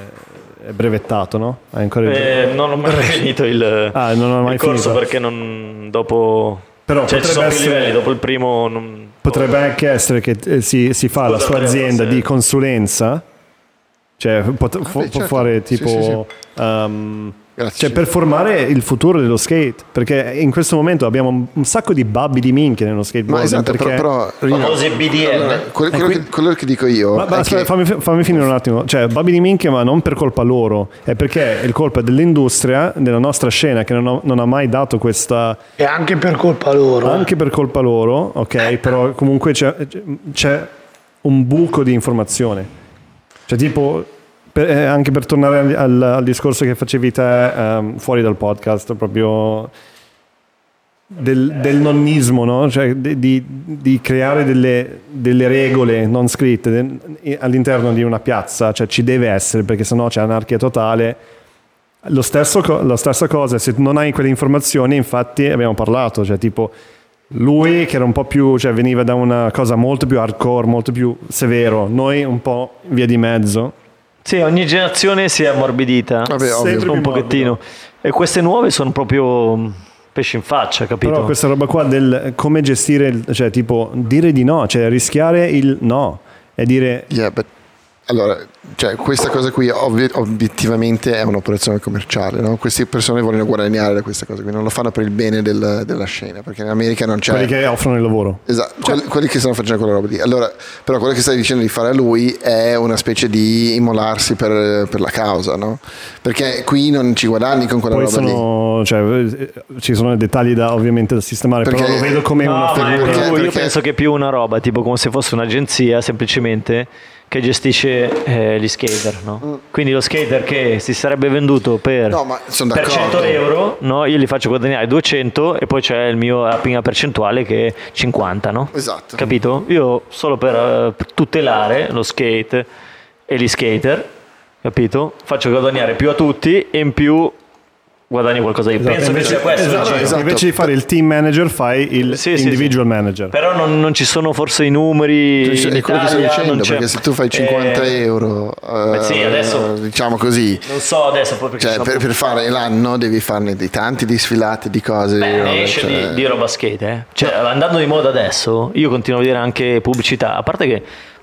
è brevettato, no? È ancora eh, non ho mai finito il, ah, non ho mai il corso finito. Perché non dopo. Però cioè, ci sono essere, più livelli, dopo il primo non, potrebbe anche essere che eh, si, si fa Scusa, la sua azienda di consulenza, cioè può, ah, può certo. fare tipo sì, sì, sì. Um, cioè, per formare il futuro dello skate, perché in questo momento abbiamo un sacco di babbi di minchie nello skateboard. Ma esatto, perché però, però famosi B D M allora, quello, quello, quindi, che, quello che dico io ma, ma aspetta, che... fammi, fammi finire un attimo, cioè babbi di minchie ma non per colpa loro, è perché è il colpa dell'industria della nostra scena che non, ho, non ha mai dato questa, e anche per colpa loro anche per colpa loro, ok, però comunque c'è, c'è un buco di informazione, cioè tipo Per, eh, anche per tornare al, al discorso che facevi te um, fuori dal podcast, proprio del, del nonnismo, no? Cioè di, di, di creare delle, delle regole non scritte de, all'interno di una piazza, cioè ci deve essere perché sennò c'è anarchia totale. Lo stesso, la stessa cosa, se non hai quelle informazioni, infatti abbiamo parlato, cioè tipo lui che era un po' più, cioè veniva da una cosa molto più hardcore, molto più severo, noi un po' via di mezzo. Sì, ogni generazione si è ammorbidita. Vabbè, ovvio. Un pochettino. Morbido. E queste nuove sono proprio pesci in faccia, capito? Però questa roba qua del come gestire, il, cioè tipo dire di no, cioè rischiare il no e dire... Yeah, but... Allora, cioè, questa cosa qui ovvi- obiettivamente è un'operazione commerciale, no? Queste persone vogliono guadagnare da questa cosa qui, non lo fanno per il bene del, della scena, perché in America non c'è... Quelli che offrono il lavoro. Esatto, cioè, quelli, quelli che stanno facendo quella roba lì. Allora, però quello che stai dicendo di fare a lui è una specie di immolarsi per, per la causa, no? Perché qui non ci guadagni con quella Poi roba sono, lì. Cioè, ci sono dettagli da ovviamente da sistemare, perché, però lo vedo come no, una figura. Perché, perché, io penso che è più una roba, tipo come se fosse un'agenzia semplicemente che gestisce eh, gli skater, no? Mm. Quindi lo skater che si sarebbe venduto per, no, ma sono per cento euro, no? Io gli faccio guadagnare duecento e poi c'è il mio, la prima percentuale che è cinquanta, no? Esatto. Capito? Io solo per, uh, per tutelare lo skate e gli skater, capito? Faccio guadagnare più a tutti e in più guadagni qualcosa di esatto, penso invece, che sia questo esatto, esatto. Invece di fare il team manager fai il sì, individual sì, sì. manager, però non, non ci sono forse i numeri è quello Italia, che sto dicendo, perché se tu fai cinquanta eh, euro eh, sì, adesso, diciamo così non so adesso cioè, per, per fare l'anno devi farne di tanti di sfilate di cose. Beh, robe, esce cioè... di, di roba skate eh. Cioè, no. Andando di moda adesso io continuo a vedere anche pubblicità, a parte che non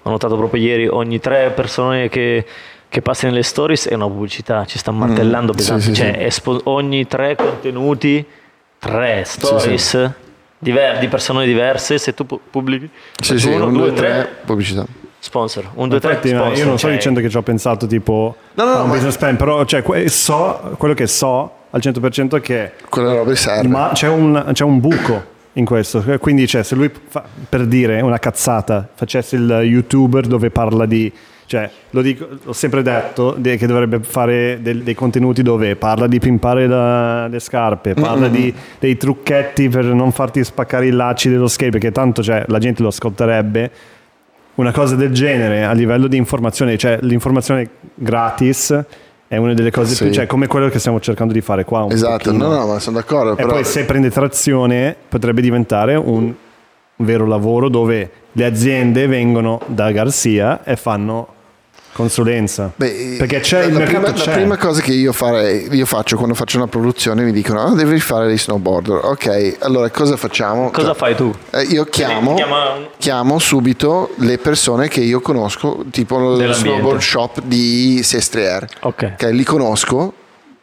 ho notato proprio ieri, ogni tre persone che, che passi nelle stories è una pubblicità, ci sta martellando mm, pesante, sì, sì, cioè sì. Espo- ogni tre contenuti, tre stories sì, sì. Diver- di persone diverse, se tu pubblichi sì, sì, uno, un, due, tre, tre pubblicità. Sponsor, un, due, tre, infatti, sponsor, io non sto cioè... dicendo che ci ho pensato tipo no, no, a un ma... business plan, però cioè, so, quello che so al cento per cento è che quella roba serve. Ma c'è un, c'è un buco in questo, quindi cioè, se lui fa, per dire una cazzata facesse il YouTuber dove parla di, cioè lo dico, l'ho sempre detto che dovrebbe fare del, dei contenuti dove parla di pimpare la, le scarpe, parla mm-hmm. di, dei trucchetti per non farti spaccare i lacci dello skate, perché tanto cioè, la gente lo ascolterebbe. Una cosa del genere a livello di informazione, cioè l'informazione gratis è una delle cose sì. più, cioè come quello che stiamo cercando di fare qua un esatto, pochino. no no ma sono d'accordo, e però... poi se prende trazione potrebbe diventare un vero lavoro dove le aziende vengono da Garcia e fanno consulenza. Beh, perché c'è la, il la mercato prima, c'è. La prima cosa che io, farei, io faccio quando faccio una produzione mi dicono oh, devi fare dei snowboarder. Ok, allora cosa facciamo? Cosa fai tu? Eh, io chiamo, chiama... chiamo subito le persone che io conosco, tipo lo snowboard shop di Sestriere. Ok, okay, li conosco.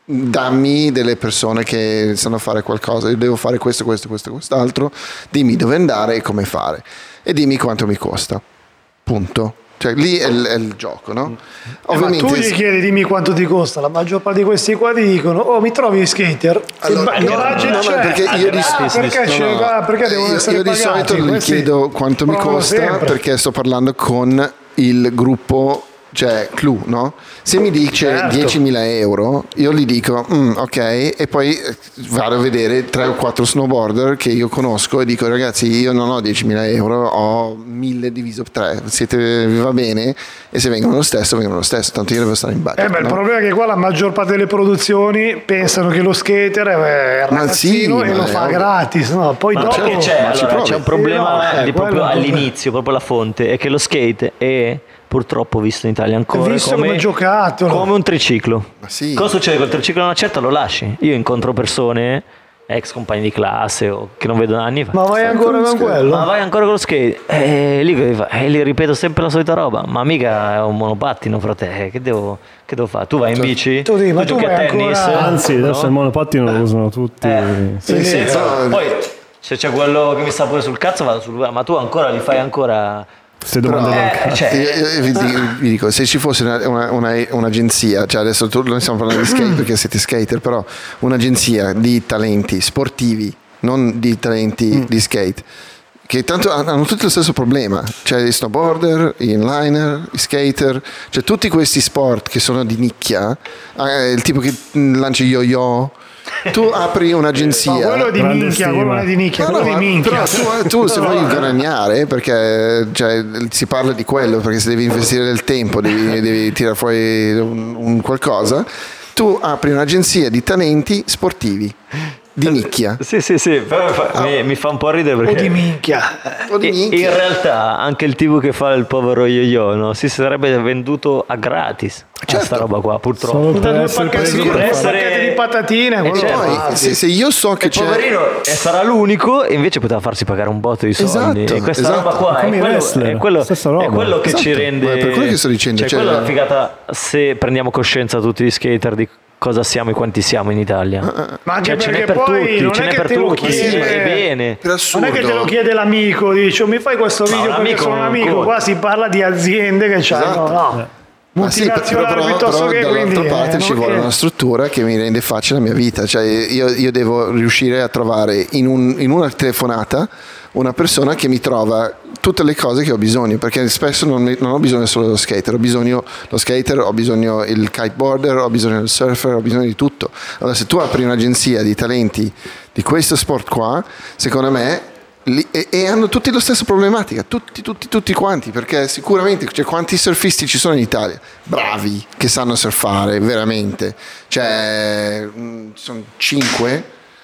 Dammi delle persone che sanno fare qualcosa, io devo fare questo, questo, questo, quest'altro, dimmi dove andare e come fare e dimmi quanto mi costa, punto. Cioè lì è il, è il gioco, no? Eh, ovviamente ma tu gli chiedi dimmi quanto ti costa, la maggior parte di questi qua ti dicono oh mi trovi skater? Allora, no, no, no, no, perché io di, ah, perché no, no, ah, perché devono essere io, io di solito gli chiedo quanto mi costa sempre. Perché sto parlando con il gruppo, cioè Clou, no? Se mi dice certo. diecimila euro io gli dico mm, ok, e poi vado a vedere tre o quattro snowboarder che io conosco e dico ragazzi io non ho diecimila euro, ho mille diviso tre, siete, vi va bene? E se vengono lo stesso vengono lo stesso, tanto io devo stare in budget. Eh beh, no? Il problema è che qua la maggior parte delle produzioni pensano che lo skater è il ragazzino sì, e lo fa ovvio. Gratis, no? Poi ma dopo c'è, allora, c'è un problema no, di eh, proprio all'inizio, proprio la fonte, è che lo skate è purtroppo visto in Italia ancora visto come, come giocattolo, come un triciclo. Ma sì. Cosa succede col triciclo? Una certa lo lasci. Io incontro persone ex compagni di classe o che non vedo da anni fa. Ma vai ancora con quello? Ma vai ancora con lo skate? E lì, eh, lì ripeto sempre la solita roba. Ma mica è un monopattino, frate. Che devo, che devo fare? Tu vai in bici? Tu, dici, tu ma giochi tu a tennis? Ancora... Anzi, adesso no? Il monopattino lo usano tutti. Eh, sì, sì, sì, sì, no. Poi se c'è quello che mi sta pure sul cazzo vado sul... Ma tu ancora li fai ancora... Se domande eh, cioè, io, io vi, dico, vi dico se ci fosse una, una, una, un'agenzia, cioè adesso tu, noi stiamo parlando di skate perché siete skater, però un'agenzia di talenti sportivi, non di talenti mm. di skate, che tanto hanno tutti lo stesso problema, cioè gli snowboarder, gli inliner, gli skater, cioè tutti questi sport che sono di nicchia, eh, il tipo che lancia yo-yo. Tu apri un'agenzia, ma quello di minchia, quello non è di nicchia, no, quello no, di minchia. Però tu, tu se vuoi guadagnare, perché cioè, si parla di quello, perché se devi investire del tempo, devi, devi tirare fuori un, un qualcosa, tu apri un'agenzia di talenti sportivi di nicchia. Sì, sì, sì, però ah. mi, mi fa un po' ridere perché o di minchia. O di minchia. In realtà anche il tipo che fa il povero yo-yo, no? Si sarebbe venduto a gratis. Certo. Questa roba qua, purtroppo. Solo per essere preso per essere di patatine, eh, certo. Poi, se, se io so che il c'è poverino e sarà l'unico e invece poteva farsi pagare un botto di soldi. Esatto, e questa esatto. roba qua è quello, è quello, è quello che esatto. ci rende. Ma per quello che sto dicendo, cioè, cioè, quella è la figata se prendiamo coscienza tutti gli skater di cosa siamo e quanti siamo in Italia. Ma anche cioè, ce n'è perché per poi tutti, non ce è n'è che per te lo tutti, chiede, sì, bene. Per non è che te lo chiede l'amico, dice mi fai questo video perché amico, sono un amico, qua si parla di aziende che esatto. hanno no. Ma sì, però, però, piuttosto però che dall'altra quindi, parte eh, ci vuole che... una struttura che mi rende facile la mia vita, cioè io, io devo riuscire a trovare in, un, in una telefonata una persona che mi trova tutte le cose che ho bisogno, perché spesso non, non ho bisogno solo dello skater, ho bisogno lo skater, ho bisogno il kiteboarder, ho bisogno del surfer, ho bisogno di tutto. Allora se tu apri un'agenzia di talenti di questo sport qua, secondo me E, e hanno tutti la stessa problematica, tutti, tutti, tutti quanti, perché sicuramente, cioè, quanti surfisti ci sono in Italia? Bravi, che sanno surfare, veramente. Cioè, sono cinque,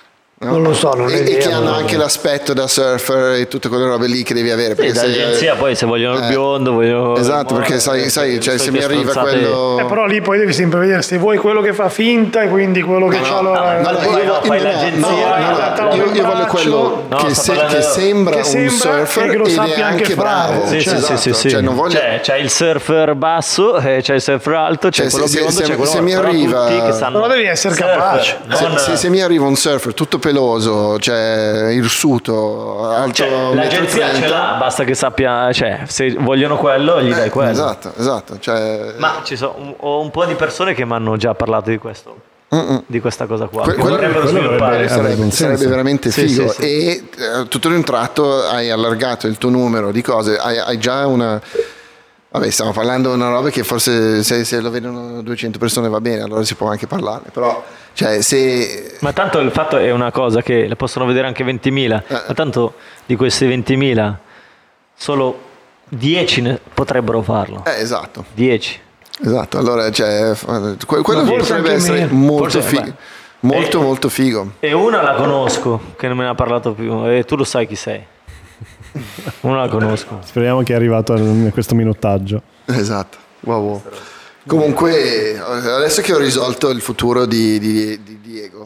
No? Non lo so, non e, è e vero, che hanno no. anche l'aspetto da surfer e tutte quelle robe lì che devi avere. Sì, dall'agenzia poi se vogliono il biondo, vogliono esatto, perché sai, sai cioè, se mi arriva quello. Eh, però lì poi devi sempre vedere se vuoi quello che fa finta e quindi quello che no, c'ha no, la, no, la, io, no, fai l'agenzia, no, no, io, io voglio quello no, che, se, che sembra che un sembra surfer e che lo ed è sappia anche anche bravo. fare. Sì, Cioè, sì, esatto, sì, sì. cioè, non voglio... Cioè, c'è il surfer basso, eh, c'è il surfer alto, c'è Cioè, quello se- biondo, se- c'è quello se mi però arriva- tutti che sanno Però devi essere surfer, capace. Se, non- se, se mi arriva un surfer tutto peloso, cioè irsuto, alto cioè, uno e l'agenzia trenta, ce l'ha, basta che sappia, cioè, se vogliono quello gli dai quello. esatto, esatto, cioè, Ma ci sono un, ho un po' di persone che mi hanno già parlato di questo, Mm-mm. di questa cosa qua. Que- che quello- vorrebbero quello sviluppare. dovrebbe- sarebbe, avrebbe un sarebbe senso. veramente Sì, figo sì, sì. e eh, tutto d'un tratto hai allargato il tuo numero di cose, hai, hai già una. Vabbè, stiamo parlando di una roba che forse se, se lo vedono duecento persone va bene, allora si può anche parlarne, però cioè se. Ma tanto il fatto è una cosa che le possono vedere anche ventimila, Eh. ma tanto di questi ventimila solo dieci ne potrebbero farlo. Eh, esatto, dieci. esatto, allora cioè, f- que- quello Ma forse potrebbe anche essere meno. molto Forse- figo, beh. molto Eh. molto figo. E una la conosco, che non me ne ha parlato più, e tu lo sai chi sei. Una la conosco. Speriamo che è arrivato a questo minutaggio. Esatto, wow, wow. Comunque adesso che ho risolto il futuro di, di- di Diego.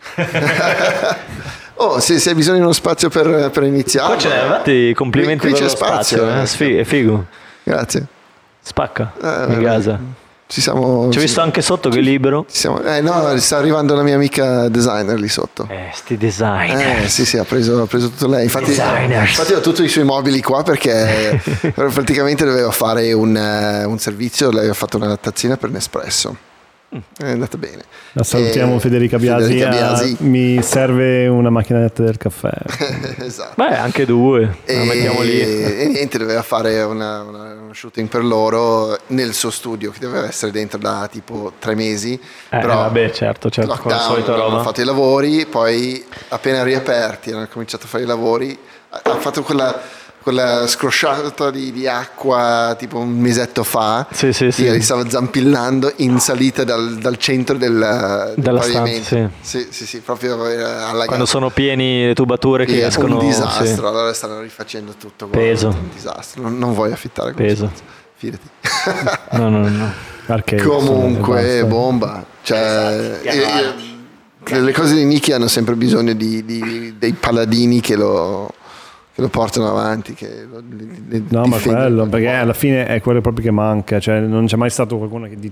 Oh, se, se hai bisogno di uno spazio per, per iniziare. Qua ce n'è, infatti complimenti Qui- qui per c'è lo spazio, spazio, eh, eh. sfi- è figo. Grazie. Spacca Eh, in casa. Ci siamo. Ci ho ci- visto anche sotto che è libero. ci siamo- eh no, sta arrivando la mia amica designer lì sotto. Eh, sti designer. Eh sì sì, ha preso, ha preso tutto lei. Infatti, Designers. infatti ho tutti i suoi mobili qua perché praticamente doveva fare un, eh, un servizio, lei ha fatto una tazzina per Nespresso. È andata bene. La salutiamo Eh, Federica Biasi. Federica Biasi. Ah, mi serve una macchinetta del caffè. Esatto. Beh, anche due. La E, mettiamo lì. e niente, doveva fare una- una- uno shooting per loro nel suo studio che doveva essere dentro da tipo tre mesi. Eh, però vabbè, certo, certo, con la lockdown, solita hanno roba. fatto i lavori, poi appena riaperti hanno cominciato a fare i lavori, ha ha fatto quella, quella scrosciata di, di acqua tipo un mesetto fa, Sì, sì, sì. li stava zampillando in salita dal, dal centro del, del Della pavimento. stanza, sì. Sì, sì, proprio eh, allagato. Quando sono pieni le tubature che Sì, escono. un disastro, sì. allora stanno rifacendo tutto. guarda, Peso. Un disastro, non, non vuoi affittare quello Peso. spazio, fidati. No, no, no. Arcade, Comunque, basta. bomba. Cioè, io- io- le cose di Nicky hanno sempre bisogno di, di- dei paladini che lo, che lo portano avanti. Che lo, li- li- No, ma difendono. quello, perché alla fine è quello proprio che manca, cioè non c'è mai stato qualcuno che di-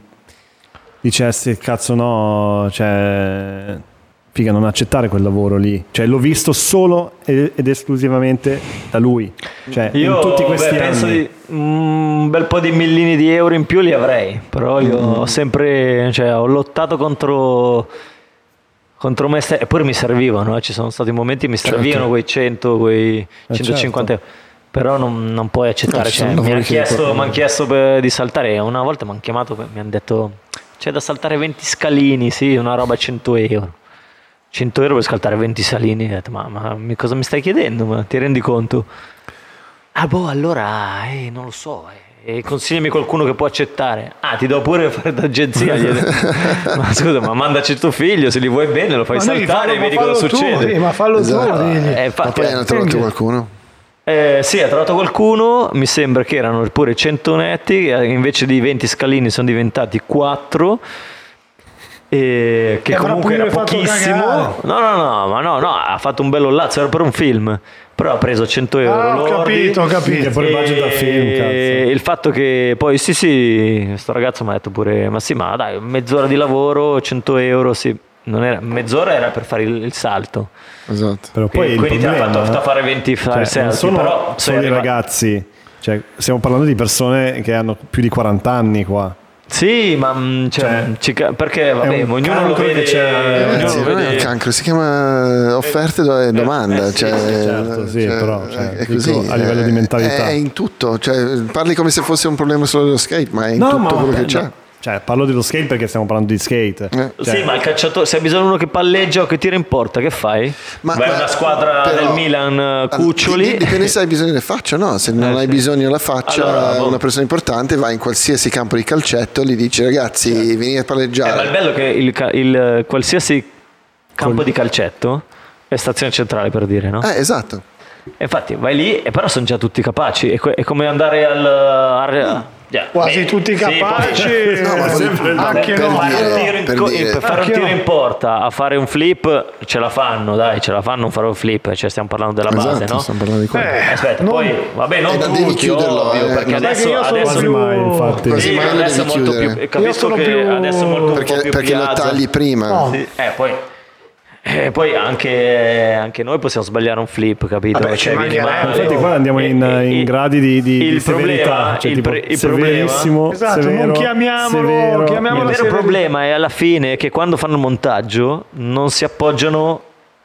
dicesse cazzo no, cioè figa non accettare quel lavoro lì, cioè l'ho visto solo ed, ed esclusivamente da lui, cioè Io in tutti questi beh, penso anni. di un bel po' di millini di euro in più li avrei, però io Mm. ho sempre, cioè, ho lottato contro contro me stesso, eppure mi servivano, eh. Ci sono stati momenti che mi Certo. servivano quei cento, quei centocinquanta euro. Però non, non puoi accettare. No, ci cioè, sono mi hanno lavori che chiesto, proprio- m'han chiesto per- di saltare. Una volta mi hanno chiamato, mi hanno detto c'è da saltare venti scalini, sì, una roba a cento euro. cento euro per saltare venti salini. Ho detto, ma, ma mi- cosa mi stai chiedendo? Ma ti rendi conto? Ah, boh, allora, eh, non lo so. Eh, e consigliami qualcuno che può accettare. Ah, ti do pure fare d'agenzia. Gli ho detto, ma scusa, ma mandaci tuo figlio, se li vuoi bene, lo fai Ma devi saltare farlo- e ma vedi cosa fallo tu, succede. sì, ma fallo Esatto. tu, digli. Eh, Ma infatti, poi hanno trovato qualcuno. eh, sì, ha trovato qualcuno, mi sembra che erano pure cento netti, eh, invece di venti scalini sono diventati quattro, e che E avrà comunque pure era fatto pochissimo. cagare. No, no, no, ma no, no, ha fatto un bello lazzo, era per un film, però ha preso cento euro Ah, ho lordi. capito, ho Che capito. poi il budget da film, E cazzo. il fatto che poi sì sì, questo ragazzo mi ha detto pure, ma sì, ma dai, mezz'ora di lavoro, cento euro, sì, non era, mezz'ora era per fare il, il salto. Esatto. Però poi il Quindi ti ha problema, fatto, fatto fare venti fare cioè, non salti, sono però sei solo i arrivato- ragazzi, cioè, stiamo parlando di persone che hanno più di quaranta anni qua. Sì, ma mm, cioè, Cioè, ci ca- perché vabbè, un ognuno lo cancro che vede, c'è- ognuno Ragazzi, lo non è vede- un cancro, si chiama offerte e domanda. eh, sì, cioè, sì, certo, sì, però, cioè, è dico, così. a livello è- di mentalità. È in tutto, cioè, parli come se fosse un problema solo dello skate, ma è in tutto quello che c'è. no, cioè, parlo dello skate perché stiamo parlando di skate. Eh. Cioè, sì, ma il calciatore, se hai bisogno di uno che palleggia o che tira in porta, che fai? Ma- Vai a ma- una squadra però- del Milan, eh, Cuccioli. Dip- Dipende se hai bisogno della faccia o no. Se non Eh, hai sì. bisogno della faccia, Allora, boh. una persona importante va in qualsiasi campo di calcetto, gli dici ragazzi, venite a Eh, ma il palleggiare. bello è che il, ca- il, eh, qualsiasi campo di calcetto è stazione centrale per dire, no? Eh, esatto. E infatti vai lì e però sono già tutti capaci, è, que- è come andare al... al yeah. Quasi Beh, tutti capaci, sì, no, ma sempre, anche per no. dire, fare un tiro in, per co- dire. per fare un Anche tiro no. in porta, a fare un flip ce la fanno, dai, ce la fanno a fare un flip, cioè stiamo parlando della Esatto, base, no? stiamo parlando di quello. Eh, Aspetta, non- poi vabbè, non Eh, non devi tutti, chiuderlo, ovvio, eh, perché non- adesso, io sono adesso Quasi più- mai, infatti. Quasi sì, mai lo adesso è devi molto chiudere. più, capisco sono che più- adesso è molto un po' Perché, più perché lo piazza. tagli prima. No. Sì, eh, poi E poi anche, anche noi possiamo sbagliare un flip, capito? Vabbè, cioè, ci vieni mancherebbe. male. Infatti qua andiamo in, E- in e- gradi di, di, il di severità, problema- cioè il tipo pre- il severissimo, Esatto, severo, non chiamiamolo- severo. chiamiamolo Il la vero serie- problema è alla fine che quando fanno il montaggio non si appoggiano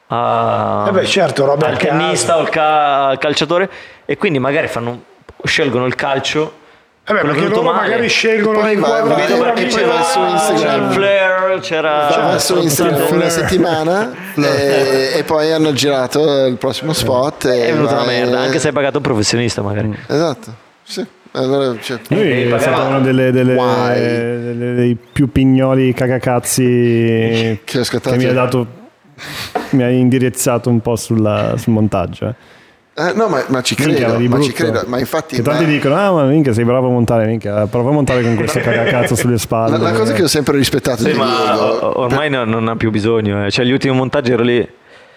a, Eh beh, certo, roba al a caso. tennista o al, ca- al calciatore, e quindi magari fanno, scelgono il calcio. Eh beh, quello perché venuto loro male. magari scelgono Poi vai- l'inquadratura vai- e poi vai su Instagram. C'era il flare, c'era Va su Instagram c'era- una settimana e, e poi hanno girato il prossimo spot e è venuta una vai- merda, anche se hai pagato un professionista magari. esatto, sì. Allora, cioè, Lui Eh, è stato uno delle, delle, Why? delle- dei più pignoli cagacazzi Che ho scattato. che mi ha dato, mi ha indirizzato un po' sulla- sul montaggio. eh. eh, no, ma, ma ci Minchia, credo, di ma ci brutto. credo, ma infatti Che tanti ma- dicono, ah ma minchia sei bravo a montare, minchia prova a montare con questo cagacazzo sulle spalle. la, la cosa che ho sempre rispettato Sì, di ma Diego, o- ormai non, non ha più bisogno, eh. Cioè gli ultimi montaggi ero lì,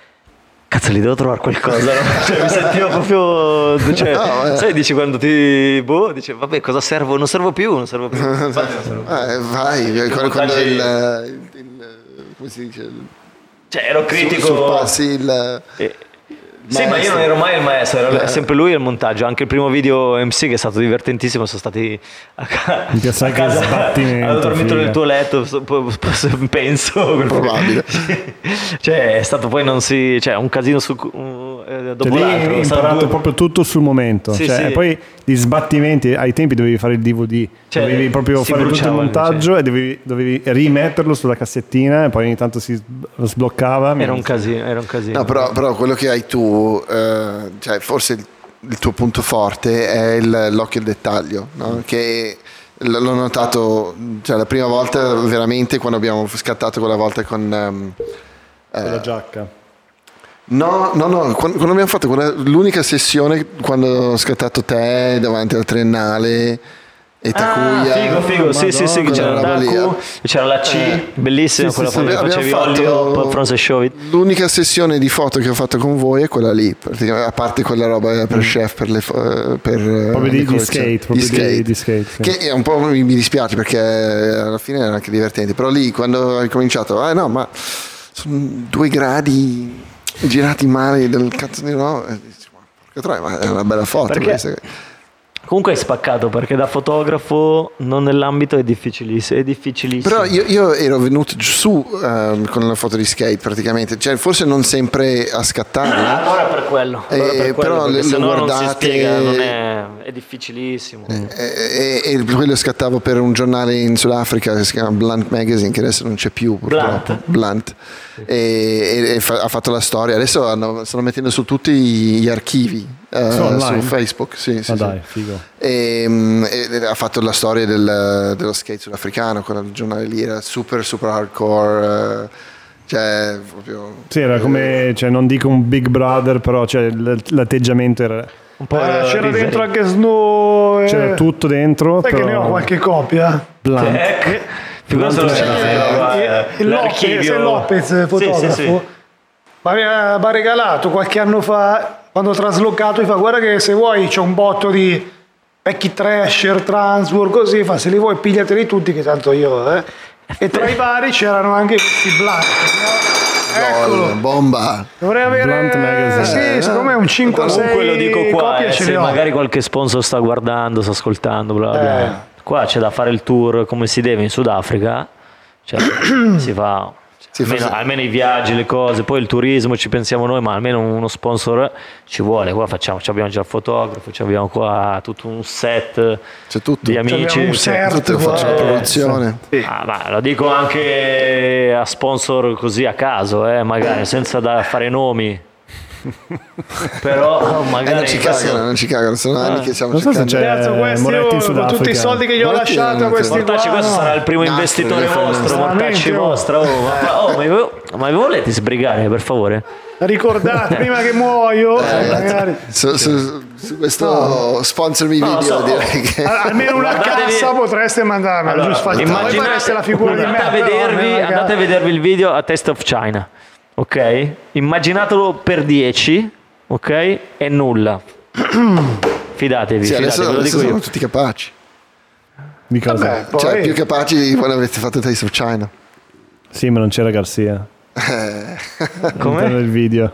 cazzo li devo trovare qualcosa, no? Cioè mi sentivo proprio, cioè, No, eh. sai, dici quando ti, boh, dici vabbè cosa servo, non servo più, non servo più. Infatti non servo più. eh, vai, quando, quando montaggi- il, il- il- come si dice, il- Cioè ero critico. sorpassi il... Eh, Sì, ma io maestro. non ero mai il maestro, era Eh. sempre lui il montaggio. Anche il primo video M C che è stato divertentissimo, sono stati a, ca- Minchia, sai a che casa, sbattimento, hanno dormito figa. nel tuo letto, so- po- po- penso. Probabile. Cioè è stato poi non si, cioè un casino su, uh, eh, dopo Cioè, lì l'altro. hai È stato imparato due- proprio tutto sul momento. Sì, Cioè, sì. E poi gli sbattimenti, ai tempi dovevi fare il D V D, Cioè, dovevi proprio si fare tutto il bruciava, montaggio e dovevi, dovevi rimetterlo sulla cassettina e poi ogni tanto si sb- sbloccava. Era un casino, era un casino. No, però, però quello che hai tu, eh, cioè forse il, il tuo punto forte è il- l'occhio al dettaglio, no? Che l- l'ho notato, cioè la prima volta veramente quando abbiamo scattato quella volta con... ehm, Con la giacca. no, no, no, quando, quando abbiamo fatto quella, l'unica sessione quando ho scattato te davanti al Triennale e Takuya. Ah, figo, figo, sì, sì, sì, Madonna, c'era quella roba lì, Taku, eh. c'era la C, Eh. bellissima, Sì, quella sì, quando sì. facevi Abbiamo olio, fatto- Fronze Show It. L'unica sessione di foto che ho fatto con voi è quella lì, praticamente, a parte quella roba per chef, per le fo- per Mm. Proprio le di, di collezioni. skate, proprio Di di, skate. di skate, sì. Che è un po' mi, mi dispiace perché alla fine era anche divertente, però lì quando hai cominciato, eh no, ma sono due gradi girati male del cazzo di no, e dici, ma porca troia, ma è una bella foto Perché- questa. Comunque hai spaccato perché da fotografo non nell'ambito è difficilissimo, è difficilissimo. Però io, io ero venuto giù su ehm, con la foto di skate praticamente, cioè forse non sempre a scattarla. Allora per quello, allora Eh, per quello però perché le- se le no non si guardate- spiega, non è, è difficilissimo. E, e, e quello scattavo per un giornale in Sudafrica che si chiama Blunt Magazine, che adesso non c'è più purtroppo. Blunt? Blunt. E, e- e fa- ha fatto la storia. Adesso hanno- stanno mettendo su tutti gli archivi eh, Su online? su Facebook. Sì, sì, Ma sì. dai, figo. E, mm, e ha fatto la storia del- dello skate sudafricano, quello del giornale lì, era super super hardcore. eh, cioè, proprio. Sì, era come, cioè, non dico un Big Brother, però cioè, l- l'atteggiamento era, Un po' Eh, c'era Disney. dentro anche Snow. eh. c'era tutto dentro. Sai però che ne ho qualche copia? blunt. Eh, figurati se non ce l'aveva, guarda. Il Lopez, il Lopez, fotografo, Sì, sì, sì. Ma mi ha mi ha regalato qualche anno fa, quando ho traslocato, mi fa guarda che se vuoi c'è un botto di vecchi Thrasher, Transworld, così, fa se li vuoi pigliateli tutti che tanto io, eh. E tra i vari c'erano anche questi Blunt. Gol, Eccolo, bomba. dovrei avere, Blunt Magazine. sì, secondo me un cinque o Comunque lo sei dico qua, copie eh, ce se le ho. magari qualche sponsor sta guardando, sta ascoltando, bla bla bla. Eh. Qua c'è da fare il tour come si deve in Sudafrica, cioè si fa Si fa- almeno, almeno i viaggi, le cose, poi il turismo ci pensiamo noi, ma almeno uno sponsor ci vuole. Qua facciamo, ci abbiamo già il fotografo, ci abbiamo qua tutto un set C'è tutto. di amici. abbiamo un set. Tutte faccio la Eh, produzione. Ah, ma lo dico anche a sponsor così a caso, eh, magari senza da fare nomi. Però magari eh, non ci cagano, non ci cagano, sono ah. anni che siamo non so cercando. se c'è questi Moretti in Sudafrica. Con tutti i soldi che gli ho Moretti lasciato a questi Mortacci, qua, questo no. sarà il primo No, investitore vostro, Mortacci vostro. Oh, ma, oh, ma, vi, ma vi volete sbrigare, per favore? Ricordate, prima che muoio, eh, magari. Su, su, su questo no. sponsor mi video, no, so, direi che almeno una guardatevi... cassa potreste mandarmi. Allora, giusto immaginate la figura di me. Andate a vedervi, però, andate a vedervi il video a Taste of China, ok? Immaginatelo per dieci, ok? E nulla. Fidatevi, sì, fidatevi, adesso, ve lo adesso dico sono io. tutti capaci. Di cosa? Vabbè, poi... Cioè, più capaci di quando avete fatto Taste of China. Sì, ma non c'era Garcia. Eh. Come? Nel video.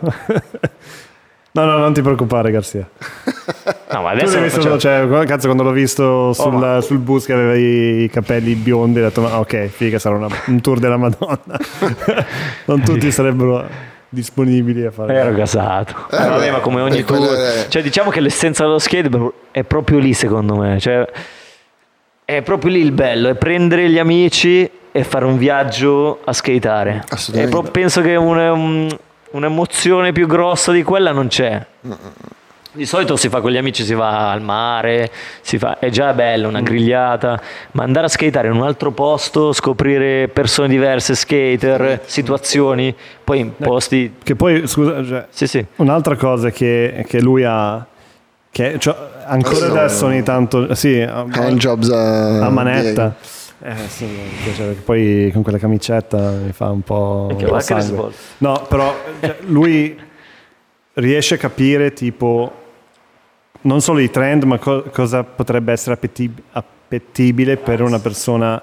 No, no, non ti preoccupare, Garcia. No, ma Tu adesso l'hai lo visto, facciamo. cioè, cazzo, quando l'ho visto sul, Oh, ma- sul bus che aveva i, i capelli biondi, ho detto, ma ok, figa, sarà una- un tour della Madonna. Non tutti sarebbero disponibili a fare. Ero gasato. Eh, Eh, vabbè, beh, ma come ogni eh, quello tour. è- Cioè, diciamo che l'essenza dello skate è proprio lì, secondo me. Cioè, è proprio lì il bello, è prendere gli amici e fare un viaggio a skateare. Assolutamente. E pro- penso che un- un- un'emozione più grossa di quella non c'è. Di solito si fa con gli amici, si va al mare, si fa, è già bello, una grigliata, ma andare a skateare in un altro posto, scoprire persone diverse, skater, situazioni, poi in posti... Che poi, scusa, cioè, Sì, sì. un'altra cosa che, che lui ha, che cioè, ancora Adesso- adesso ogni tanto, sì, a, Hand jobs a, a manetta. Eh sì, mi piace, perché poi con quella camicetta mi fa un po', un Che po' va che sangue. risvolta. No, però cioè, lui riesce a capire tipo non solo i trend, ma co- cosa potrebbe essere appetib- appetibile per una persona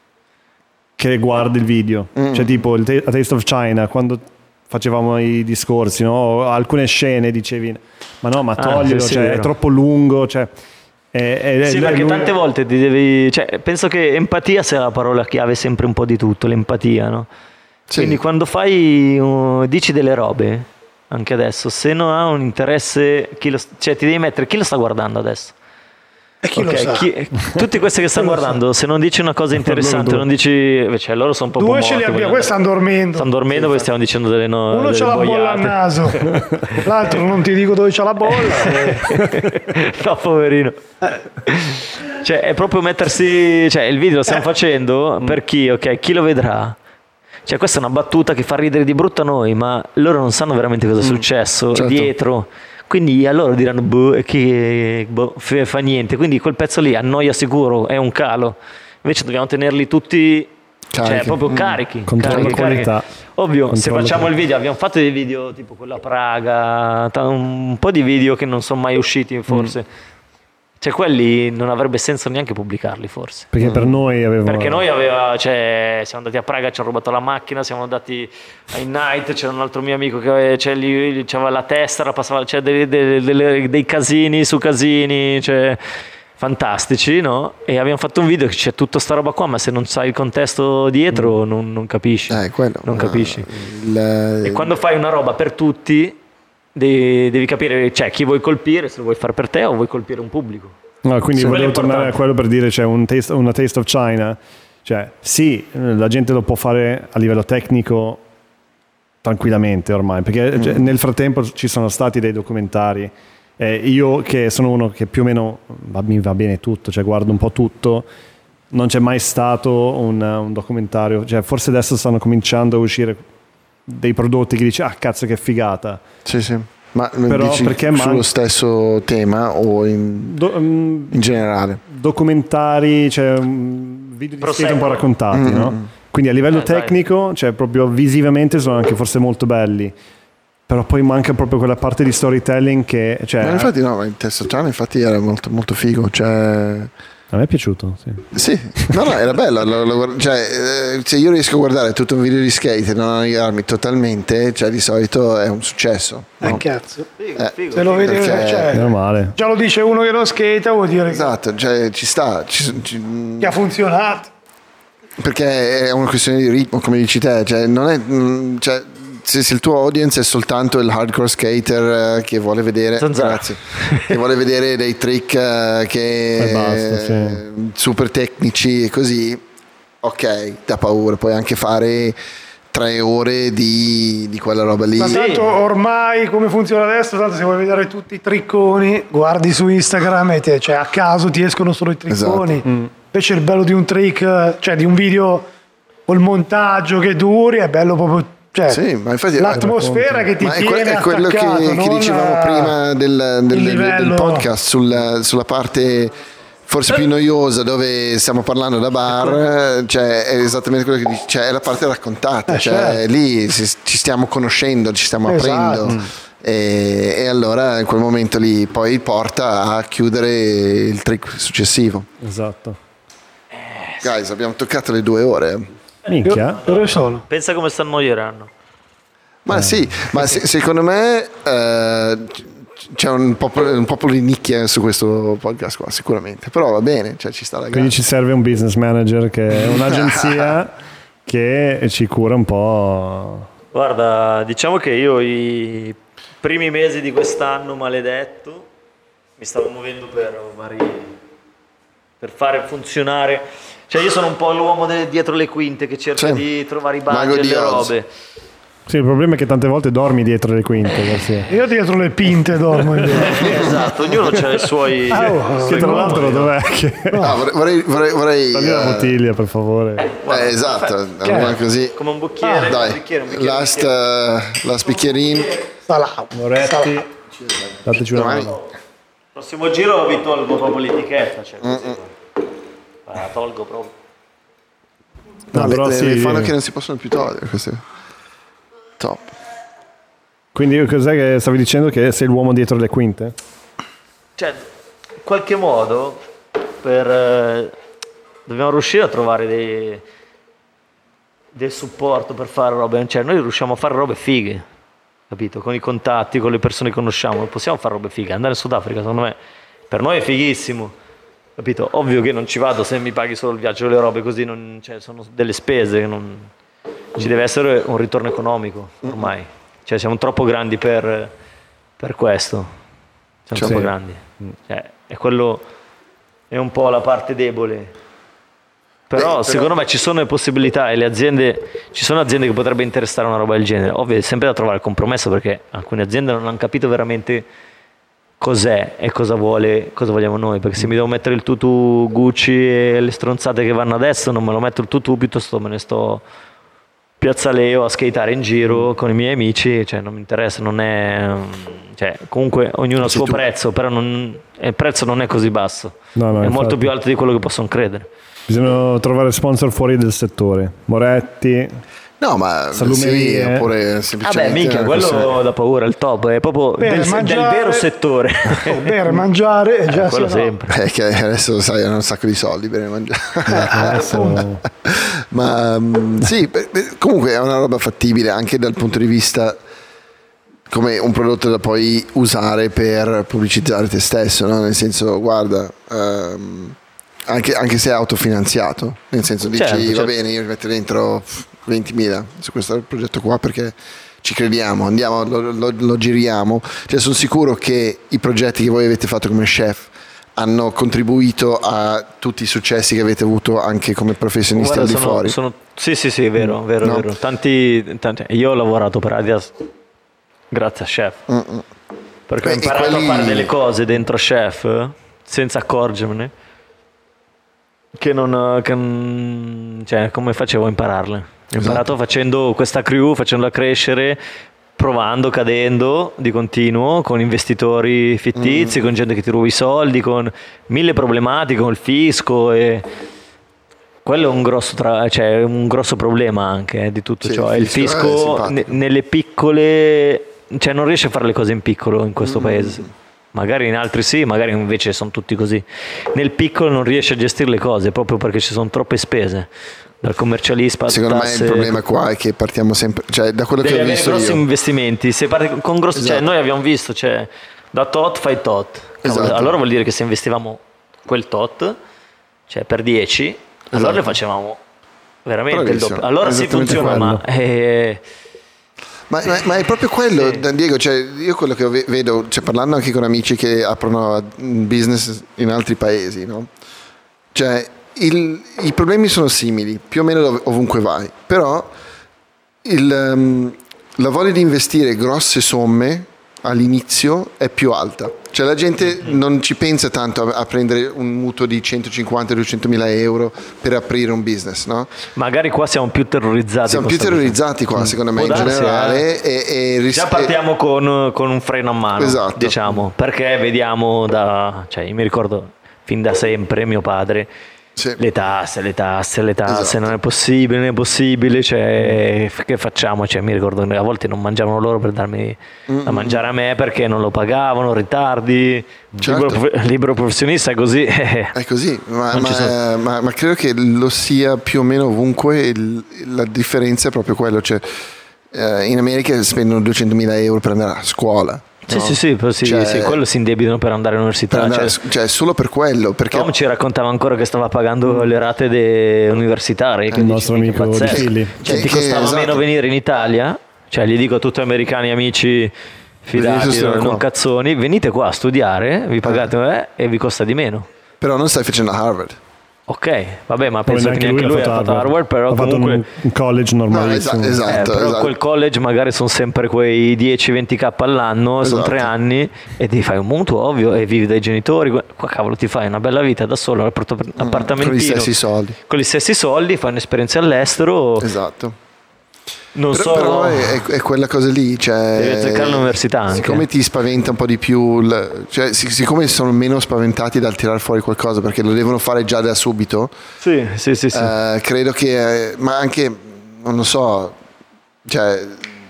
che guarda il video. Mm. Cioè tipo il Ta- a Taste of China, quando facevamo i discorsi, no? Alcune scene dicevi ma no, ma Ah, toglilo, sì, sì, cioè, è vero. troppo lungo, cioè, è- è- Sì, è- perché lui- tante volte ti devi... Cioè, penso che empatia sia la parola chiave sempre un po' di tutto, l'empatia, no? Sì. Quindi quando fai, uh, dici delle robe, anche adesso, se non ha un interesse, chi lo, cioè ti devi mettere, chi lo sta guardando adesso? E chi Ok, lo sa? chi- tutti questi che stanno Chi lo sa? guardando, se non dici una cosa interessante, due. non dici... Cioè, loro sono un po' Due ce li morti, abbiamo, vogliono- questi stanno dormendo. Stanno dormendo, poi stiamo dicendo delle no, Uno delle c'ha la bolla al boiate. naso, l'altro non ti dico dove c'ha la bolla. No, poverino. Cioè, è proprio mettersi... Cioè, il video lo stiamo facendo per chi, ok? Chi lo vedrà? Cioè, questa è una battuta che fa ridere di brutto a noi, ma loro non sanno veramente cosa è successo certo. dietro. Quindi a loro diranno, boh, e chi boh, f- fa niente. Quindi quel pezzo lì annoia sicuro, è un calo. Invece dobbiamo tenerli tutti... Cioè, Carichi. proprio carichi. Controllo carichi, qualità. carichi. Ovvio, se Controllo facciamo il qualità. video, abbiamo fatto dei video tipo quello a Praga, ta- un po' di video che non sono mai usciti forse. Cioè quelli non avrebbe senso neanche pubblicarli forse. perché per noi aveva Perché noi aveva, cioè, siamo andati a Praga, ci hanno rubato la macchina, siamo andati ai Night, c'era un altro mio amico che cioè, lì, c'aveva la testa, passava, c'è dei, dei, dei, dei casini su casini, cioè, fantastici, no? E abbiamo fatto un video che c'è tutta sta roba qua, ma se non sai il contesto dietro non, non capisci. Eh, quello. Non capisci. Il- E quando fai una roba per tutti, devi, devi capire, cioè, chi vuoi colpire, se lo vuoi fare per te o vuoi colpire un pubblico. No, quindi Sì, volevo quello è tornare a importante. quello per dire, cioè, un taste, una Taste of China, cioè, sì, la gente lo può fare a livello tecnico tranquillamente ormai, perché cioè, nel frattempo ci sono stati dei documentari. Eh, io che sono uno che più o meno va, mi va bene tutto, cioè guardo un po' tutto, non c'è mai stato un, un documentario, cioè, forse adesso stanno cominciando a uscire dei prodotti che dici, ah cazzo che figata. Sì, sì. Ma Però dici perché sullo man- stesso tema o in, Do- mm, in generale? documentari, cioè mm, video di skate un po' Proseguono. raccontati, Mm. no? Quindi a livello Eh, dai. tecnico, cioè proprio visivamente sono anche forse molto belli, però poi manca proprio quella parte di storytelling che, cioè, Ma infatti no, ma in Taste of China infatti era molto, molto figo, cioè... a me è piaciuto, sì. Sì, no, no, era bello. lo- lo guard- cioè, eh, se io riesco a guardare tutto un video di skate e non annoiarmi totalmente, cioè di solito è un successo. Eh, no? cazzo. Figo, figo, Se lo figo. vedi, Perché- cioè, Meno male. già lo dice uno che non skata, vuol dire Esatto, cioè ci sta, ci- ci- che ha funzionato. perché è una questione di ritmo, come dici te, cioè non è... mm, cioè, se, se il tuo audience è soltanto il hardcore skater eh, che vuole vedere Zanzara. grazie, che vuole vedere dei trick eh, che E basta, sì. eh, super tecnici e così, ok, da paura, puoi anche fare tre ore di, di quella roba lì. Ma tanto ormai come funziona adesso, tanto se vuoi vedere tutti i tricconi, guardi su Instagram e te, cioè a caso ti escono solo i tricconi. Esatto. Mm. Invece il bello di un trick, cioè di un video o il montaggio che duri, è bello proprio. Cioè, sì, ma infatti l'atmosfera che ti ma tiene è, que- è quello che, che dicevamo prima del, del, del podcast sul, sulla parte forse più noiosa, dove stiamo parlando da bar, cioè è esattamente quello che dici, cioè è la parte raccontata, eh, cioè certo. Lì si, ci stiamo conoscendo, ci stiamo esatto. aprendo. E, e allora in quel momento lì poi porta a chiudere il trick successivo. Esatto. Guys, abbiamo toccato le due ore. Minchia. Ore solo. Pensa come stanno noieranno. Ma eh. sì, ma se, secondo me eh, c'è un popolo, un popolo di nicchia su questo podcast qua, sicuramente. Però va bene, cioè ci sta la gara. Quindi ci serve un business manager, che è un'agenzia che ci cura un po'. Guarda, diciamo che io i primi mesi di quest'anno maledetto mi stavo muovendo per vari per fare funzionare, cioè io sono un po' l'uomo de- dietro le quinte che cerca sì. di trovare i budget e le robe. Sì, il problema è che tante volte dormi dietro le quinte. Sì. Io dietro le pinte dormo. Esatto, ognuno ha i suoi. Ah, oh, che tra l'altro dov'è? Che... No, vorrei. vorrei, vorrei Togli uh... la bottiglia, per favore. Eh, guarda, eh, esatto, allora così. Come un bicchiere. Ah, dai, un bicchiere, un bicchiere, last, uh, last bicchierino. Moretti, dateci una mano. Prossimo giro vi tolgo proprio l'etichetta. Cioè, la tolgo proprio. No, no, le, sì, le fanno che non si possono più togliere queste. Top. Quindi cos'è che stavi dicendo, che sei l'uomo dietro le quinte? Cioè, in qualche modo per eh, dobbiamo riuscire a trovare dei del supporto per fare robe, cioè noi riusciamo a fare robe fighe, capito? Con i contatti, con le persone che conosciamo, possiamo fare robe fighe. Andare in Sudafrica, secondo me, per noi è fighissimo, capito? Ovvio che non ci vado se mi paghi solo il viaggio e le robe, così non, cioè, sono delle spese che non... Ci deve essere un ritorno economico ormai, cioè siamo troppo grandi per, per questo, siamo cioè, troppo sì. grandi, cioè, è quello è un po' la parte debole, però, Beh, secondo però... me ci sono le possibilità e le aziende, ci sono aziende che potrebbe interessare una roba del genere, ovvio è sempre da trovare il compromesso, perché alcune aziende non hanno capito veramente cos'è e cosa vuole, cosa vogliamo noi, perché se mi devo mettere il tutù Gucci e le stronzate che vanno adesso, non me lo metto il tutù, piuttosto me ne sto Piazza Leo a skateare in giro con i miei amici, cioè non mi interessa, non è, cioè comunque ognuno ha il suo tu. prezzo, però non, il prezzo non è così basso, no, no, è infatti. molto più alto di quello che possono credere. Bisogna trovare sponsor fuori del settore, Moretti. No, ma sì, oppure semplicemente. Vabbè, mica, quello cosa... da paura, il top, è proprio del, mangiare, del vero settore. Oh, bere, mangiare, è già eh, quello sempre. No. Eh, che adesso sai, hanno un sacco di soldi per mangiare. Adesso... ma sì, comunque è una roba fattibile anche dal punto di vista come un prodotto da poi usare per pubblicizzare te stesso, no? Nel senso, guarda, um, anche, anche se è autofinanziato, nel senso dici, certo, va certo. bene, io mi metto dentro ventimila su questo progetto qua perché ci crediamo, andiamo, lo, lo, lo giriamo, cioè sono sicuro che i progetti che voi avete fatto come chef hanno contribuito a tutti i successi che avete avuto anche come professionisti Guarda, al di sono, fuori. Sono, sì sì sì, vero, vero, no? vero. Tanti, tanti, io ho lavorato per Adidas grazie a Chef, Mm-mm. perché Beh, ho imparato quelli... a fare delle cose dentro Chef senza accorgermene, che non, che, cioè come facevo a impararle. Ho imparato esatto. facendo questa crew, facendola crescere, provando, cadendo di continuo, con investitori fittizi, mm. con gente che ti ruba i soldi, con mille problematiche, con il fisco, e quello è un grosso, tra... cioè, un grosso problema anche eh, di tutto sì, ciò. Il fisco, il fisco eh, n- nelle piccole, cioè non riesce a fare le cose in piccolo in questo mm. paese. Magari in altri sì, magari invece sono tutti così. Nel piccolo non riesce a gestire le cose proprio perché ci sono troppe spese. Dal commercialista, secondo tasse, me il problema qua è che partiamo sempre, cioè da quello che ho visto grossi io. investimenti, se parti con grossi, esatto. cioè noi abbiamo visto, cioè da tot fai tot, esatto. allora vuol dire che se investivamo quel tot, cioè per dieci, esatto. allora ne facevamo veramente Bravissimo. il doppio. Allora si funziona, ma, eh, ma, ma, ma è proprio quello, sì. Diego, cioè io quello che vedo, cioè parlando anche con amici che aprono business in altri paesi, no? Cioè Il, i problemi sono simili più o meno ovunque vai, però il, um, la voglia di investire grosse somme all'inizio è più alta. Cioè la gente non ci pensa tanto a, a prendere un mutuo di centocinquanta duecentomila euro per aprire un business, no? Magari qua siamo più terrorizzati. Siamo più terrorizzati qua, secondo me, in generale. Eh. E, e ris- Già partiamo con, con un freno a mano, esatto. diciamo, perché vediamo da... Cioè, io mi ricordo fin da sempre mio padre... Sì. Le tasse, le tasse, le tasse, esatto. non è possibile, non è possibile, cioè, che facciamo? Cioè, mi ricordo che a volte non mangiavano loro per darmi mm-hmm. da mangiare a me perché non lo pagavano, ritardi, certo. libero, libero professionista è così. È così, ma, ma, ma, ma credo che lo sia più o meno ovunque, il, la differenza è proprio quello, cioè eh, in America spendono duecentomila euro per andare a scuola. Sì, no? sì, sì, sì, cioè, sì, quello si indebitano per andare all'università. Per andare, cioè, cioè, solo per quello. Perché... Tom ci raccontava ancora che stava pagando le rate de- universitarie. Il nostro amico di Fili. Cioè, che, ti costava esatto. meno venire in Italia. Cioè, gli dico a tutti gli americani amici fidati, non, non cazzoni, venite qua a studiare, vi pagate eh. eh, e vi costa di meno. Però non stai facendo Harvard. Ok, vabbè, ma penso che neanche lui, lui ha fatto Harvard, Harvard però ha comunque fatto un college normalissimo. No, esatto, eh, però esatto. quel college magari sono sempre quei dieci venti k all'anno, esatto. sono tre anni e ti fai un mutuo, ovvio, e vivi dai genitori. Qua cavolo, ti fai una bella vita da solo, appartamentino, con gli stessi soldi. Con gli stessi soldi, fai un'esperienza all'estero. Esatto. Non però, so, però è, è quella cosa lì, cioè, devi azzeccare l'università anche. Siccome ti spaventa un po' di più, cioè, sic- siccome sono meno spaventati dal tirare fuori qualcosa perché lo devono fare già da subito, sì, sì, sì, sì. Eh, credo che, ma anche, non lo so, cioè,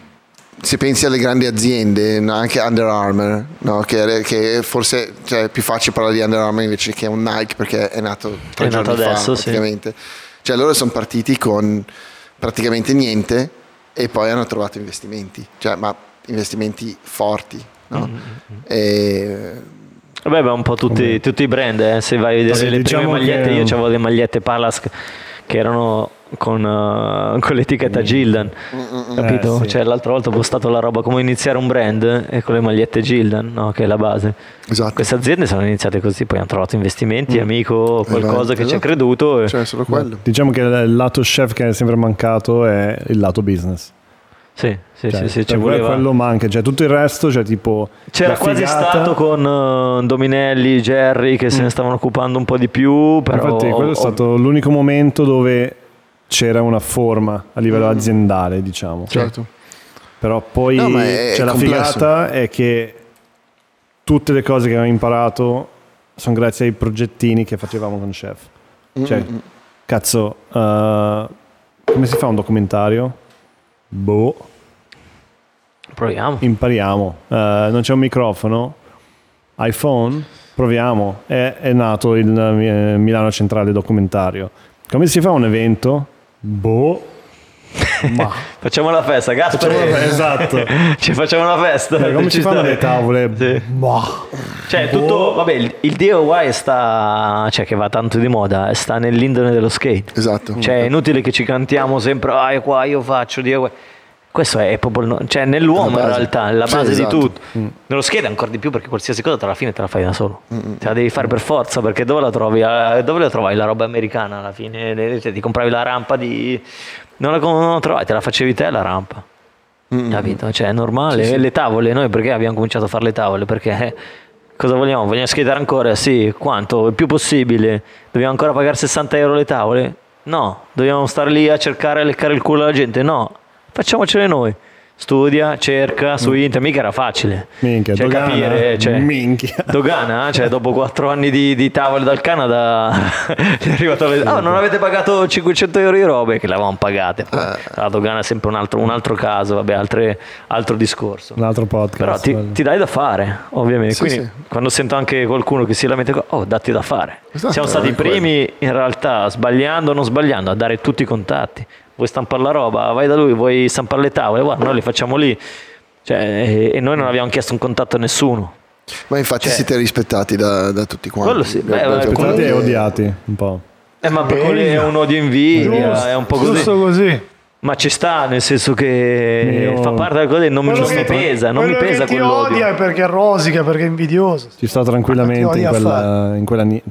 se pensi alle grandi aziende, no? Anche Under Armour, no? che, che forse cioè, è più facile parlare di Under Armour invece che un Nike perché è nato tre è giorni nato fa adesso, praticamente. Sì. Cioè loro sono partiti con praticamente niente e poi hanno trovato investimenti, cioè, ma investimenti forti, no? Mm-hmm. E... Vabbè, ma un po' tutti, tutti i brand, eh. Se vai a vedere sì, le diciamo prime magliette, che... io avevo le magliette Palace che erano con, uh, con l'etichetta Gildan, mm-hmm. capito? Eh, sì. Cioè l'altra volta ho postato la roba come iniziare un brand e con le magliette Gildan, no? Che è la base. Esatto. Queste aziende sono iniziate così, poi hanno trovato investimenti, mm. amico, qualcosa esatto. che esatto. ci ha creduto. E... Cioè solo quello. Diciamo che il lato chef che è sempre mancato è il lato business. Sì, sì, cioè, sì, sì, cioè, ci voleva. Quello manca, cioè tutto il resto, cioè tipo c'era quasi figata. Stato con uh, Dominelli, Jerry che mm. se ne stavano occupando un po' di più, però infatti quello è stato l'unico momento dove c'era una forma a livello mm. aziendale, diciamo. Certo. Però poi no, è, cioè, è la figata è che tutte le cose che abbiamo imparato sono grazie ai progettini che facevamo con Chef. Cioè, mm. cazzo, uh, come si fa un documentario? Boh. Proviamo. Impariamo. Uh, non c'è un microfono? iPhone? Proviamo. È, è nato il uh, Milano Centrale Documentario. Come si fa un evento? Boh. Ma. Facciamo la festa, Gaspare. Facciamo la esatto. Ci facciamo una festa. Eh, come ci fanno le tavole? Sì. Ma. Cioè, tutto, vabbè, il, il D I Y sta, cioè, che va tanto di moda, sta nell'indole dello skate. Esatto. Cioè, è inutile che ci cantiamo sempre, ah, io qua, io faccio, D I Y. Questo è proprio, cioè, nell'uomo in realtà, è la base sì, esatto. di tutto. Mm. Nello skate ancora di più perché qualsiasi cosa alla fine te la fai da solo. Mm. Te la devi fare per forza perché dove la trovi? Dove la trovavi la roba americana alla fine? Ti compravi la rampa di... Non la, non la trovavi, te la facevi te la rampa. Mm. Capito? Cioè è normale. Sì, sì. Le tavole, noi perché abbiamo cominciato a fare le tavole? Perché eh, cosa vogliamo? Vogliamo skateare ancora? Sì, quanto? Il più possibile. Dobbiamo ancora pagare sessanta euro le tavole? No. Dobbiamo stare lì a cercare a leccare il culo alla gente? No. Facciamocele noi. Studia, cerca su internet, mica era facile. Minchia, cioè, dogana, capire, cioè, minchia. Dogana, cioè dopo quattro anni di, di tavole dal Canada è arrivato a vedere, oh, non avete pagato cinquecento euro di robe, che le avevamo pagate. Poi, la dogana è sempre un altro, un altro caso, vabbè, altre, altro discorso. Un altro podcast. Però ti, ti dai da fare, ovviamente. Sì, quindi sì. Quando sento anche qualcuno che si lamenta, oh, datti da fare. Esatto, siamo stati i primi quello. In realtà, sbagliando o non sbagliando, a dare tutti i contatti. Vuoi stampare la roba, vai da lui, vuoi stampare le tavole, guarda, noi le facciamo lì, cioè, e, e noi non abbiamo chiesto un contatto a nessuno. Ma infatti cioè, siete rispettati da, da tutti quanti. Quello sì, beh, rispettati comunque... e odiati un po'. Eh, ma perché è un odio invidia, giusto, è un po' così. Giusto così. Ma ci sta, nel senso che Io... fa parte della cosa, non, non mi pesa, non mi pesa quell'odio. Quello che ti odia è perché è rosica, perché è invidioso. Ci sta tranquillamente in quella, in quella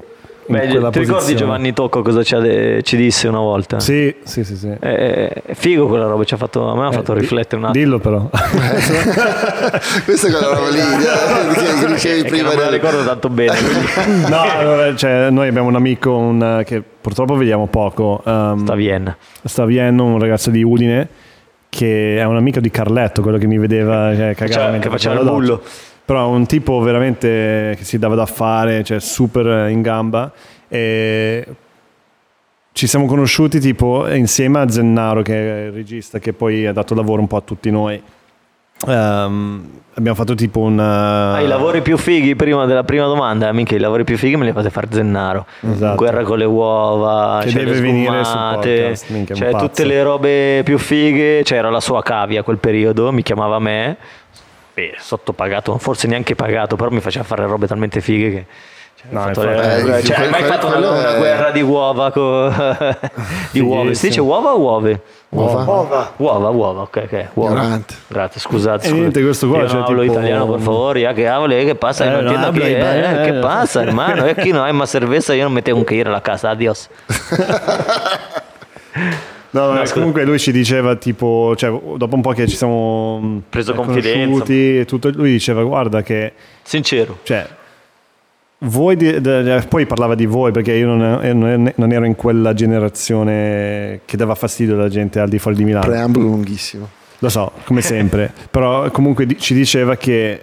Beh, ti posizione. ricordi Giovanni Tocco cosa ci, de- ci disse una volta? Sì, sì, sì, sì. È, è figo quella roba, ci ha fatto, a me ha fatto eh, riflettere un attimo. Dillo però. Questa è quella roba lì che dicevi prima. Non me la ricordo tanto bene. No, cioè, noi abbiamo un amico un, che purtroppo vediamo poco. Um, sta a Vienna. Sta a Vienna, un ragazzo di Udine, che è un amico di Carletto, quello che mi vedeva, cioè, cagava cioè, che faceva il bullo. Però un tipo veramente che si dava da fare, cioè super in gamba. E ci siamo conosciuti tipo insieme a Zennaro, che è il regista che poi ha dato lavoro un po' a tutti noi. Um, abbiamo fatto tipo un ah, i lavori più fighi prima della prima domanda, mica i lavori più fighi me li fate fare Zennaro. Esatto. Guerra con le uova, che cioè deve le venire sul podcast, minchia, cioè tutte le robe più fighe. C'era la sua cavia a quel periodo, mi chiamava me, beh, sottopagato, forse neanche pagato, però mi faceva fare robe talmente fighe che cioè, no, fatto le, eh, cioè, hai mai fatto una, una è... guerra di uova con di uova, si dice uova o uove? Uova. Uova. Uova, uova, ok, ok. Uova. Grazie, scusate. E niente, questo qua io cioè, non hablo tipo... italiano, per favore, ya que hable, ¿qué pasa? Eh, no no, entiendo habla, qué, eh, eh, eh, ¿qué pasa, hermano? Es que no hay más cerveza, yo no me tengo que ir a la casa, adiós. No, no, comunque lui ci diceva tipo, cioè, dopo un po' che ci siamo preso confidenza e tutto, lui diceva guarda che sincero, cioè voi di, de, poi parlava di voi perché io non, non ero in quella generazione che dava fastidio alla gente al di fuori di Milano. Preambolo lunghissimo, lo so, come sempre. Però comunque ci diceva che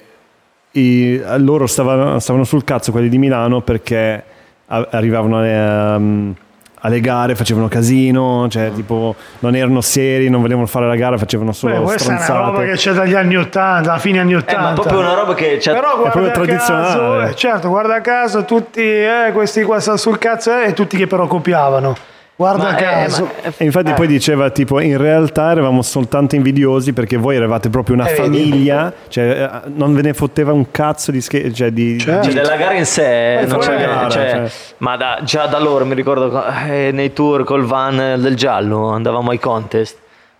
i, loro stavano, stavano sul cazzo quelli di Milano perché arrivavano a, um, alle gare, facevano casino, cioè tipo non erano seri, non volevano fare la gara, facevano solo Beh, questa stronzate. È una roba che c'è dagli anni ottanta, alla fine anni ottanta. Eh, ma proprio una roba che c'è. Però guarda è proprio tradizionale. Caso, eh, certo, guarda caso, tutti eh, questi qua stanno sul cazzo eh, e tutti che però copiavano. Guarda ma caso. È, ma... E infatti eh. poi diceva tipo in realtà eravamo soltanto invidiosi perché voi eravate proprio una eh, famiglia, cioè non ve ne fotteva un cazzo di sch- cioè di, certo. di... Cioè, della gara in sé eh, non c'è gara, cioè, cioè. Ma da, già da loro mi ricordo eh, nei tour col van del giallo andavamo ai contest.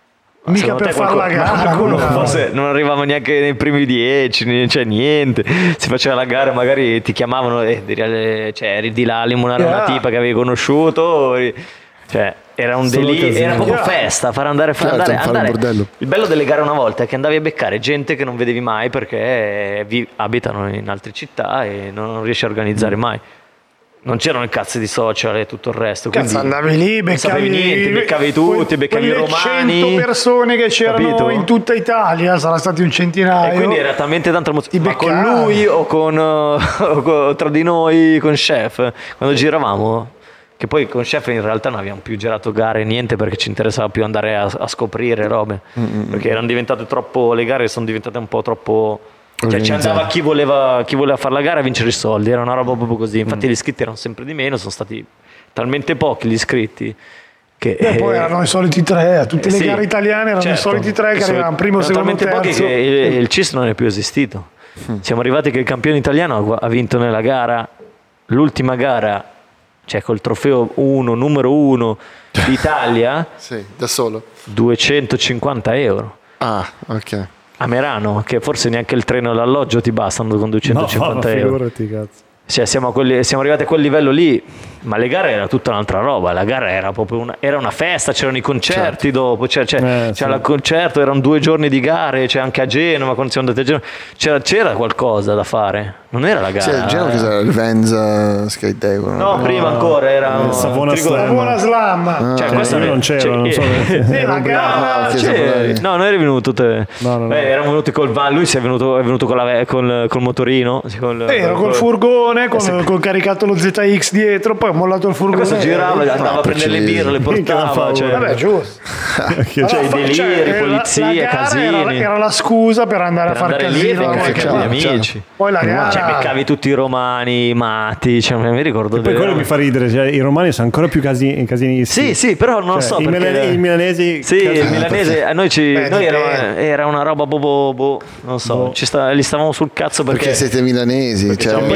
Mica per fare la gara, qualcuno forse non arrivava neanche nei primi dieci, cioè niente, si faceva la gara, magari ti chiamavano e eh, cioè, eri di là a limonare yeah. una tipa che avevi conosciuto, cioè era un delirio, era proprio yeah. festa, far andare, far certo, andare, andare. Il bello delle gare una volta è che andavi a beccare gente che non vedevi mai perché vi, abitano in altre città e non riesci a organizzare mm. mai. Non c'erano i cazzi di social e tutto il resto. Cazzo, andavi lì, beccavi, non sapevi niente, beccavi tutti, beccavi i romani. cento persone che c'erano capito? In tutta Italia, sarà stati un centinaio. E quindi era talmente tanta emozione. Ma con lui o con, o con tra di noi, con Chef, quando giravamo, che poi con Chef in realtà non abbiamo più girato gare, niente, perché ci interessava più andare a, a scoprire robe. Mm-hmm. Perché erano diventate troppo, le gare sono diventate un po' troppo... Cioè ci andava chi voleva, chi voleva fare la gara a vincere i soldi, era una roba proprio così. Infatti mm. gli iscritti erano sempre di meno, sono stati talmente pochi gli iscritti che e poi erano i soliti tre, a tutte le sì, gare italiane erano certo, i soliti tre che arrivavano primo, secondo, terzo. Talmente pochi che il, il C I S non è più esistito. Mm. Siamo arrivati che il campione italiano ha vinto nella gara, l'ultima gara, cioè col trofeo uno, numero uno d'Italia. Sì, da solo. duecentocinquanta euro. Ah, ok. A Merano, che forse neanche il treno e l'alloggio ti bastano con duecentocinquanta no, euro. Figurati, cazzo. Cioè, siamo, a quelli, siamo arrivati a quel livello lì, ma le gare era tutta un'altra roba. La gara era proprio una, era una festa, c'erano i concerti certo. dopo, cioè, cioè, eh, c'era sì. il concerto, erano due giorni di gare, c'è anche a Genova, quando siamo andati a Genova, c'era, c'era qualcosa da fare, non era la gara. Sì, a Genova cos'era? Il Venza Skate Day? No, no, prima ancora era il Savona Slam. Savona Slam. Ah, cioè, questo non c'era, cioè, non so. Sì, la gara. No, cioè, no, non eri venuto te. No, no, Beh, no. eravamo venuti col van, lui si è venuto, è venuto con la, col, col motorino. Col, eh, ero col, col furgone, con, col caricato lo Z X dietro, poi ho mollato il furgone. Questo girava, andava a prendere le birre, le portava. Cioè, vabbè, giusto. Cioè, i deliri, polizie, casini. Era la scusa per andare a far casino con gli amici. Poi la gara. Cioè, beccavi tutti i romani, i matti, cioè, mi ricordo. E poi quello mi fa ridere, cioè, i romani sono ancora più casini, casinisti. Sì, sì, però non cioè, so. I, perché... milane- i milanesi. Sì, cazzo, il milanese, a noi, ci, Beh, noi era, era una roba boh, boh, boh non so, boh. Ci sta, li stavamo sul cazzo perché. Perché siete milanesi. Perché cioè, c'era un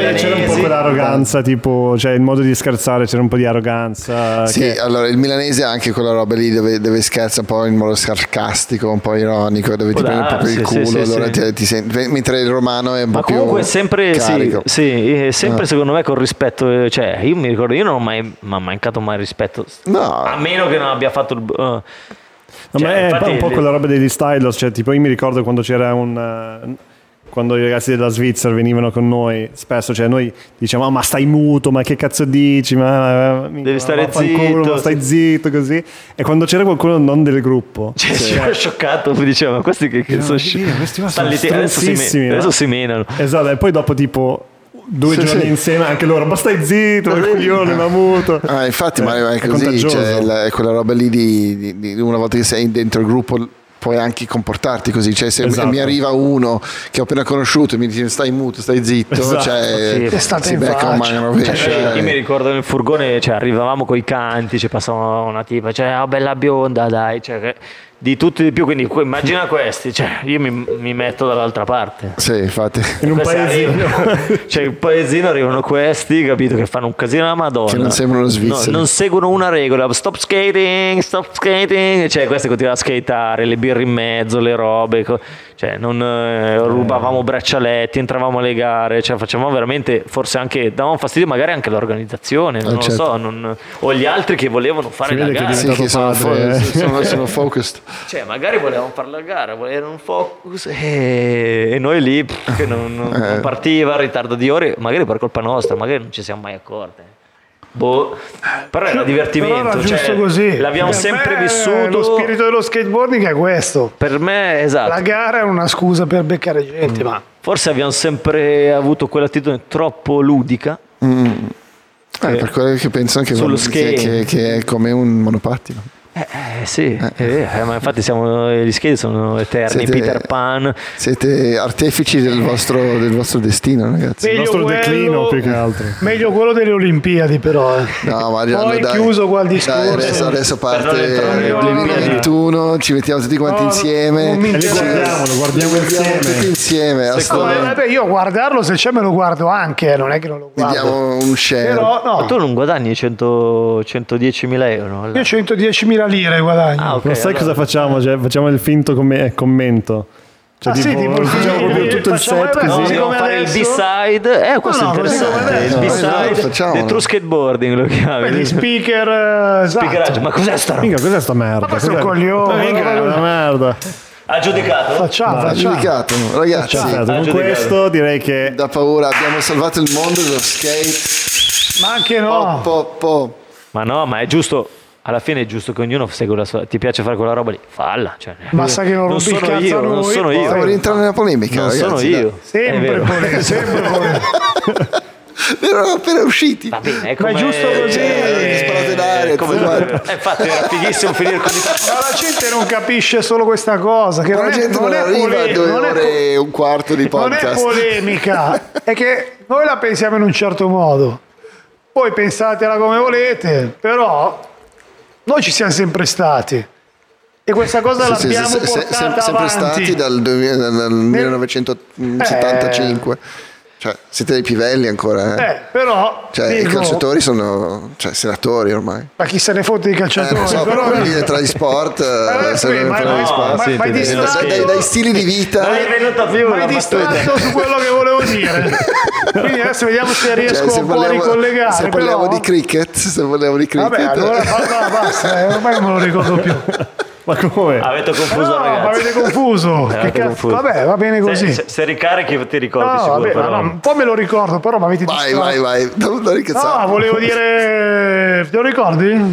un po' quell'arroganza, tipo, cioè il modo di scherzare, c'era un po' di arroganza. Sì, che... allora il milanese ha anche quella roba lì dove, dove scherza un po' in modo sarcastico, un po' ironico, dove ti prende un po' per il culo, sì, allora sì, ti, ti senti, mentre il romano è un ma po' più comunque sempre, carico. Sì, sì, sempre ah. secondo me con rispetto, cioè io mi ricordo, io non ho mai, mi ha mancato mai rispetto, no. a meno che non abbia fatto il... Uh, No, cioè, ma è un po' le... quella roba degli stylos, cioè tipo io mi ricordo quando c'era un uh, quando i ragazzi della Svizzera venivano con noi spesso, cioè noi diciamo oh, ma stai muto, ma che cazzo dici, ma, ma devi stare ma zitto, culo, ma stai zitto così, e quando c'era qualcuno non del gruppo cioè, sì. Ero scioccato, mi diceva ma questi che, che no, sono io, questi sono adesso, si, no? adesso si menano, esatto, e poi dopo tipo due sì, giorni sì. insieme anche loro, ma stai zitto, il coglione, ma muto. Ah, infatti, eh, ma è, è così, cioè, la, è quella roba lì di, di, di una volta che sei dentro il gruppo puoi anche comportarti così, cioè se esatto. mi arriva uno che ho appena conosciuto e mi dice stai muto, stai zitto, esatto. cioè, sì. si becca un mano, cioè, io mi ricordo nel furgone, cioè arrivavamo coi canti, ci passava una tipa, cioè oh, bella bionda, dai, cioè, di tutto e di più, quindi immagina questi, cioè io mi, mi metto dall'altra parte. Sì, infatti. In un paesino. Cioè in paesino arrivano questi, capito, che fanno un casino alla Madonna. Che non sembrano svizzeri. No, non seguono una regola, stop skating, stop skating, cioè questi continuano a skateare, le birre in mezzo, le robe, cioè non eh, rubavamo braccialetti, entravamo alle gare, cioè facevamo veramente, forse anche, davamo fastidio magari anche all'organizzazione, non eh, certo. lo so, non, o gli altri che volevano fare la gara. Sì, che sono, padre, fo- sono, sono focused. Cioè magari volevamo fare la gara, volevano un focus e, e noi lì pff, che non, non, eh. non partiva, ritardo di ore, magari per colpa nostra, magari non ci siamo mai accorti. Boh, però era divertimento, però era cioè, giusto così. L'abbiamo per sempre me, vissuto. Lo spirito dello skateboarding è questo. Per me, esatto. La gara è una scusa per beccare gente, mm. ma forse abbiamo sempre avuto quell'attitudine troppo ludica. Mm. Eh, per quello che pensano che, che, che, che è come un monopattino. Eh, eh sì, eh. Eh, ma infatti siamo, gli skate sono eterni, siete, Peter Pan. Siete artefici del vostro, del vostro destino, ragazzi. Meglio il nostro quello, declino più che altro. Meglio quello delle Olimpiadi, però. Eh. No, ma poi dai, chiuso qua il discorso. Dai, adesso, adesso parte il duemilaventuno, ci mettiamo tutti quanti no, insieme. E li guardiamo, lo guardiamo insieme. Tutti insieme. No, vabbè, io guardarlo, se c'è me lo guardo anche, non è che non lo guardo. Vediamo un share. Però, no. Ma tu non guadagni cento, centodiecimila euro? Allora. Io centodiecimila lire guadagno. Ah, okay, non sai allora. cosa facciamo? Cioè, facciamo il finto com- commento. Cioè, ah, tipo, sì, tipo facciamo proprio tutto il set no, così. dobbiamo fare il B-side. Eh, questo no, è interessante. Il B-side del true skateboarding lo chiami. Gli speaker, esatto. Ma cos'è sta roba? Minchia, cos'è sta merda? Ma questo è un coglione. Minchia, è una merda. Ha giudicato? Facciamo, ha giudicato, ragazzi. Facciamo. Con questo direi che da paura abbiamo salvato il mondo dello skate. Ma anche no. Po, po, po. Ma no, ma è giusto. Alla fine è giusto che ognuno segua la sua. Ti piace fare quella roba lì? Falla. Cioè, basta che non, non sono il io, non non sono io. Stiamo rientrando nella polemica. Non ragazzi, sono io. Sempre polemica, sempre polemica. Erano appena usciti. Va bene, è ma è giusto così. Cioè, sparate d'aria. Eh, infatti era fighissimo finire con i ma la gente non capisce solo questa cosa. Che ma non la gente non non è arriva pole- a due non ore è e un quarto di podcast. Non è polemica, è che noi la pensiamo in un certo modo. Poi pensatela come volete, però noi ci siamo sempre stati. E questa cosa sì, l'abbiamo sì, sì, portata sempre avanti. stati dal, duemila, dal millenovecentosettantacinque. Eh. Cioè, siete dei pivelli ancora, eh? eh però cioè, dico, i calciatori sono cioè, senatori ormai. Ma chi se ne fotte di calciatori? Eh, so, però tra gli sport, eh, se ne ma, no, sport. ma, Sì, ma distratto, dai, dai stili di vita. Non è venuta più ma distratto su quello che volevo dire. Quindi adesso vediamo se riesco cioè, se un vogliamo, po' a ricollegare. Se parliamo però... di cricket, se vogliamo di cricket. Vabbè, allora no, basta, eh, ormai non me lo ricordo più. Ma come? Avete confuso, no, ragazzi. Ma avete confuso. Eh, che avete cazzo? confuso. Vabbè, va bene così. Se, se, se ricarichi ti ricordi no, sicuro. Vabbè, però... no, un po' me lo ricordo, però mi avete vai, distratto. vai, vai, non, non No, volevo dire... Te lo ricordi?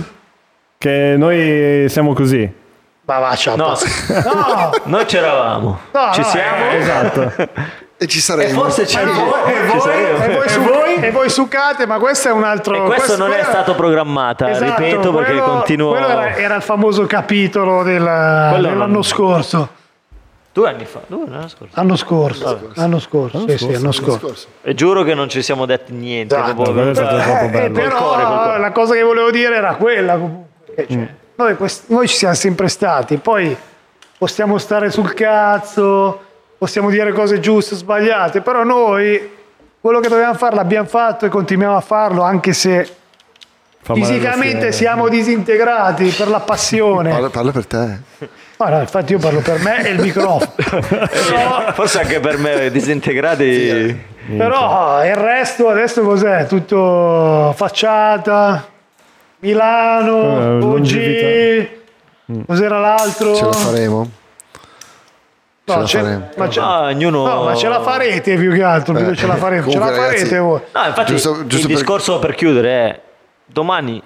Che noi siamo così. Ma va, ciao. No, no. Noi c'eravamo. No, Ci no, siamo? Eh, esatto. E ci saremo. E forse c'è e voi, e voi, e voi, su, e voi succate, ma questo è un altro. E questo, questo non è stato programmata, esatto, ripeto, perché quello, continuo. Quello era, era il famoso capitolo del, dell'anno non... scorso. Due anni fa, due l'anno scorso. Anno scorso, scorso. Anno scorso, sì, sì, anno scorso. scorso. E giuro che non ci siamo detti niente. Esatto, proprio, è stato troppo bello. Eh, però cuore, cuore. La cosa che volevo dire era quella comunque. Cioè, mm. noi, quest- noi ci siamo sempre stati, poi possiamo stare sul cazzo. Possiamo dire cose giuste o sbagliate, però noi quello che dovevamo fare l'abbiamo fatto e continuiamo a farlo, anche se Fa fisicamente siamo disintegrati per la passione. Parla, parla per te. Ah, no, infatti io parlo per me e il microfono. Però, forse anche per me disintegrati. Sì, però il resto adesso cos'è? Tutto facciata, Milano, uh, O G, mm. cos'era l'altro? Ce la faremo. No, ce la ce, faremo. Ma, ce, ah, ognuno... no, ma ce la farete più che altro, eh, ce la faremo, comunque, ce la farete ragazzi, voi. No, infatti giusto, giusto il per... discorso per chiudere è domani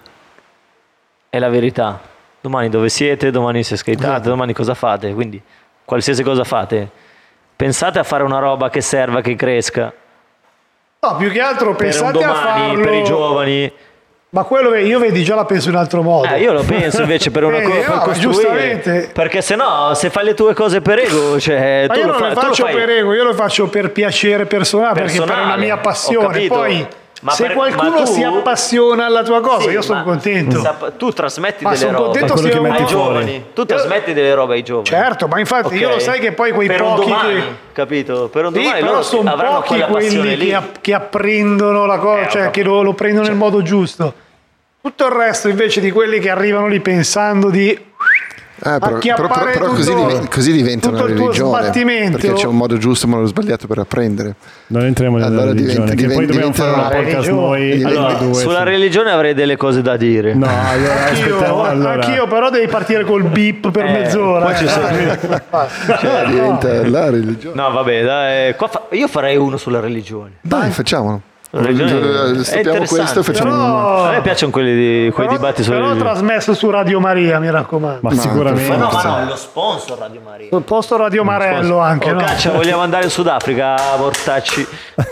è la verità. Domani dove siete, domani se skatate, domani cosa fate, quindi qualsiasi cosa fate, pensate a fare una roba che serva, che cresca. No, più che altro pensate per un domani, a farlo per i giovani. Ma quello io vedi già la penso in altro modo. Eh, io lo penso invece per una eh, cosa, no, per giustamente. Perché se no, se fai le tue cose per ego, cioè ma tu io lo non fai, lo faccio lo per ego, io lo faccio per piacere personale, personale perché per una mia passione. Poi ma se per, qualcuno tu, si appassiona alla tua cosa, sì, io sono contento. Tu trasmetti ma delle robe ai giovani. Tu trasmetti delle robe ai giovani. Certo, ma infatti okay. io lo sai che poi quei per pochi un domani, che... capito? Per un domani sì, però sono pochi quelli che, app- che apprendono la cosa, eh, cioè che lo, lo prendono cioè. nel modo giusto. Tutto il resto invece di quelli che arrivano lì pensando di Eh, però, però, però, però così, diventa, così diventa una religione, perché c'è un modo giusto e un modo sbagliato per apprendere. Non entriamo nella allora religione, diventa, che poi dobbiamo fare un podcast noi. Allora, due, sulla sì. religione avrei delle cose da dire. No, allora, anch'io, allora. anch'io però devi partire col beep per eh, mezz'ora. Poi ci sono... cioè, diventa la religione. No, vabbè, dai, qua fa... io farei uno sulla religione. Dai, dai facciamolo. Sappiamo questo, facciamo però, a me piacciono quelli di, quei però, dibattiti sulle però trasmesso su Radio Maria, mi raccomando. Ma no, sicuramente. Ma no, ma no, lo sponsor Radio Maria. Il posto Radio Marello anche, oh, no? Caccia, vogliamo andare in Sudafrica, mortacci.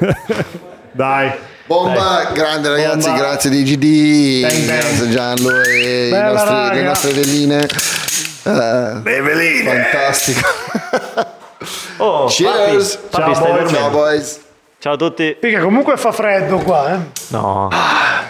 Dai. Bomba, Dai. grande ragazzi, Bomba. grazie di G D, bang, bang. grazie Gianlo e i nostri, le nostre veline. Uh, le veline. Fantastico. Oh, cheers. Papi, papi, ciao, boys. ciao boys. Ciao a tutti. Perché comunque fa freddo qua, eh? No.